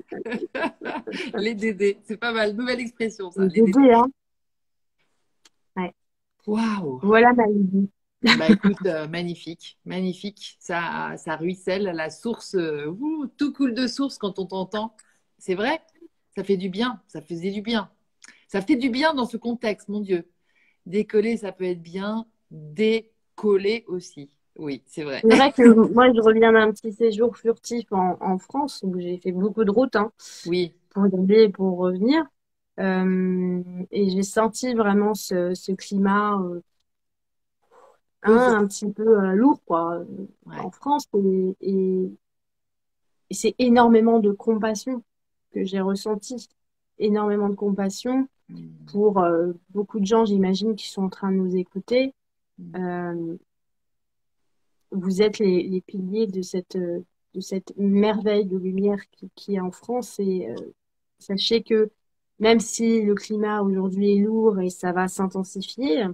[SPEAKER 1] Les dédés. C'est pas mal. Nouvelle expression, ça.
[SPEAKER 2] Le
[SPEAKER 1] Les dédés.
[SPEAKER 2] dédé, hein. Ouais.
[SPEAKER 1] Waouh.
[SPEAKER 2] Voilà ma vie.
[SPEAKER 1] Bah écoute, euh, magnifique, magnifique. Ça, ça ruisselle, la source, euh, ouh, tout coule de source quand on t'entend. C'est vrai, ça fait du bien, ça faisait du bien. Ça fait du bien dans ce contexte, mon Dieu. Décoller, ça peut être bien. Décoller aussi. Oui, c'est vrai.
[SPEAKER 2] C'est vrai que moi, je reviens d'un petit séjour furtif en, en France où j'ai fait beaucoup de routes hein,
[SPEAKER 1] Oui,
[SPEAKER 2] pour y aller et pour revenir. Euh, et j'ai senti vraiment ce, ce climat euh, hein,
[SPEAKER 1] pesant.
[SPEAKER 2] un petit peu euh, lourd quoi, euh,
[SPEAKER 1] Ouais.
[SPEAKER 2] en France. Et, et, et c'est énormément de compassion que j'ai ressenti. Énormément de compassion
[SPEAKER 1] Mm,
[SPEAKER 2] pour euh, beaucoup de gens, j'imagine, qui sont en train de nous écouter.
[SPEAKER 1] mm.
[SPEAKER 2] Euh, Vous êtes les, les piliers de cette, euh, de cette merveille de lumière qui, qui est en France. Et euh, sachez que même si le climat aujourd'hui est lourd et ça va s'intensifier,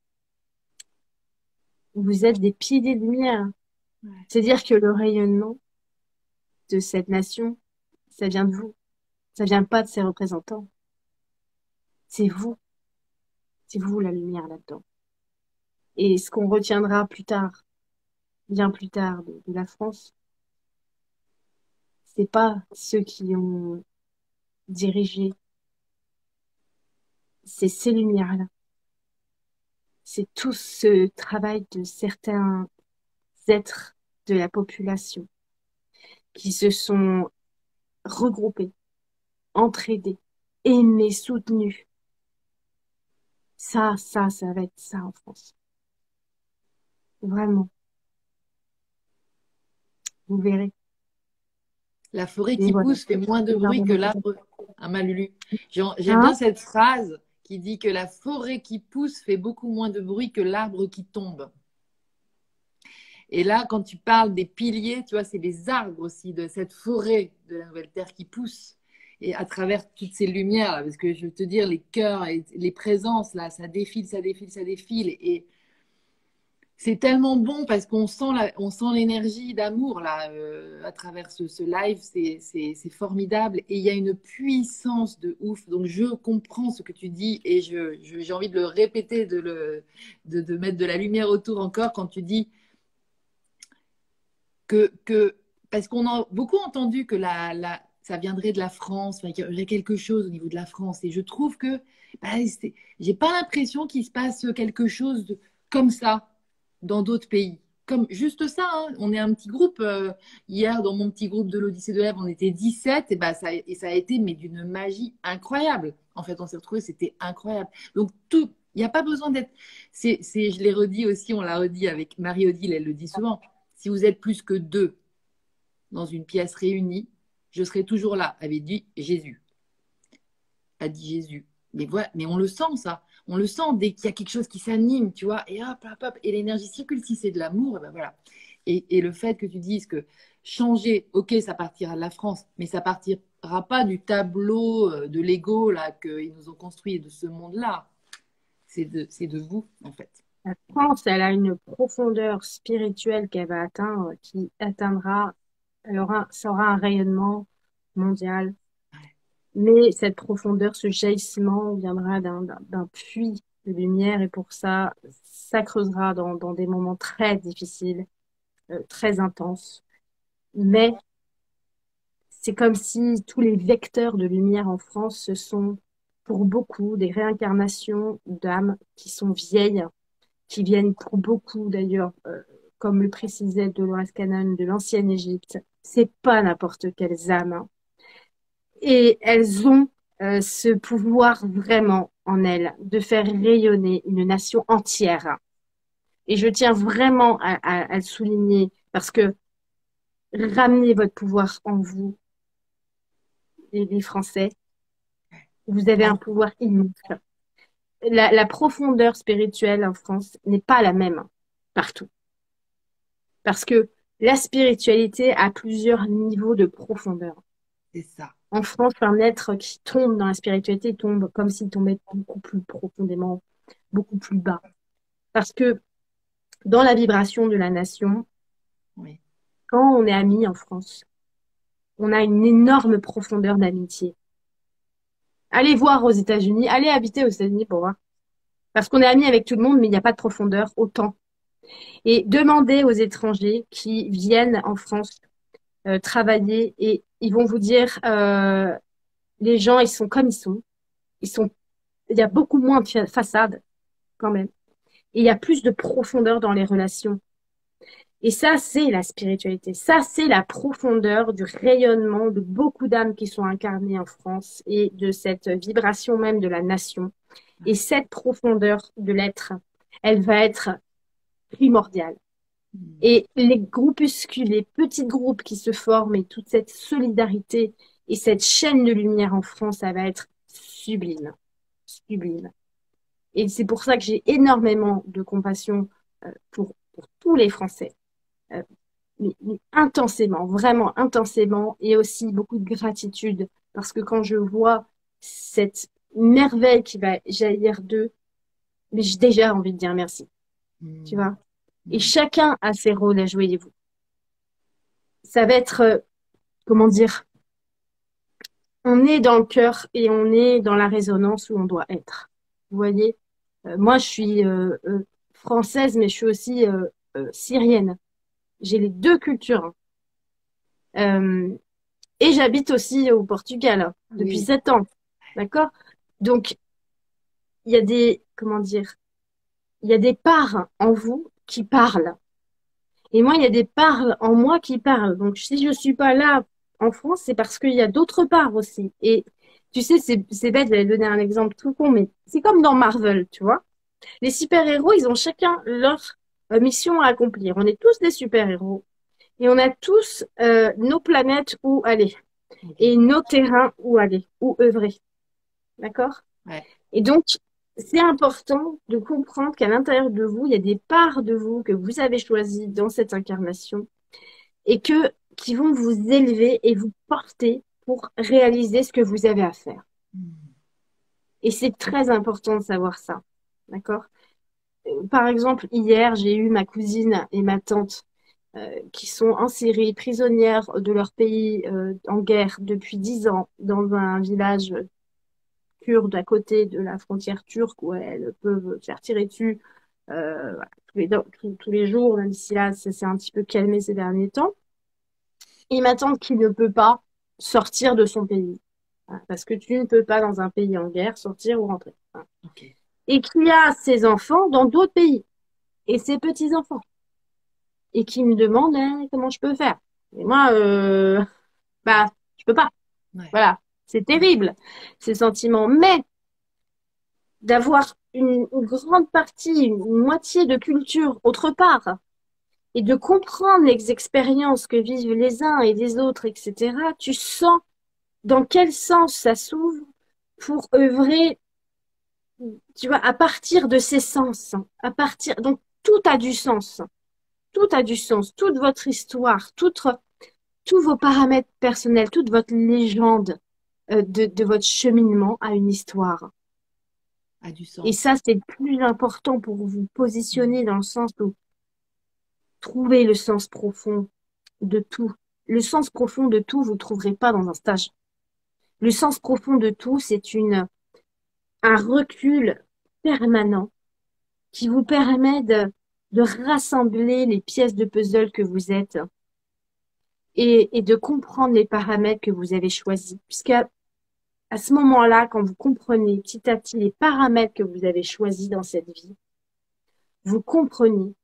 [SPEAKER 2] vous êtes des piliers de lumière.
[SPEAKER 1] Ouais.
[SPEAKER 2] C'est-à-dire que le rayonnement de cette nation, ça vient de vous. Ça vient pas de ses représentants. C'est vous. C'est vous la lumière là-dedans. Et ce qu'on retiendra plus tard, bien plus tard de, de la France, c'est pas ceux qui ont dirigé, c'est ces lumières-là. C'est tout ce travail de certains êtres de la population qui se sont regroupés, entraidés, aimés, soutenus. Ça, ça, ça va être ça en France. Vraiment, vous verrez.
[SPEAKER 1] La forêt
[SPEAKER 2] Et
[SPEAKER 1] qui
[SPEAKER 2] voilà,
[SPEAKER 1] pousse fait moins de bruit que
[SPEAKER 2] énormément de
[SPEAKER 1] l'arbre. Un Malulu. J'ai- J'aime bien
[SPEAKER 2] hein.
[SPEAKER 1] cette phrase qui dit que la forêt qui pousse fait beaucoup moins de bruit que l'arbre qui tombe. Et là, quand tu parles des piliers, tu vois, c'est les arbres aussi de cette forêt de la nouvelle terre qui pousse. Et à travers toutes ces lumières, là, parce que je veux te dire, les cœurs et les présences, là, ça défile, ça défile, ça défile. Et c'est tellement bon parce qu'on sent la, on sent l'énergie d'amour, là, euh, à travers ce, ce live. C'est, c'est, c'est formidable. Et il y a une puissance de ouf. Donc, je comprends ce que tu dis et je, je- j'ai envie de le répéter, de, le, de, de mettre de la lumière autour encore quand tu dis que, que parce qu'on a beaucoup entendu que la, la, ça viendrait de la France, enfin, qu'il y aurait quelque chose au niveau de la France. Et je trouve que bah, c'est- j'ai pas l'impression qu'il se passe quelque chose de, comme ça dans d'autres pays. Comme juste ça, hein. On est un petit groupe. Euh, hier, dans mon petit groupe de l'Odyssée de l'Ève, on était dix-sept et, bah, ça, et ça a été mais d'une magie incroyable. En fait, on s'est retrouvés, c'était incroyable. Donc, tout, il n'y a pas besoin d'être. C'est, c'est, je l'ai redit aussi, on l'a redit avec Marie-Odile, elle le dit souvent. Si vous êtes plus que deux dans une pièce réunie, je serai toujours là, avait dit Jésus. A dit Jésus. Mais voilà, mais on le sent ça. On le sent dès qu'il y a quelque chose qui s'anime, tu vois, et hop, hop, hop, et l'énergie circule. Si c'est de l'amour, et ben voilà. Et, et le fait que tu dises que changer, ok, ça partira de la France, mais ça partira pas du tableau euh, de Lego là qu'ils nous ont construit et de ce monde-là. C'est de, c'est de vous, en fait.
[SPEAKER 2] La France, elle a une profondeur spirituelle qu'elle va atteindre, qui atteindra, elle aura, ça aura un rayonnement mondial. Mais cette profondeur, ce jaillissement viendra d'un d'un- d'un puits de lumière et pour ça, ça creusera dans, dans des moments très difficiles, euh, très intenses. Mais c'est comme si tous les vecteurs de lumière en France, ce sont pour beaucoup des réincarnations d'âmes qui sont vieilles, qui viennent pour beaucoup d'ailleurs, euh, comme le précisait Dolores Cannon, de l'ancienne Égypte. C'est pas n'importe quelles âmes, hein. Et elles ont euh, ce pouvoir vraiment en elles de faire rayonner une nation entière. Et je tiens vraiment à, à, à le souligner parce que ramenez votre pouvoir en vous, les, les Français. Vous avez un pouvoir immense. La, la profondeur spirituelle en France n'est pas la même partout. Parce que la spiritualité a plusieurs niveaux de profondeur.
[SPEAKER 1] C'est ça.
[SPEAKER 2] En France, un être qui tombe dans la spiritualité tombe comme s'il tombait beaucoup plus profondément, beaucoup plus bas. Parce que dans la vibration de la nation,
[SPEAKER 1] Oui.
[SPEAKER 2] quand on est amis en France, on a une énorme profondeur d'amitié. Allez voir aux États-Unis, allez habiter aux États-Unis pour voir. Parce qu'on est amis avec tout le monde, mais il n'y a pas de profondeur autant. Et demandez aux étrangers qui viennent en France euh, travailler et ils vont vous dire, euh, les gens, ils sont comme ils sont. Ils sont, il y a beaucoup moins de fa- façade quand même. Et il y a plus de profondeur dans les relations. Et ça, c'est la spiritualité. Ça, c'est la profondeur du rayonnement de beaucoup d'âmes qui sont incarnées en France et de cette vibration même de la nation. Et cette profondeur de l'être, elle va être primordiale.
[SPEAKER 1] Mm.
[SPEAKER 2] Et les groupuscules, les petits groupes qui se forment et toute cette solidarité et cette chaîne de lumière en France, ça va être sublime. Sublime. Et c'est pour ça que j'ai énormément de compassion euh, pour, pour tous les Français. Euh, mais, mais intensément, vraiment intensément, et aussi beaucoup de gratitude, parce que quand je vois cette merveille qui va jaillir d'eux, mais j'ai déjà envie de dire merci, tu
[SPEAKER 1] Mm.
[SPEAKER 2] vois. Et
[SPEAKER 1] Mm.
[SPEAKER 2] chacun a ses rôles à jouer, vous. Ça va être, euh, comment dire, on est dans le cœur et on est dans la résonance où on doit être. Vous voyez, Euh, moi, je suis euh, euh, française, mais je suis aussi euh, euh, syrienne. J'ai les deux cultures. Hein. Euh, Et j'habite aussi au Portugal hein, depuis
[SPEAKER 1] Oui.
[SPEAKER 2] sept ans. D'accord? Donc, il y a des, comment dire, il y a des parts en vous qui parlent. Et moi, il y a des parts en moi qui parlent. Donc, si je suis pas là en France, c'est parce qu'il y a d'autres parts aussi. Et tu sais, c'est, c'est bête, j'allais donner un exemple tout con, mais c'est comme dans Marvel, tu vois. Les super-héros, ils ont chacun leur euh, mission à accomplir. On est tous des super-héros. Et on a tous euh, nos planètes où aller. Et nos terrains où aller, où œuvrer. D'accord?
[SPEAKER 1] Ouais.
[SPEAKER 2] Et donc, c'est important de comprendre qu'à l'intérieur de vous, il y a des parts de vous que vous avez choisies dans cette incarnation et que, qui vont vous élever et vous porter pour réaliser ce que vous avez à faire.
[SPEAKER 1] Mm.
[SPEAKER 2] Et c'est très important de savoir ça. D'accord? Euh, Par exemple, hier, j'ai eu ma cousine et ma tante euh, qui sont en Syrie, prisonnières de leur pays euh, en guerre depuis dix ans, dans un village kurde à côté de la frontière turque où elles peuvent se faire tirer dessus euh, voilà, tous les, tous, tous les jours. Même si là, ça s'est un petit peu calmé ces derniers temps. Et ma tante qui ne peut pas sortir de son pays. Voilà, parce que tu ne peux pas, dans un pays en guerre, sortir ou rentrer. Voilà.
[SPEAKER 1] Ok.
[SPEAKER 2] Et qui a ses enfants dans d'autres pays. Et ses petits-enfants. Et qui me demande eh, comment je peux faire. Et moi, euh, bah, je peux pas.
[SPEAKER 1] Ouais.
[SPEAKER 2] Voilà. C'est terrible, ces sentiments. Mais d'avoir une, une grande partie, une moitié de culture autre part, et de comprendre les expériences que vivent les uns et les autres, et cetera, tu sens dans quel sens ça s'ouvre pour œuvrer, tu vois, à partir de ces sens, à partir, donc tout a du sens, tout a du sens, toute votre histoire, toute, tous vos paramètres personnels, toute votre légende euh, de, de votre cheminement a une histoire.
[SPEAKER 1] A du
[SPEAKER 2] Et
[SPEAKER 1] sens.
[SPEAKER 2] ça, c'est le plus important pour vous
[SPEAKER 1] Mm.
[SPEAKER 2] positionner dans le sens où trouvez le sens profond de tout. Le sens profond de tout, vous ne trouverez pas dans un stage. Le sens profond de tout, c'est une, un recul permanent qui vous permet de, de rassembler les pièces de puzzle que vous êtes et, et de comprendre les paramètres que vous avez choisis. Puisqu'à à ce moment-là, quand vous comprenez petit à petit les paramètres que vous avez choisis dans cette vie, vous comprenez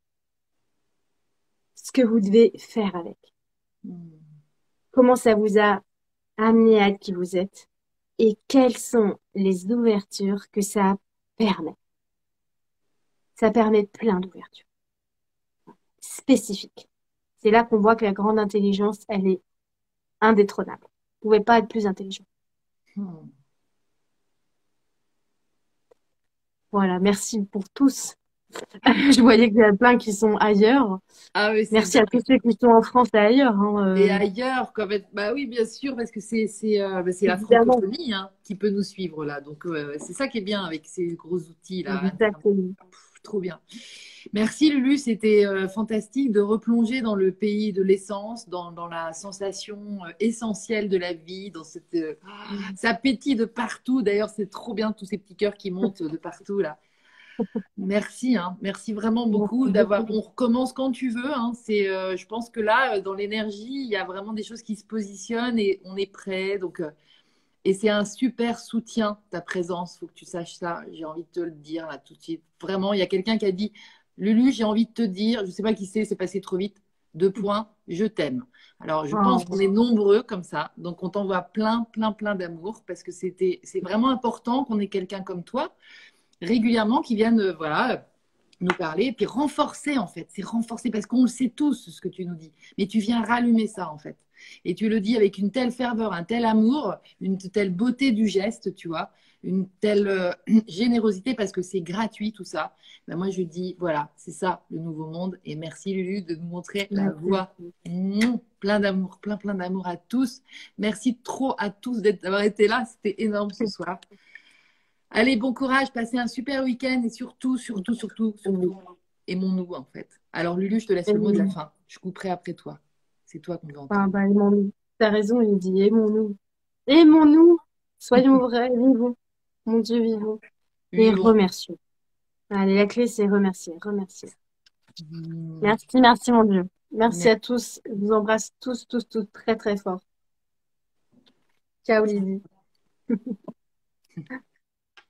[SPEAKER 2] ce que vous devez faire avec.
[SPEAKER 1] Mm.
[SPEAKER 2] Comment ça vous a amené à être qui vous êtes et quelles sont les ouvertures que ça permet. Ça permet plein d'ouvertures spécifiques. C'est là qu'on voit que la grande intelligence, elle est indétrônable. Vous ne pouvez pas être plus intelligent.
[SPEAKER 1] Mm.
[SPEAKER 2] Voilà, merci pour tous. Je voyais qu'il y a plein qui sont ailleurs.
[SPEAKER 1] Ah oui, c'est
[SPEAKER 2] Merci
[SPEAKER 1] bien.
[SPEAKER 2] à tous ceux qui sont en France et ailleurs. Hein,
[SPEAKER 1] Et
[SPEAKER 2] euh,
[SPEAKER 1] ailleurs, quand même. Bah oui, bien sûr, parce que c'est c'est euh, bah, c'est la
[SPEAKER 2] évidemment.
[SPEAKER 1] francophonie hein, qui peut nous suivre là. Donc euh, c'est ça qui est bien avec ces gros outils là.
[SPEAKER 2] Exactement.
[SPEAKER 1] Trop bien. Merci Lulu, c'était euh, fantastique de replonger dans le pays de l'essence, dans, dans la sensation euh, essentielle de la vie, dans cette, euh, ça pétille de partout. D'ailleurs, c'est trop bien tous ces petits cœurs qui montent de partout là. Merci, hein. Merci vraiment beaucoup
[SPEAKER 2] Merci
[SPEAKER 1] d'avoir.
[SPEAKER 2] beaucoup.
[SPEAKER 1] On recommence quand tu veux, hein. C'est, euh, je pense que là, euh, dans l'énergie, il y a vraiment des choses qui se positionnent et on est prêt. Donc, euh, et c'est un super soutien, ta présence. Faut que tu saches ça. J'ai envie de te le dire là tout de suite. Vraiment, il y a quelqu'un qui a dit, Lulu, j'ai envie de te dire, je ne sais pas qui c'est, c'est passé trop vite. Deux points, je t'aime. Alors, je pense qu'on
[SPEAKER 2] Oh,
[SPEAKER 1] est nombreux comme ça. Donc, on t'envoie plein, plein, plein d'amour parce que c'était, c'est vraiment important qu'on ait quelqu'un comme toi régulièrement qui vienne, euh, voilà, nous parler et puis renforcer en fait. C'est renforcer parce qu'on le sait tous ce que tu nous dis, mais tu viens rallumer ça en fait. Et tu le dis avec une telle ferveur, un tel amour, une telle beauté du geste, tu vois, une telle euh, générosité parce que c'est gratuit tout ça. Ben moi je dis voilà, c'est ça le nouveau monde et merci Lulu de nous montrer la
[SPEAKER 2] merci.
[SPEAKER 1] voie. Mmh, plein d'amour, plein plein d'amour à tous. Merci trop à tous d'avoir été là, c'était énorme ce soir. Allez, bon courage, passez un super week-end et surtout, surtout, surtout, surtout,
[SPEAKER 2] Oui.
[SPEAKER 1] aimons-nous en fait. Alors Lulu, je te laisse le mot de la
[SPEAKER 2] Oui.
[SPEAKER 1] fin. Je couperai après toi. C'est toi qu'on veut
[SPEAKER 2] Ah,
[SPEAKER 1] entendre.
[SPEAKER 2] bah, aimons-nous. T'as raison, il dit aimons-nous. Aimons-nous. Soyons vrais, vivons. Mon Dieu, vivons. Et
[SPEAKER 1] Vivons.
[SPEAKER 2] remercions. Allez, la clé, c'est remercier, remercier.
[SPEAKER 1] Mmh.
[SPEAKER 2] Merci, merci, mon Dieu. Merci à
[SPEAKER 1] Merci.
[SPEAKER 2] tous. Je vous embrasse tous, tous, tous très, très fort. Ciao, Lydie.